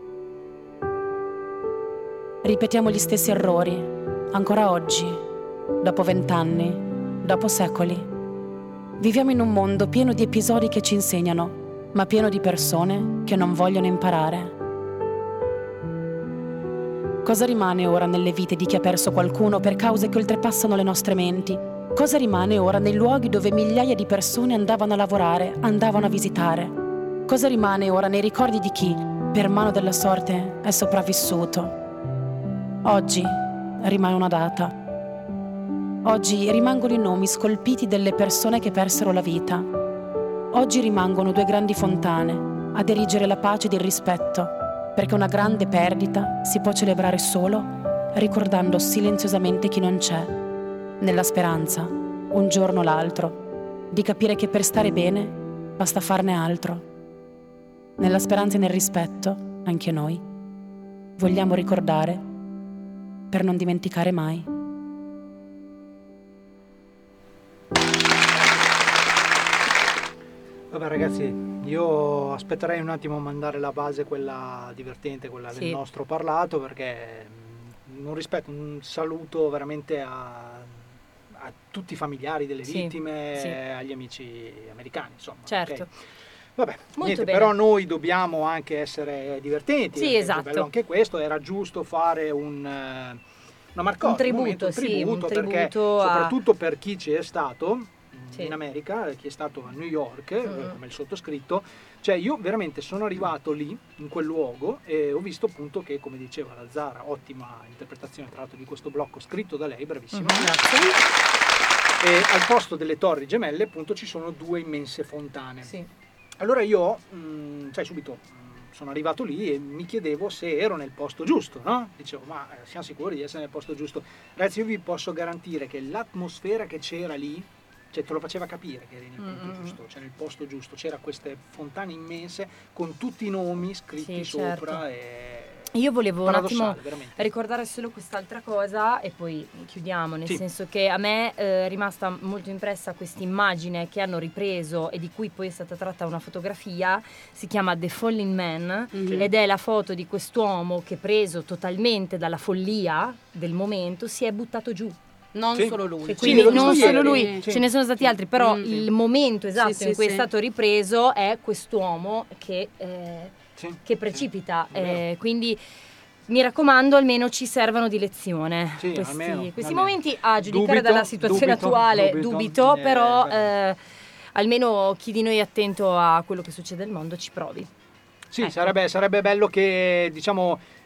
Ripetiamo gli stessi errori, ancora oggi, dopo 20 anni, dopo secoli. Viviamo in un mondo pieno di episodi che ci insegnano, ma pieno di persone che non vogliono imparare. Cosa rimane ora nelle vite di chi ha perso qualcuno per cause che oltrepassano le nostre menti? Cosa rimane ora nei luoghi dove migliaia di persone andavano a lavorare, andavano a visitare? Cosa rimane ora nei ricordi di chi, per mano della sorte, è sopravvissuto? Oggi rimane una data. Oggi rimangono i nomi scolpiti delle persone che persero la vita. Oggi rimangono 2 grandi fontane ad erigere la pace ed il rispetto, perché una grande perdita si può celebrare solo ricordando silenziosamente chi non c'è, nella speranza, un giorno o l'altro, di capire che per stare bene basta farne altro. Nella speranza e nel rispetto, anche noi, vogliamo ricordare per non dimenticare mai. Vabbè ragazzi, io aspetterei un attimo a mandare la base, quella divertente, quella del nostro parlato, perché un saluto veramente a tutti i familiari delle vittime, agli amici americani, insomma. Certo. Okay. Vabbè, niente, bene. però noi dobbiamo anche essere divertenti. Sì, esatto. È bello anche questo, era giusto fare una marcotta, un tributo, perché soprattutto per chi ci è stato in America, chi è stato a New York, come il sottoscritto, cioè io veramente sono arrivato lì, in quel luogo, e ho visto appunto che, come diceva la Zara, ottima interpretazione tra l'altro di questo blocco scritto da lei, bravissima. Grazie. E al posto delle torri gemelle appunto ci sono 2 immense fontane. Sì. Allora io, subito sono arrivato lì e mi chiedevo se ero nel posto giusto, no? Dicevo, ma siamo sicuri di essere nel posto giusto? Ragazzi, io vi posso garantire che l'atmosfera che c'era lì, cioè te lo faceva capire che eri nel punto giusto, cioè nel posto giusto. C'era queste fontane immense con tutti i nomi scritti sopra. E io volevo un attimo veramente ricordare solo quest'altra cosa e poi chiudiamo, nel senso che a me è rimasta molto impressa questa immagine che hanno ripreso e di cui poi è stata tratta una fotografia, si chiama The Falling Man, ed è la foto di quest'uomo che, preso totalmente dalla follia del momento, si è buttato giù. Non solo lui. Quindi non solo lui, ce ne sono stati altri, però il momento esatto in cui è stato ripreso è quest'uomo che precipita. Quindi mi raccomando, almeno ci servano di lezione questi momenti, a giudicare dalla situazione attuale dubito, però almeno chi di noi è attento a quello che succede nel mondo ci provi. Sì, sarebbe bello che, diciamo,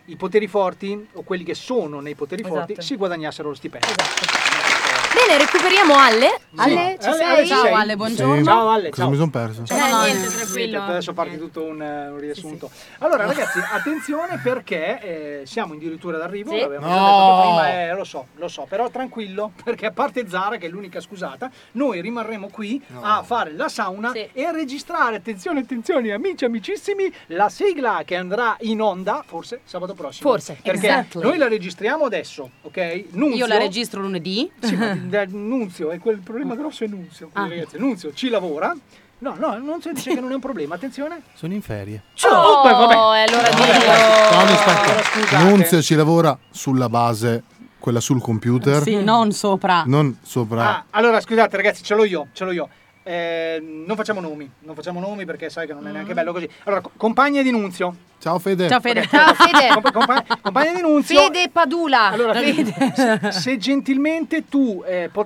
i poteri forti o quelli che sono nei poteri forti si guadagnassero lo stipendio. Bene, recuperiamo Ale. Ale, ci sei? Ciao Ale, buongiorno. Sì. Ciao Ale, Cosa mi sono perso? Niente, tranquillo. Adesso parte tutto un riassunto. Allora ragazzi, attenzione perché siamo addirittura d'arrivo, l'abbiamo detto prima, lo so, però tranquillo, perché a parte Zara, che è l'unica scusata, noi rimarremo qui a fare la sauna e a registrare, attenzione amici amicissimi, la sigla che andrà in onda forse sabato prossimo. Forse, perché noi la registriamo adesso, ok? Nunzio, io la registro lunedì. Sì, ma Nunzio, è quel problema grosso è Nunzio. Ragazzi, Nunzio ci lavora. No, non si dice che non è un problema, attenzione. Sono in ferie. Allora Aspetta. Nunzio ci lavora sulla base, quella sul computer. Sì, non sopra. Non sopra. Allora, scusate ragazzi, ce l'ho io. Non facciamo nomi perché sai che non è neanche bello così. Allora, compagna di Nunzio. Ciao Fede. Ciao Fede. Compagna di Nunzio. Fede Padula. Allora, se gentilmente tu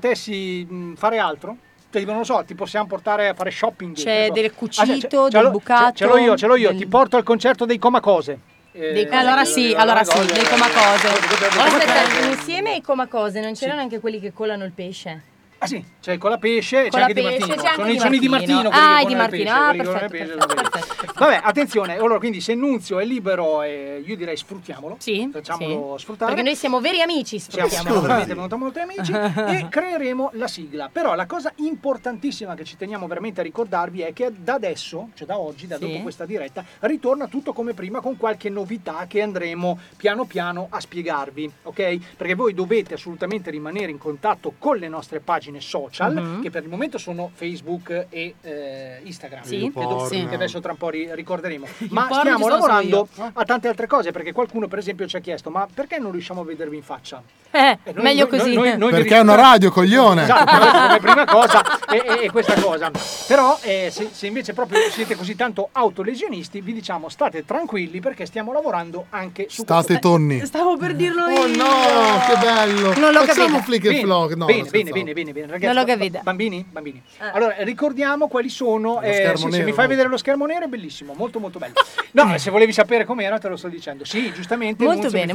potessi fare altro, cioè, non lo so, ti possiamo portare a fare shopping. C'è del cucito, del bucato. Ce l'ho io, ti porto al concerto dei Comacose. Allora sì, dei Comacose. Aspetta, insieme ai Comacose non c'erano anche quelli che colano il pesce? Ah sì, c'è con la pesce e c'è anche Di Martino. Sono i Di Martino. Ah, i Di Martino. Perfetto. Vabbè, attenzione, allora quindi se Nunzio è libero, io direi sfruttiamolo. Sì. Facciamolo sfruttare. Perché noi siamo veri amici, siamo veramente molti amici e creeremo la sigla. Però la cosa importantissima che ci teniamo veramente a ricordarvi è che da adesso, cioè da oggi, dopo questa diretta, ritorna tutto come prima con qualche novità che andremo piano piano a spiegarvi, ok? Perché voi dovete assolutamente rimanere in contatto con le nostre pagine social, che per il momento sono Facebook e Instagram, che adesso tra un po' ricorderemo, ma stiamo lavorando a tante altre cose, perché qualcuno per esempio ci ha chiesto: ma perché non riusciamo a vedervi in faccia? Meglio così. Perché è una radio, coglione. Esatto, come prima cosa è questa cosa. Però se invece proprio siete così tanto autolesionisti, vi diciamo state tranquilli, perché stiamo lavorando anche su State tonni. Stavo per dirlo io. Oh no, che bello. Non l'ho Facciamo capito. flick e flog. No, Bene, ragazzi. Non l'ho capito. Bambini. Allora, ricordiamo quali sono. Se mi fai vedere lo schermo nero è bellissimo, molto molto bello. No, se volevi sapere com'era te lo sto dicendo. Sì, giustamente. Molto bene.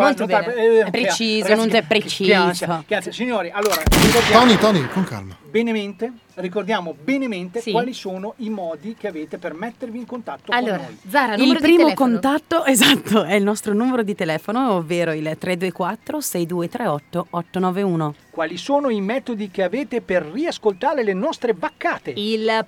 È preciso, ragazzi, non è preciso. Che ansia. Signori, allora Tony, con calma. Ricordiamo benemente quali sono i modi che avete per mettervi in contatto con noi. Zara, il primo contatto, esatto, è il nostro numero di telefono, ovvero il 324 6238 891. Quali sono i metodi che avete per riascoltare le nostre vaccate? Il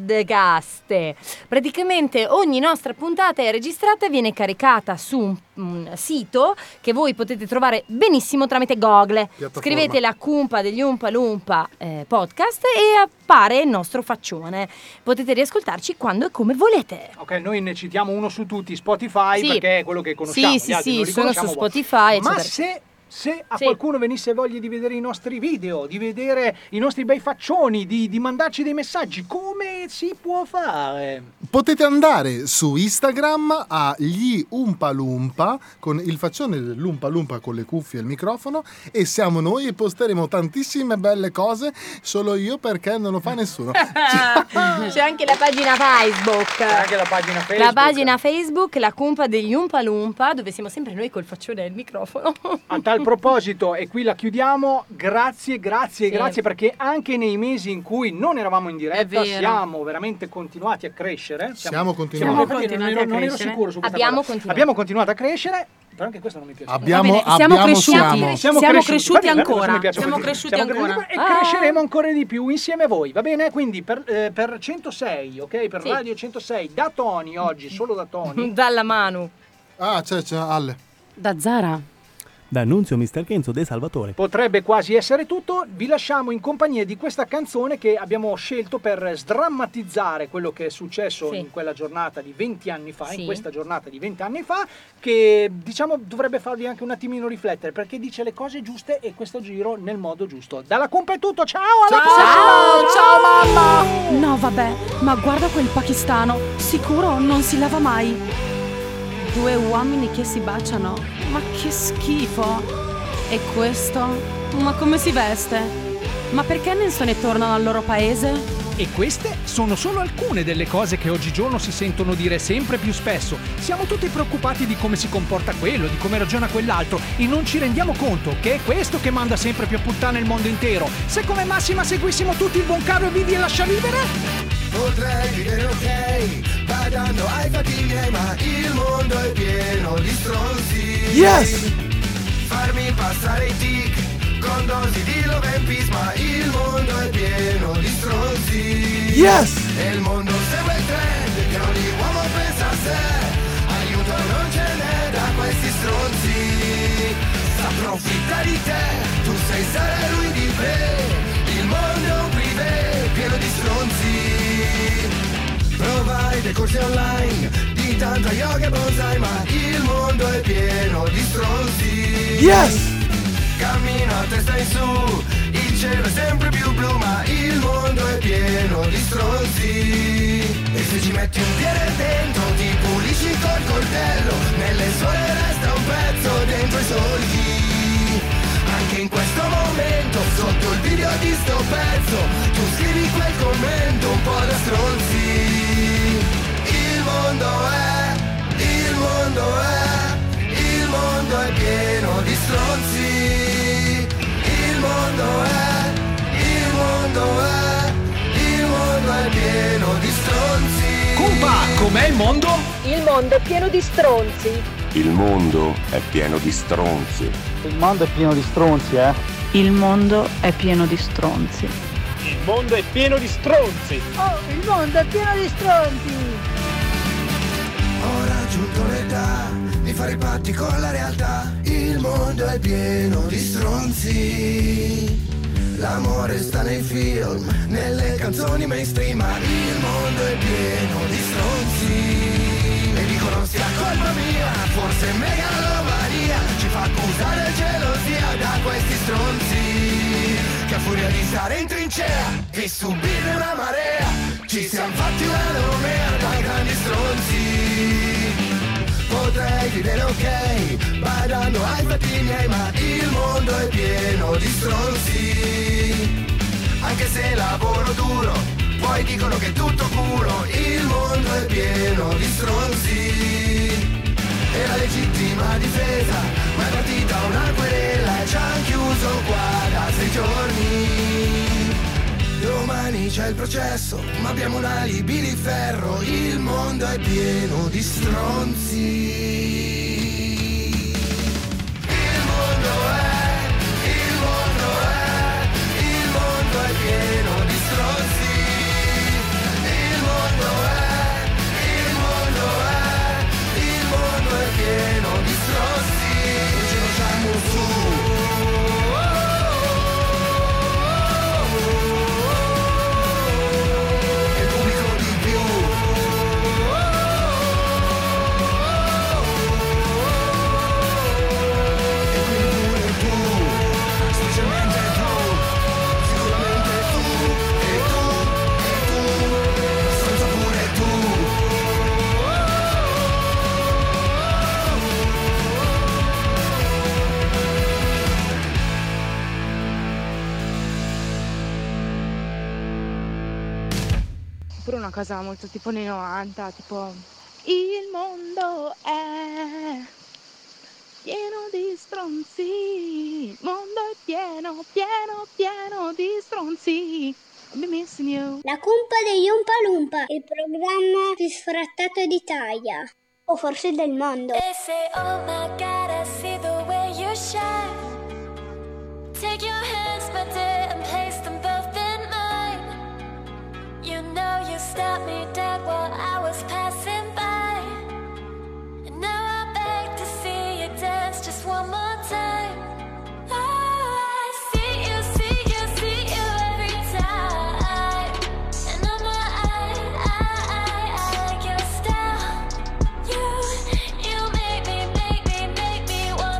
podcast. Praticamente ogni nostra puntata è registrata e viene caricata su un sito che voi potete trovare benissimo tramite Google. Scrivete la cumpa degli Umpa Lumpa podcast e appare il nostro faccione. Potete riascoltarci quando e come volete. Ok, noi ne citiamo uno su tutti, Spotify, perché è quello che conosciamo. Sì, sono su Spotify. Ma se a qualcuno venisse voglia di vedere i nostri video, di vedere i nostri bei faccioni, di mandarci dei messaggi, come si può fare? Potete andare su Instagram a gli Umpa Lumpa con il faccione dell'Umpa Lumpa con le cuffie e il microfono, e siamo noi e posteremo tantissime belle cose, solo io perché non lo fa nessuno. C'è anche la pagina Facebook. La pagina Facebook, la cumpa degli Umpa Lumpa, dove siamo sempre noi col faccione e il microfono. A tal proposito, e qui la chiudiamo, grazie, perché anche nei mesi in cui non eravamo in diretta siamo veramente continuati a crescere. Siamo continuati a crescere. Non ero sicuro su questa cosa. Abbiamo continuato a crescere. Però anche questo non mi piace. Siamo cresciuti ancora. E cresceremo ancora di più insieme a voi, va bene? Quindi per 106, ok? Per Radio 106, da Tony oggi, solo da Tony. Dalla Manu. C'è Alle. Da Zara. Da Nunzio Mr. Kenzo De Salvatore. Potrebbe quasi essere tutto. Vi lasciamo in compagnia di questa canzone che abbiamo scelto per sdrammatizzare quello che è successo in quella giornata di 20 anni fa, in questa giornata di 20 anni fa, che diciamo dovrebbe farvi anche un attimino riflettere, perché dice le cose giuste e questo giro nel modo giusto. Dalla Cumpa è tutto, ciao, alla prossima! Ciao mamma! No vabbè, ma guarda quel pakistano, sicuro non si lava mai. 2 uomini che si baciano, ma che schifo! E questo? Ma come si veste? Ma perché non se ne tornano al loro paese? E queste sono solo alcune delle cose che oggigiorno si sentono dire sempre più spesso. Siamo tutti preoccupati di come si comporta quello, di come ragiona quell'altro, e non ci rendiamo conto che è questo che manda sempre più a puttane il mondo intero. Se come massima seguissimo tutti il buon caro e vivi e lascia vivere, potrei vivere ok, badando ai fatti miei, ma il mondo è pieno di stronzi. Yes! Farmi passare i tic con dosi di love and peace, ma il mondo è pieno di stronzi. Yes! E il mondo segue il trend che ogni uomo pensa a sé. Aiuto non ce n'è da questi stronzi. S'approfitta di te, tu sei Sara, lui di me. Il mondo è un privé pieno di stronzi. Provai dei corsi online di tantra yoga e bonsai, ma il mondo è pieno di stronzi. Yes! Cammino a testa in su, il cielo è sempre più blu, ma il mondo è pieno di stronzi. E se ci metti un piede dentro ti pulisci col coltello, nelle sole resta un pezzo dentro i solchi. Anche in questo momento, sotto il video di sto pezzo, tu scrivi quel commento un po' da stronzi. Il mondo è pieno di stronzi. Il mondo è pieno di stronzi. Compa, com'è il mondo? Il mondo è pieno di stronzi. Il mondo è pieno di stronzi. Il mondo è pieno di stronzi, eh? Il mondo è pieno di stronzi. Il mondo è pieno di stronzi. Oh, il mondo è pieno di stronzi. Ho raggiunto l'età di fare i patti con la realtà. Il mondo è pieno di stronzi. L'amore sta nei film, nelle canzoni mainstream, ma il mondo è pieno di stronzi. E dicono sia colpa mia, forse megalomania ci fa accusare gelosia da questi stronzi, che a furia di stare in trincea e subire una marea ci siamo fatti una nomea da grandi stronzi. Potrei vivere ok, badando ai fatti miei, ma il mondo è pieno di stronzi. Anche se lavoro duro, poi dicono che è tutto puro. Il mondo è pieno di stronzi. E la legittima difesa, ma è partita una querela e ci han chiuso qua da 6 giorni. Domani c'è il processo, ma abbiamo un alibi di ferro. Il mondo è pieno di stronzi. È pieno di stronzi. Il mondo è pieno di stronzi. Non ce lo facciamo su. E il pubblico di più. E quindi pure tu, semplicemente tu. Oppure una cosa molto tipo nei 90, tipo il mondo è pieno di stronzi, il mondo è pieno di stronzi. I'll be missing you. La cumpa degli Umpa Lumpa, il programma più sfrattato d'Italia, o forse del mondo. They say, oh my God, I see the way you shine. Take your hands, my dear, and place them both in mine. You know you stopped me dead while I was passing by. And now I beg to see you dance just one more time. Oh, I see you every time. And I'm I like your style. You make me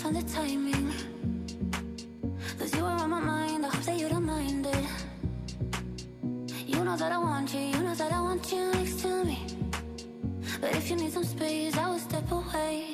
on the timing. Cause you are on my mind, I hope that you don't mind it. You know that I want you, you know that I want you next to me. But if you need some space, I will step away.